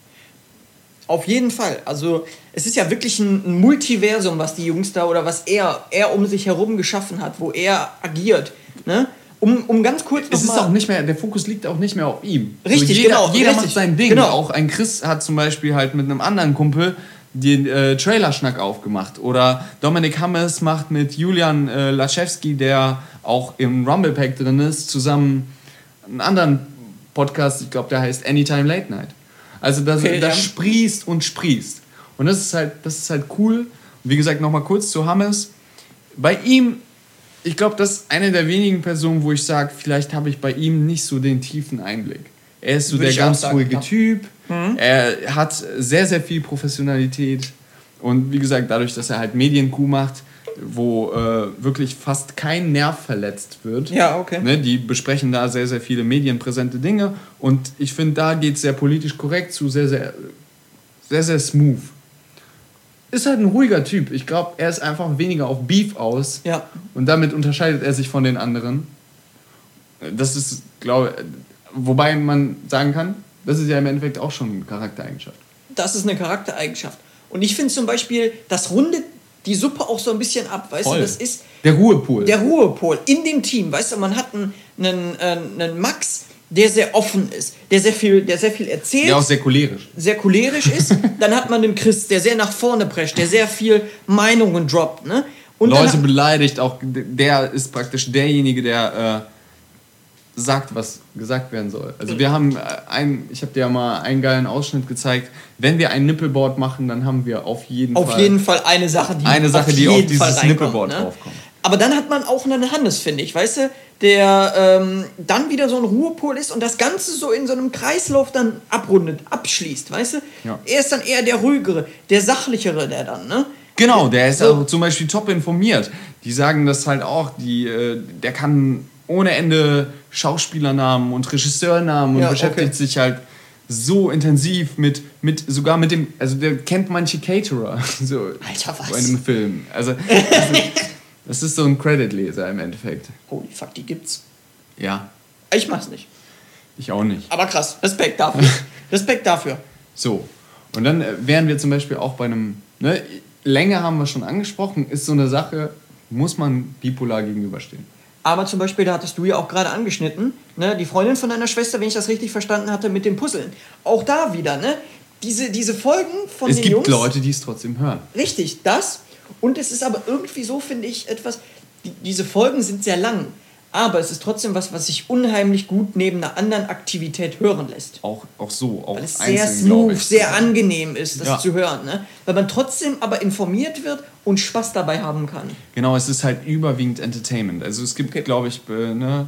S1: Auf jeden Fall. Also es ist ja wirklich ein, ein Multiversum, was die Jungs da oder was er, er um sich herum geschaffen hat, wo er agiert. Ne? Um, um ganz kurz
S3: Es ist
S1: noch mal-
S3: auch nicht mehr, der Fokus liegt auch nicht mehr auf ihm.
S1: Richtig,
S3: jeder,
S1: genau,
S3: Jeder
S1: richtig.
S3: macht sein Ding.
S1: Genau.
S3: Auch ein Chris hat zum Beispiel halt mit einem anderen Kumpel den äh, Trailerschnack aufgemacht. Oder Dominik Hammes macht mit Julian äh, Laschewski, der auch im Rumble Pack drin ist, zusammen einen anderen Podcast, ich glaube, der heißt Anytime Late Night. Also das,
S1: Okay,
S3: das
S1: ja.
S3: sprießt und sprießt. Und das ist halt, das ist halt cool. Und wie gesagt, nochmal kurz zu Hammes. Bei ihm, ich glaube, das ist eine der wenigen Personen, wo ich sage, vielleicht habe ich bei ihm nicht so den tiefen Einblick. Er ist so
S1: Würde
S3: der
S1: ich auch
S3: ganz
S1: sagen,
S3: ruhige
S1: ja.
S3: Typ. Er hat sehr, sehr viel Professionalität. Und wie gesagt, dadurch, dass er halt Medienkuh macht, wo äh, wirklich fast kein Nerv verletzt wird.
S1: Ja, okay.
S3: Ne, die besprechen da sehr, sehr viele medienpräsente Dinge. Und ich finde, da geht es sehr politisch korrekt zu, sehr, sehr, sehr, sehr smooth. Ist halt ein ruhiger Typ. Ich glaube, er ist einfach weniger auf Beef aus.
S1: Ja.
S3: Und damit unterscheidet er sich von den anderen. Das ist, glaube ich, wobei man sagen kann, das ist ja im Endeffekt auch schon eine Charaktereigenschaft.
S1: Das ist eine Charaktereigenschaft. Und ich finde zum Beispiel, das rundet die Suppe auch so ein bisschen ab. Weißt
S3: Voll.
S1: du, das ist
S3: Der Ruhepol.
S1: der Ruhepol in dem Team. Weißt du, man hat einen, einen, äh, einen Max, der sehr offen ist, der sehr viel, der sehr viel erzählt.
S3: der auch sehr cholerisch.
S1: sehr cholerisch ist. Dann hat man den Chris, der sehr nach vorne prescht, der sehr viel Meinungen droppt. Ne? Und dann
S3: Leute
S1: hat,
S3: beleidigt, auch der ist praktisch derjenige, der äh, sagt, was gesagt werden soll. Also wir haben äh, ein, ich habe dir ja mal einen geilen Ausschnitt gezeigt. Wenn wir ein Nippelboard machen, dann haben wir auf jeden
S1: auf
S3: Fall
S1: jeden Fall eine Sache, die
S3: Eine Sache,
S1: auf
S3: die auf
S1: jeden
S3: dieses
S1: Fall reinkommt,
S3: Nippelboard
S1: ne?
S3: draufkommt.
S1: Aber dann hat man auch einen Hannes, finde ich, weißt du, der ähm, dann wieder so ein Ruhepol ist und das Ganze so in so einem Kreislauf dann abrundet, abschließt, weißt du?
S3: Ja.
S1: Er ist dann eher der ruhigere, der sachlichere, der dann, ne?
S3: Genau, der ist
S1: So.
S3: auch zum Beispiel top informiert. Die sagen das halt auch, die, äh, der kann ohne Ende Schauspielernamen und Regisseurnamen und
S1: Ja,
S3: beschäftigt
S1: okay.
S3: sich halt so intensiv mit, mit, sogar mit dem, also der kennt manche Caterer, so
S1: Alter, was?
S3: bei einem Film. Also das ist, das ist so ein Creditleser im Endeffekt.
S1: Holy fuck, die gibt's.
S3: Ja,
S1: Ich mach's nicht.
S3: ich auch nicht.
S1: Aber krass, Respekt dafür. Respekt dafür.
S3: So, und dann äh, wären wir zum Beispiel auch bei einem, ne, Länge haben wir schon angesprochen, ist so eine Sache, muss man bipolar gegenüberstehen.
S1: Aber zum Beispiel, da hattest du ja auch gerade angeschnitten, ne, die Freundin von deiner Schwester, wenn ich das richtig verstanden hatte, mit dem Puzzeln. Auch da wieder, ne? Diese, diese Folgen von
S3: Es
S1: den
S3: gibt
S1: Jungs.
S3: Leute, die es trotzdem hören.
S1: Richtig, das. Und es ist aber irgendwie so, finde ich, etwas. Die, diese Folgen sind sehr lang. Aber es ist trotzdem was, was sich unheimlich gut neben einer anderen Aktivität hören lässt.
S3: Auch, auch so, auch
S1: Weil es sehr
S3: einzeln, glaub
S1: smooth,
S3: ich.
S1: sehr angenehm ist, das
S3: Ja.
S1: zu hören. Ne? Weil man trotzdem aber informiert wird und Spaß dabei haben kann.
S3: Genau, es ist halt überwiegend Entertainment. Also es gibt, glaube ich, äh, ne,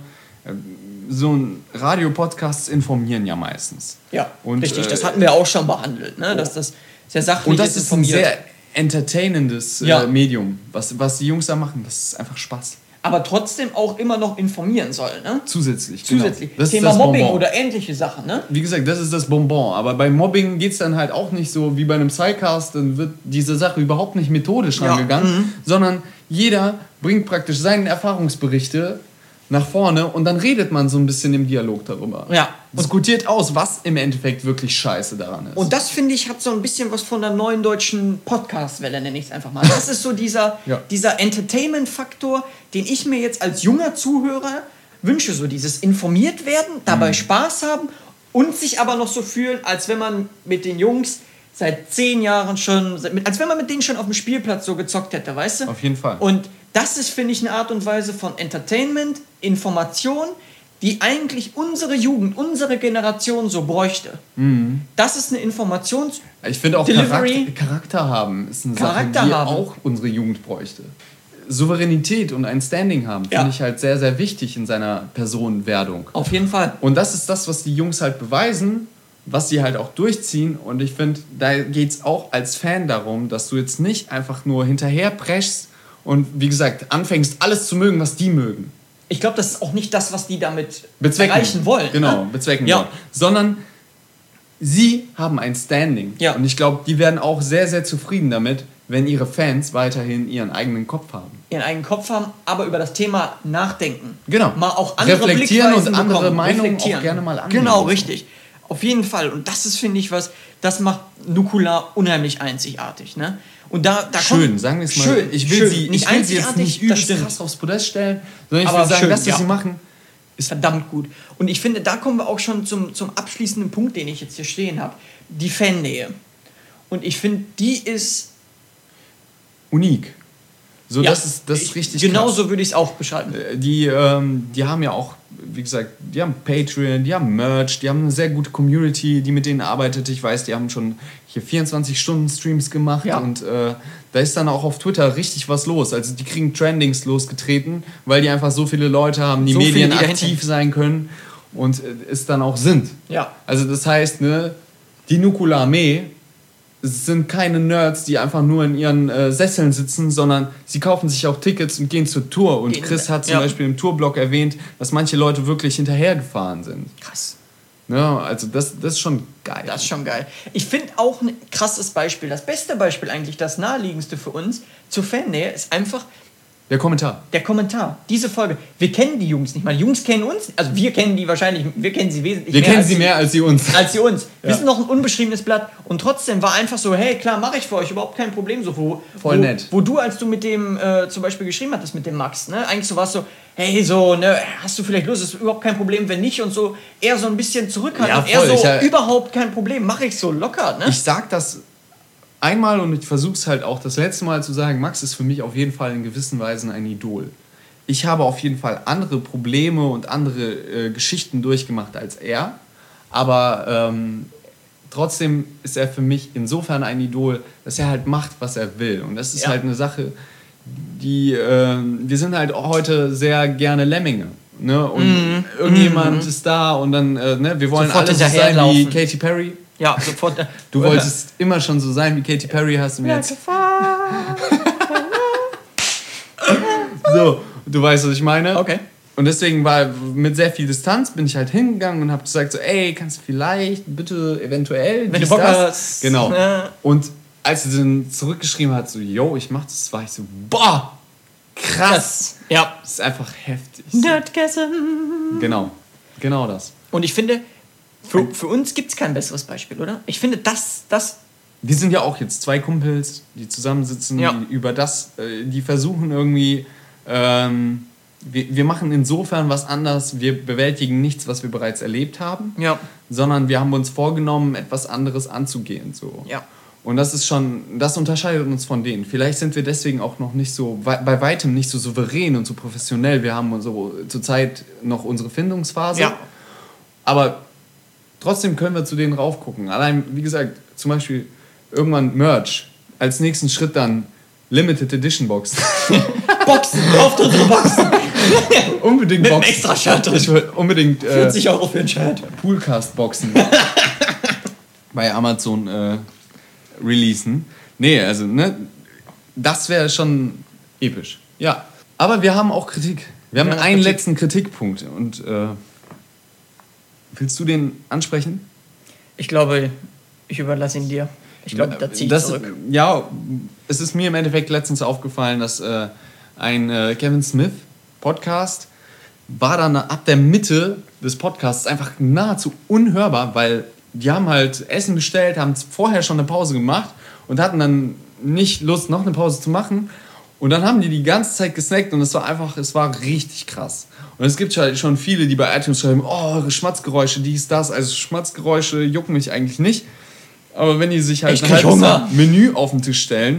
S3: so ein Radio-Podcasts informieren ja meistens.
S1: Ja,
S3: und,
S1: richtig,
S3: äh,
S1: das hatten wir auch schon behandelt, ne? Dass das sehr sachlich
S3: Und das ist ein
S1: informiert.
S3: sehr entertainendes äh,
S1: Ja.
S3: Medium. Was, was die Jungs da machen, das ist einfach Spaß.
S1: Aber trotzdem auch immer noch informieren soll, ne?
S3: Zusätzlich.
S1: Zusätzlich.
S3: Genau. Das
S1: Thema
S3: ist das
S1: Mobbing
S3: Bonbon.
S1: oder ähnliche Sachen, ne?
S3: Wie gesagt, das ist das Bonbon. Aber bei Mobbing geht es dann halt auch nicht so wie bei einem Psycast. Dann wird diese Sache überhaupt nicht methodisch
S1: Ja.
S3: rangegangen,
S1: Mhm.
S3: sondern jeder bringt praktisch seine Erfahrungsberichte nach vorne und dann redet man so ein bisschen im Dialog darüber.
S1: Ja.
S3: Diskutiert aus, was im Endeffekt wirklich scheiße daran ist.
S1: Und das, finde ich, hat so ein bisschen was von der neuen deutschen Podcast-Welle, nenne ich es einfach mal. Das ist so dieser,
S3: Ja.
S1: dieser Entertainment-Faktor, den ich mir jetzt als junger Zuhörer wünsche. So dieses informiert werden, dabei Spaß haben und sich aber noch so fühlen, als wenn man mit den Jungs seit zehn Jahren schon, als wenn man mit denen schon auf dem Spielplatz so gezockt hätte, weißt du?
S3: Auf jeden Fall.
S1: Und das ist, finde ich, eine Art und Weise von Entertainment, Information, die eigentlich unsere Jugend, unsere Generation so bräuchte.
S3: Mhm.
S1: Das ist eine Informations...
S3: Ich finde auch
S1: Delivery-
S3: Charakter, Charakter haben ist eine
S1: Charakter
S3: Sache, die
S1: haben.
S3: auch unsere Jugend bräuchte. Souveränität und ein Standing haben,
S1: Ja.
S3: finde ich halt sehr, sehr wichtig in seiner Personenwerdung.
S1: Auf jeden Fall.
S3: Und das ist das, was die Jungs halt beweisen, was sie halt auch durchziehen. Und ich finde, da geht es auch als Fan darum, dass du jetzt nicht einfach nur hinterher preschst und, wie gesagt, anfängst, alles zu mögen, was die mögen.
S1: Ich glaube, das ist auch nicht das, was die damit
S3: Bezwecken.
S1: erreichen wollen.
S3: Genau,
S1: ne?
S3: bezwecken
S1: Ja.
S3: wollen. Sondern sie haben ein Standing.
S1: Ja.
S3: Und ich glaube, die werden auch sehr, sehr zufrieden damit, wenn ihre Fans weiterhin ihren eigenen Kopf haben.
S1: Ihren eigenen Kopf haben, aber über das Thema nachdenken.
S3: Genau.
S1: Mal auch andere
S3: Reflektieren
S1: Blickweisen
S3: und andere
S1: bekommen.
S3: Meinungen
S1: Reflektieren.
S3: auch gerne mal annehmen.
S1: Genau, richtig. Auf jeden Fall. Und das ist, finde ich, was, das macht Nukular unheimlich einzigartig. Ne? Und da, da
S3: Schön,
S1: kommt,
S3: sagen wir es mal.
S1: Schön,
S3: ich will
S1: schön.
S3: sie,
S1: nicht
S3: ich will sie jetzt
S1: einzigartig,
S3: nicht
S1: das
S3: übelst
S1: stimmt.
S3: krass aufs Podest stellen, sondern ich
S1: Aber
S3: will sagen,
S1: schön,
S3: das, was
S1: ja.
S3: sie machen,
S1: Ist verdammt gut. Und ich finde, da kommen wir auch schon zum, zum abschließenden Punkt, den ich jetzt hier stehen habe. Die Fannähe. Und ich finde, die ist...
S3: unik. So,
S1: ja,
S3: das ist, das ist
S1: ich-
S3: richtig
S1: Genau
S3: krass.
S1: so würde ich es auch beschreiben.
S3: Die, ähm, die haben ja auch, wie gesagt, die haben Patreon, die haben Merch, die haben eine sehr gute Community, die mit denen arbeitet. Ich weiß, die haben schon hier vierundzwanzig Stunden Streams gemacht
S1: Ja.
S3: und äh, da ist dann auch auf Twitter richtig was los. Also die kriegen Trendings losgetreten, weil die einfach so viele Leute haben, die
S1: So viele,
S3: Medien
S1: die dahinter-
S3: aktiv sein können und äh, es dann auch sind.
S1: Ja.
S3: Also das heißt, ne, die Nukular-Armee, es sind keine Nerds, die einfach nur in ihren äh, Sesseln sitzen, sondern sie kaufen sich auch Tickets und gehen zur Tour. Und
S1: Gehen-
S3: Chris hat zum
S1: ja.
S3: Beispiel im Tourblog erwähnt, dass manche Leute wirklich hinterhergefahren sind.
S1: Krass.
S3: Ja, also das, das ist schon geil.
S1: Das ist schon geil. Ich finde auch ein krasses Beispiel, das beste Beispiel eigentlich, das naheliegendste für uns zur Fannähe ist einfach
S3: Der Kommentar.
S1: der Kommentar. Diese Folge. Wir kennen die Jungs nicht mal. Die Jungs kennen uns, also wir kennen die wahrscheinlich, wir kennen sie wesentlich
S3: Wir
S1: mehr
S3: kennen
S1: als
S3: sie mehr als sie uns.
S1: als sie uns. Wir
S3: Ja.
S1: sind noch ein unbeschriebenes Blatt und trotzdem war einfach so, hey, klar, mache ich für euch, überhaupt kein Problem. So, wo,
S3: Voll
S1: wo,
S3: nett.
S1: Wo du, als du mit dem äh, zum Beispiel geschrieben hattest, mit dem Max, ne, eigentlich so warst so, hey, so, ne, hast du vielleicht Lust, ist überhaupt kein Problem, wenn nicht und so, eher so ein bisschen zurückhaltend,
S3: Ja, voll.
S1: eher so,
S3: Ich, äh,
S1: überhaupt kein Problem, mache ich so locker, ne?
S3: Ich sag das einmal und ich versuche es halt auch das letzte Mal zu sagen, Max ist für mich auf jeden Fall in gewissen Weisen ein Idol. Ich habe auf jeden Fall andere Probleme und andere äh, Geschichten durchgemacht als er, aber ähm, trotzdem ist er für mich insofern ein Idol, dass er halt macht, was er will. Und das ist
S1: Ja.
S3: halt eine Sache, die, äh, wir sind halt heute sehr gerne Lemminge. Ne? Und
S1: Mhm.
S3: irgendjemand ist da und dann, äh, ne? wir wollen
S1: Sofort
S3: alle so sein wie
S1: hinterherlaufen.
S3: Katy Perry.
S1: Ja, sofort. äh,
S3: Du wolltest immer schon so sein wie Katy Perry, hast du mir jetzt. So, du weißt, was ich meine.
S1: Okay.
S3: Und deswegen war mit sehr viel Distanz bin ich halt hingegangen und habe gesagt so, ey, kannst du vielleicht, bitte, eventuell,
S1: Wenn
S3: dies,
S1: du Bock
S3: das.
S1: hast.
S3: Genau.
S1: Ja.
S3: Und als sie dann zurückgeschrieben hat, so, yo, ich mach das, war ich so, boah, krass.
S1: Das, ja.
S3: Das ist einfach heftig.
S1: Nerdgasm.
S3: Genau, genau das.
S1: Und ich finde, für, für uns gibt es kein besseres Beispiel, oder? Ich finde, das, das
S3: Wir sind ja auch jetzt zwei Kumpels, die zusammensitzen,
S1: Ja.
S3: die über das, äh, die versuchen irgendwie, ähm, wir, wir machen insofern was anders, wir bewältigen nichts, was wir bereits erlebt haben,
S1: Ja.
S3: sondern wir haben uns vorgenommen, etwas anderes anzugehen. So.
S1: Ja.
S3: Und das ist schon, das unterscheidet uns von denen. Vielleicht sind wir deswegen auch noch nicht so, wei- bei weitem nicht so souverän und so professionell. Wir haben so zurzeit noch unsere Findungsphase.
S1: Ja.
S3: Aber trotzdem können wir zu denen raufgucken. Allein, wie gesagt, zum Beispiel irgendwann Merch. Als nächsten Schritt dann Limited Edition Box.
S1: Boxen, kauft unsere Boxen.
S3: unbedingt
S1: Mit einem
S3: Boxen.
S1: extra Shirt drin.
S3: Ich will unbedingt äh,
S1: vierzig Euro für ein Shirt.
S3: Poolcast-Boxen bei Amazon äh, releasen. Nee, also, ne, das wäre schon episch. Ja, aber wir haben auch Kritik. Wir haben
S1: Ja,
S3: einen
S1: Kritik.
S3: letzten Kritikpunkt. Und äh, willst du den ansprechen?
S1: Ich glaube, ich überlasse ihn dir. Ich glaube, da ziehe ich
S3: das,
S1: zurück.
S3: Ja, es ist mir im Endeffekt letztens aufgefallen, dass äh, ein äh, Kevin Smith Podcast war dann ab der Mitte des Podcasts einfach nahezu unhörbar, weil die haben halt Essen bestellt, haben vorher schon eine Pause gemacht und hatten dann nicht Lust, noch eine Pause zu machen. Und dann haben die die ganze Zeit gesnackt und es war einfach, es war richtig krass. Und es gibt halt schon viele, die bei iTunes schreiben, oh, Schmatzgeräusche, dies, das. Also Schmatzgeräusche jucken mich eigentlich nicht. Aber wenn die sich halt
S1: Ich
S3: ein
S1: krieg
S3: halbes
S1: Hunger.
S3: Menü auf den Tisch stellen,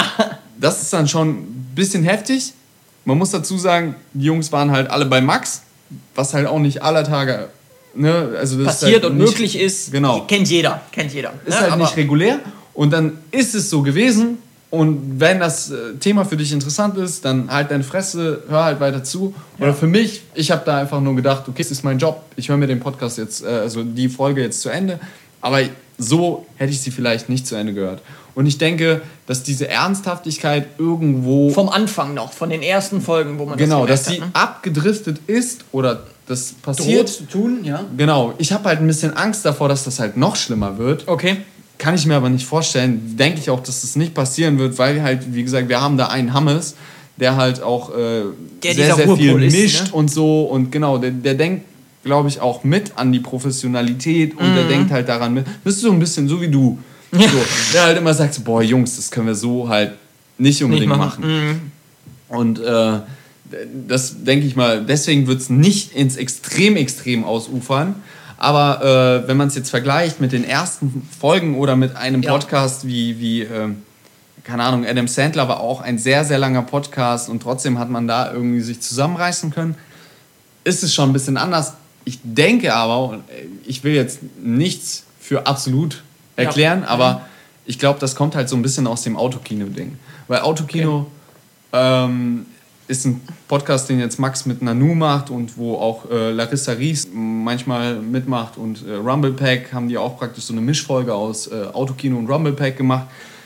S3: das ist dann schon ein bisschen heftig. Man muss dazu sagen, die Jungs waren halt alle bei Max, was halt auch nicht aller Tage, ne, also das
S1: Passiert
S3: ist halt
S1: und
S3: nicht,
S1: möglich ist.
S3: Genau.
S1: Kennt jeder. Kennt jeder.
S3: Ist
S1: Ne?
S3: halt
S1: Aber
S3: nicht regulär. Und dann ist es so gewesen. Und wenn das äh, Thema für dich interessant ist, dann halt deine Fresse, hör halt weiter zu. Oder für mich, ich habe da einfach nur gedacht, okay, es ist mein Job, ich höre mir den Podcast jetzt, äh, also die Folge jetzt zu Ende. Aber so hätte ich sie vielleicht nicht zu Ende gehört. Und ich denke, dass diese Ernsthaftigkeit irgendwo...
S1: vom Anfang noch, von den ersten Folgen, wo man
S3: genau,
S1: das
S3: dass
S1: gemerkt
S3: sie
S1: hat, ne?
S3: abgedriftet ist oder das passiert.
S1: Droht zu tun, ja.
S3: Genau, ich habe halt ein bisschen Angst davor, dass das halt noch schlimmer wird.
S1: Okay.
S3: Kann ich mir aber nicht vorstellen. Denke ich auch, dass das nicht passieren wird, weil halt, wie gesagt, wir haben da einen Hammes, der halt auch äh,
S1: Der
S3: sehr,
S1: dieser
S3: sehr viel
S1: Ruhrpol ist,
S3: mischt
S1: ne?
S3: und so. Und genau, der, der denkt, glaube ich, auch mit an die Professionalität und
S1: Mhm.
S3: der denkt halt daran mit. Das ist so ein bisschen so wie du.
S1: Ja.
S3: So, der halt immer sagt, so, boah, Jungs, das können wir so halt nicht unbedingt
S1: Nicht
S3: machen.
S1: machen. Mhm.
S3: Und äh, das denke ich mal, deswegen wird es nicht ins Extrem, Extrem ausufern. Aber äh, wenn man es jetzt vergleicht mit den ersten Folgen oder mit einem
S1: Ja.
S3: Podcast wie, wie äh, keine Ahnung, Adam Sandler war auch ein sehr, sehr langer Podcast und trotzdem hat man da irgendwie sich zusammenreißen können, ist es schon ein bisschen anders. Ich denke aber, und ich will jetzt nichts für absolut erklären,
S1: Ja.
S3: aber ich glaube, das kommt halt so ein bisschen aus dem Autokino-Ding. Weil Autokino ähm, ist ein Podcast, den jetzt Max mit Nanu macht und wo auch äh, Larissa Ries manchmal mitmacht und äh, Rumblepack haben die auch praktisch so eine Mischfolge aus äh, Autokino und Rumblepack gemacht.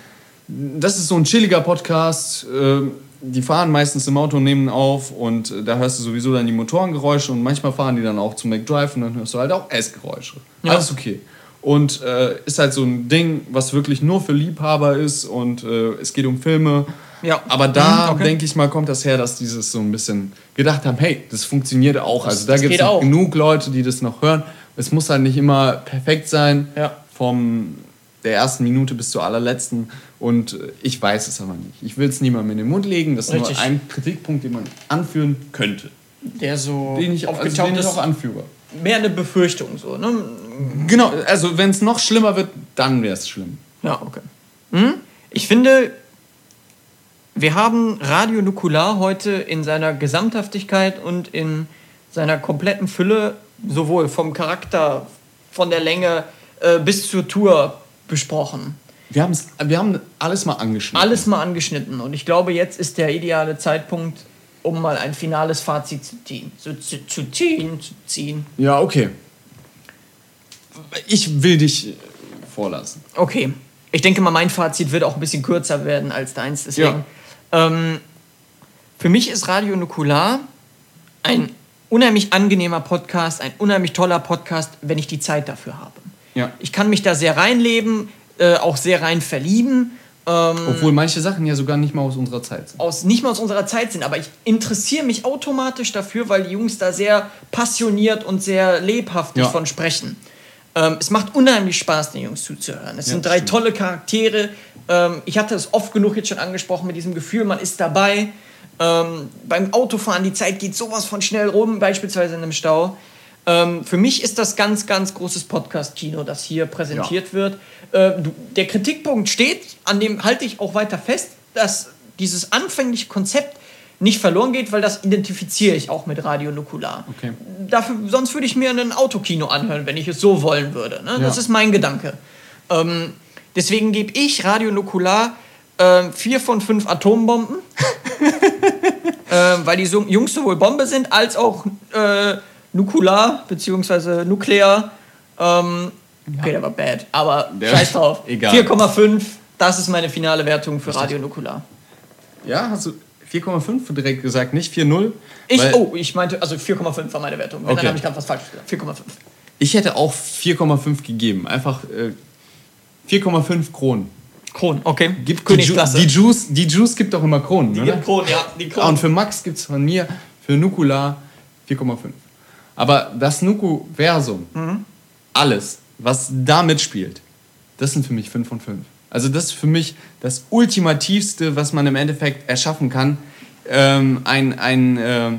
S3: Das ist so ein chilliger Podcast. Äh, die fahren meistens im Auto und nehmen auf und äh, da hörst du sowieso dann die Motorengeräusche und manchmal fahren die dann auch zum McDrive und dann hörst du halt auch Essgeräusche.
S1: Ja.
S3: Alles okay. Und äh, ist halt so ein Ding, was wirklich nur für Liebhaber ist und äh, es geht um Filme.
S1: Ja.
S3: Aber da,
S1: Mhm, okay.
S3: denke ich mal, kommt das her, dass dieses so ein bisschen gedacht haben, hey, das funktioniert auch.
S1: Das-
S3: also da
S1: das
S3: gibt es
S1: geht auch.
S3: genug Leute, die das noch hören. Es muss halt nicht immer perfekt sein,
S1: Ja.
S3: vom der ersten Minute bis zur allerletzten. Und äh, ich weiß es aber nicht. Ich will es niemandem in den Mund legen. Das ist
S1: Richtig.
S3: nur ein Kritikpunkt, den man anführen könnte.
S1: Der so
S3: Den ich, also
S1: aufgetaucht
S3: den ich
S1: ist.
S3: auch anführe.
S1: Mehr eine Befürchtung so, ne?
S3: Genau, also wenn es noch schlimmer wird, dann wäre es schlimm.
S1: Ja, okay. Hm? Ich finde, wir haben Radio Nukular heute in seiner Gesamthaftigkeit und in seiner kompletten Fülle, sowohl vom Charakter, von der Länge äh, bis zur Tour besprochen.
S3: Wir, haben's, wir haben alles mal angeschnitten.
S1: Alles mal angeschnitten. Und ich glaube, jetzt ist der ideale Zeitpunkt, um mal ein finales Fazit zu ziehen. Zu, zu, zu ziehen, zu ziehen.
S3: Ja, okay. Ich will dich vorlassen.
S1: Okay. Ich denke mal, mein Fazit wird auch ein bisschen kürzer werden als deins. Deswegen. Ähm, für mich ist Radio Nukular ein unheimlich angenehmer Podcast, ein unheimlich toller Podcast, wenn ich die Zeit dafür habe.
S3: Ja.
S1: Ich kann mich da sehr reinleben, äh, auch sehr rein verlieben. Ähm,
S3: Obwohl manche Sachen ja sogar nicht mal aus unserer Zeit sind.
S1: aus nicht mal aus unserer Zeit sind, aber ich interessiere mich automatisch dafür, weil die Jungs da sehr passioniert und sehr lebhaft
S3: Ja.
S1: davon sprechen. Ähm, es macht unheimlich Spaß, den Jungs zuzuhören. Es
S3: Ja,
S1: sind drei
S3: stimmt.
S1: tolle Charaktere. Ähm, ich hatte es oft genug jetzt schon angesprochen mit diesem Gefühl, man ist dabei. Ähm, beim Autofahren, die Zeit geht sowas von schnell rum, beispielsweise in einem Stau. Ähm, für mich ist das ganz, ganz großes Podcast-Kino, das hier präsentiert wird. Äh, du, der Kritikpunkt steht, an dem halte ich auch weiter fest, dass dieses anfängliche Konzept nicht verloren geht, weil das identifiziere ich auch mit Radio Nukular.
S3: Okay.
S1: Dafür, sonst würde ich mir ein Autokino anhören, wenn ich es so wollen würde. Ne? Das
S3: Ja.
S1: ist mein Gedanke. Ähm, deswegen gebe ich Radio Nukular ähm, vier von fünf Atombomben. ähm, weil die so, Jungs sowohl Bombe sind, als auch äh, nukular, beziehungsweise nuklear. Ähm, okay, der war bad, aber
S3: Der-
S1: scheiß drauf.
S3: Egal.
S1: vier Komma fünf, das ist meine finale Wertung für Radio Nukular.
S3: Ja, hast du vier Komma fünf direkt gesagt, nicht vier null?
S1: Ich,
S3: Weil
S1: oh, ich meinte, also vier Komma fünf war meine Wertung. Wenn,
S3: Okay.
S1: Dann habe ich gerade was falsch gesagt. vier Komma fünf.
S3: Ich hätte auch vier Komma fünf gegeben. Einfach äh, vier Komma fünf Kronen.
S1: Kronen, okay.
S3: Gibt die, Ju
S1: Königsklasse.
S3: die, Juice, die Juice gibt auch immer Kronen,
S1: Die
S3: oder?
S1: gibt Kronen, ja. Die
S3: Ah, und
S1: Kronen.
S3: für Max gibt es von mir, für Nukular vier Komma fünf. Aber das Nuku-Versum, alles, was da mitspielt, das sind für mich fünf von fünf. Also das ist für mich das Ultimativste, was man im Endeffekt erschaffen kann. Ähm, ein ein ähm,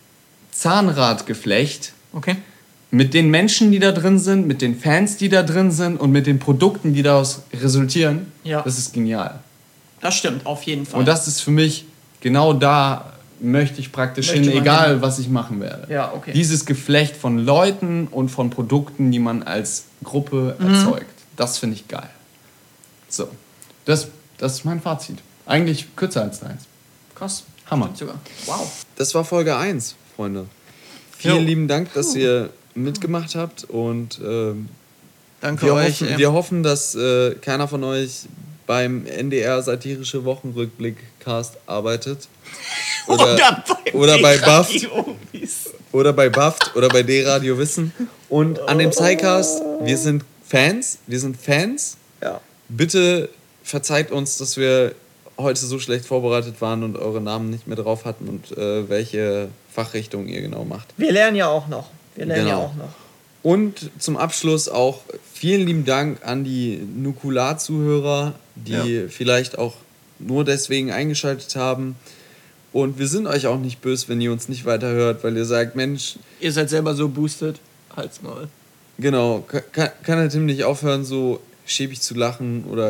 S3: Zahnradgeflecht
S1: Okay.
S3: mit den Menschen, die da drin sind, mit den Fans, die da drin sind und mit den Produkten, die daraus resultieren.
S1: Ja.
S3: Das ist genial.
S1: Das stimmt, auf jeden Fall.
S3: Und das ist für mich, genau da möchte ich praktisch
S1: Möchte
S3: hin,
S1: man
S3: egal
S1: hin.
S3: was ich machen werde.
S1: Ja, okay.
S3: Dieses Geflecht von Leuten und von Produkten, die man als Gruppe
S1: Mhm.
S3: erzeugt. Das finde ich geil. So, das, das ist mein Fazit. Eigentlich kürzer als deins.
S1: Krass.
S3: Hammer.
S1: Stimmt sogar. Wow.
S2: Das war Folge eins, Freunde. Vielen
S1: Jo.
S2: lieben Dank, dass ihr mitgemacht habt und ähm,
S1: Danke
S2: wir,
S1: euch.
S2: hoffen,
S1: äh,
S2: wir hoffen, dass äh, keiner von euch beim N D R satirische Wochenrückblick-Cast arbeitet. Oder,
S1: bei
S2: oder bei Buff.
S1: D-Radio-Omis.
S2: oder bei Buffed oder bei D-Radio Wissen. Und an dem Psycast, wir sind Fans, wir sind Fans.
S1: Ja.
S2: Bitte verzeiht uns, dass wir heute so schlecht vorbereitet waren und eure Namen nicht mehr drauf hatten und äh, welche Fachrichtung ihr genau macht.
S1: Wir lernen ja auch noch. Wir lernen ja
S2: Genau.
S1: auch noch.
S2: Und zum Abschluss auch vielen lieben Dank an die Nukular-Zuhörer, die
S1: Ja.
S2: vielleicht auch nur deswegen eingeschaltet haben. Und wir sind euch auch nicht böse, wenn ihr uns nicht weiterhört, weil ihr sagt, Mensch,
S1: Ihr seid selber so boosted. Halt's Maul.
S2: genau, ka- kann, kann der Tim nicht aufhören, so schäbig zu lachen oder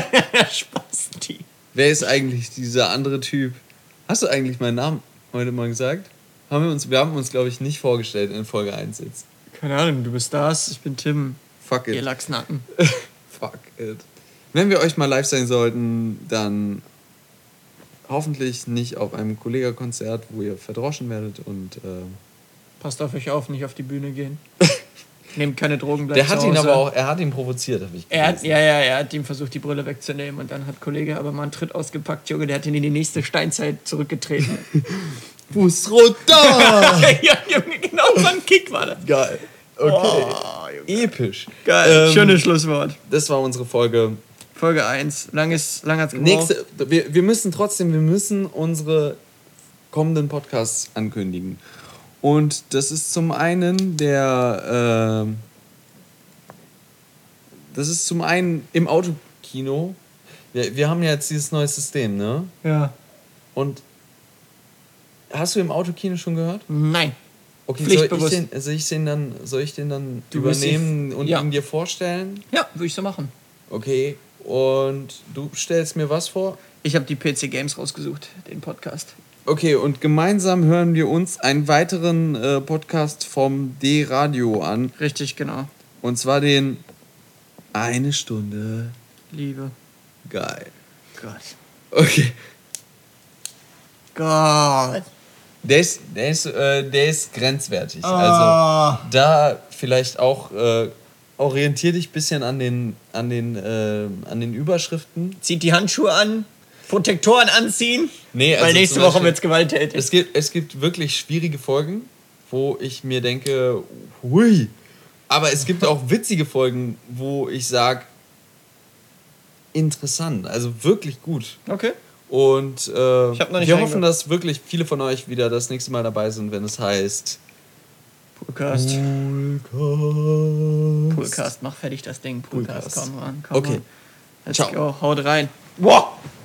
S1: Spaß, die.
S2: wer ist eigentlich dieser andere Typ? Hast du eigentlich meinen Namen heute mal gesagt? Haben wir uns, wir haben uns, glaube ich, nicht vorgestellt in Folge eins jetzt.
S1: Keine Ahnung, du bist das, ich bin Tim.
S2: Fuck
S1: Ihr
S2: it.
S1: Lachsnacken.
S2: Fuck it. Wenn wir euch mal live sein sollten, dann hoffentlich nicht auf einem Kollega-Konzert, wo ihr verdroschen werdet und äh,
S1: Passt auf euch auf, nicht auf die Bühne gehen. Nehmt keine Drogen, bleibt
S2: der
S1: zu
S2: hat ihn
S1: Hause.
S2: aber auch, er hat ihn provoziert, habe ich
S1: Er hat,
S2: gelesen.
S1: ja, ja, er hat ihm versucht, die Brille wegzunehmen und dann hat Kollege aber mal einen Tritt ausgepackt, Junge, der hat ihn in die nächste Steinzeit zurückgetreten.
S2: Fuß runter!
S1: ja, Junge, genau so ein Kick war das.
S2: Geil. Okay.
S1: Oh, Junge.
S2: Episch.
S1: Geil,
S2: Ähm,
S1: schönes Schlusswort.
S2: Das war unsere Folge.
S1: Folge eins, lang, ist, lang hat's gebraucht.
S2: Nächste, wir, wir müssen trotzdem, wir müssen unsere kommenden Podcasts ankündigen. Und das ist zum einen der, ähm, das ist zum einen im Autokino. Wir, wir haben ja jetzt dieses neue System, ne?
S1: Ja.
S2: Und hast du im Autokino schon gehört?
S1: Nein.
S2: Okay, soll ich,
S1: Pflichtbewusst.
S2: den, soll ich den dann, soll ich den dann
S1: Du willst
S2: übernehmen
S1: ihn-
S2: und
S1: ja.
S2: ihn dir vorstellen?
S1: Ja, würde ich so machen.
S2: Okay. Und du stellst mir was vor?
S1: Ich habe die P C Games rausgesucht, den Podcast.
S2: Okay, und gemeinsam hören wir uns einen weiteren äh, Podcast vom D-Radio an.
S1: Richtig, genau.
S2: Und zwar den Eine Stunde.
S1: Liebe.
S2: Geil.
S1: Gott.
S2: Okay.
S1: Gott.
S2: Der ist, der ist, äh, der ist grenzwertig.
S1: Ah.
S2: Also da vielleicht auch äh, orientier dich ein bisschen an den, an, den, äh, an den Überschriften.
S1: Zieht die Handschuhe an, Protektoren anziehen,
S2: Nee,
S1: weil
S2: also
S1: nächste
S2: zum
S1: Woche
S2: Beispiel-
S1: wird's gewalttätig.
S2: Es gibt, es gibt wirklich schwierige Folgen, wo ich mir denke, hui. Aber es gibt auch witzige Folgen, wo ich sage, interessant, also wirklich gut.
S1: Okay.
S2: Und äh,
S1: Ich hab noch nicht
S2: wir
S1: reingehört.
S2: hoffen, dass wirklich viele von euch wieder das nächste Mal dabei sind, wenn es heißt
S1: Poolcast.
S2: Poolcast.
S1: Poolcast, mach fertig das Ding. Poolcast,
S2: Poolcast.
S1: komm ran. Komm
S2: Okay.
S1: ran. Let's
S2: Ciao.
S1: go, haut rein. Wow.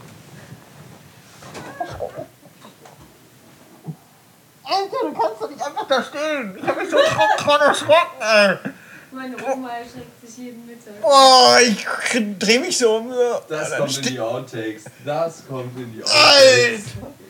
S1: Alter, du kannst doch nicht einfach da stehen. Ich hab mich so gerade erschrocken, ey.
S5: Meine Oma erschreckt sich jeden Mittag.
S1: Oh, ich dreh mich so um.
S2: Das kommt in die Outtakes. Das kommt in die
S1: Alter.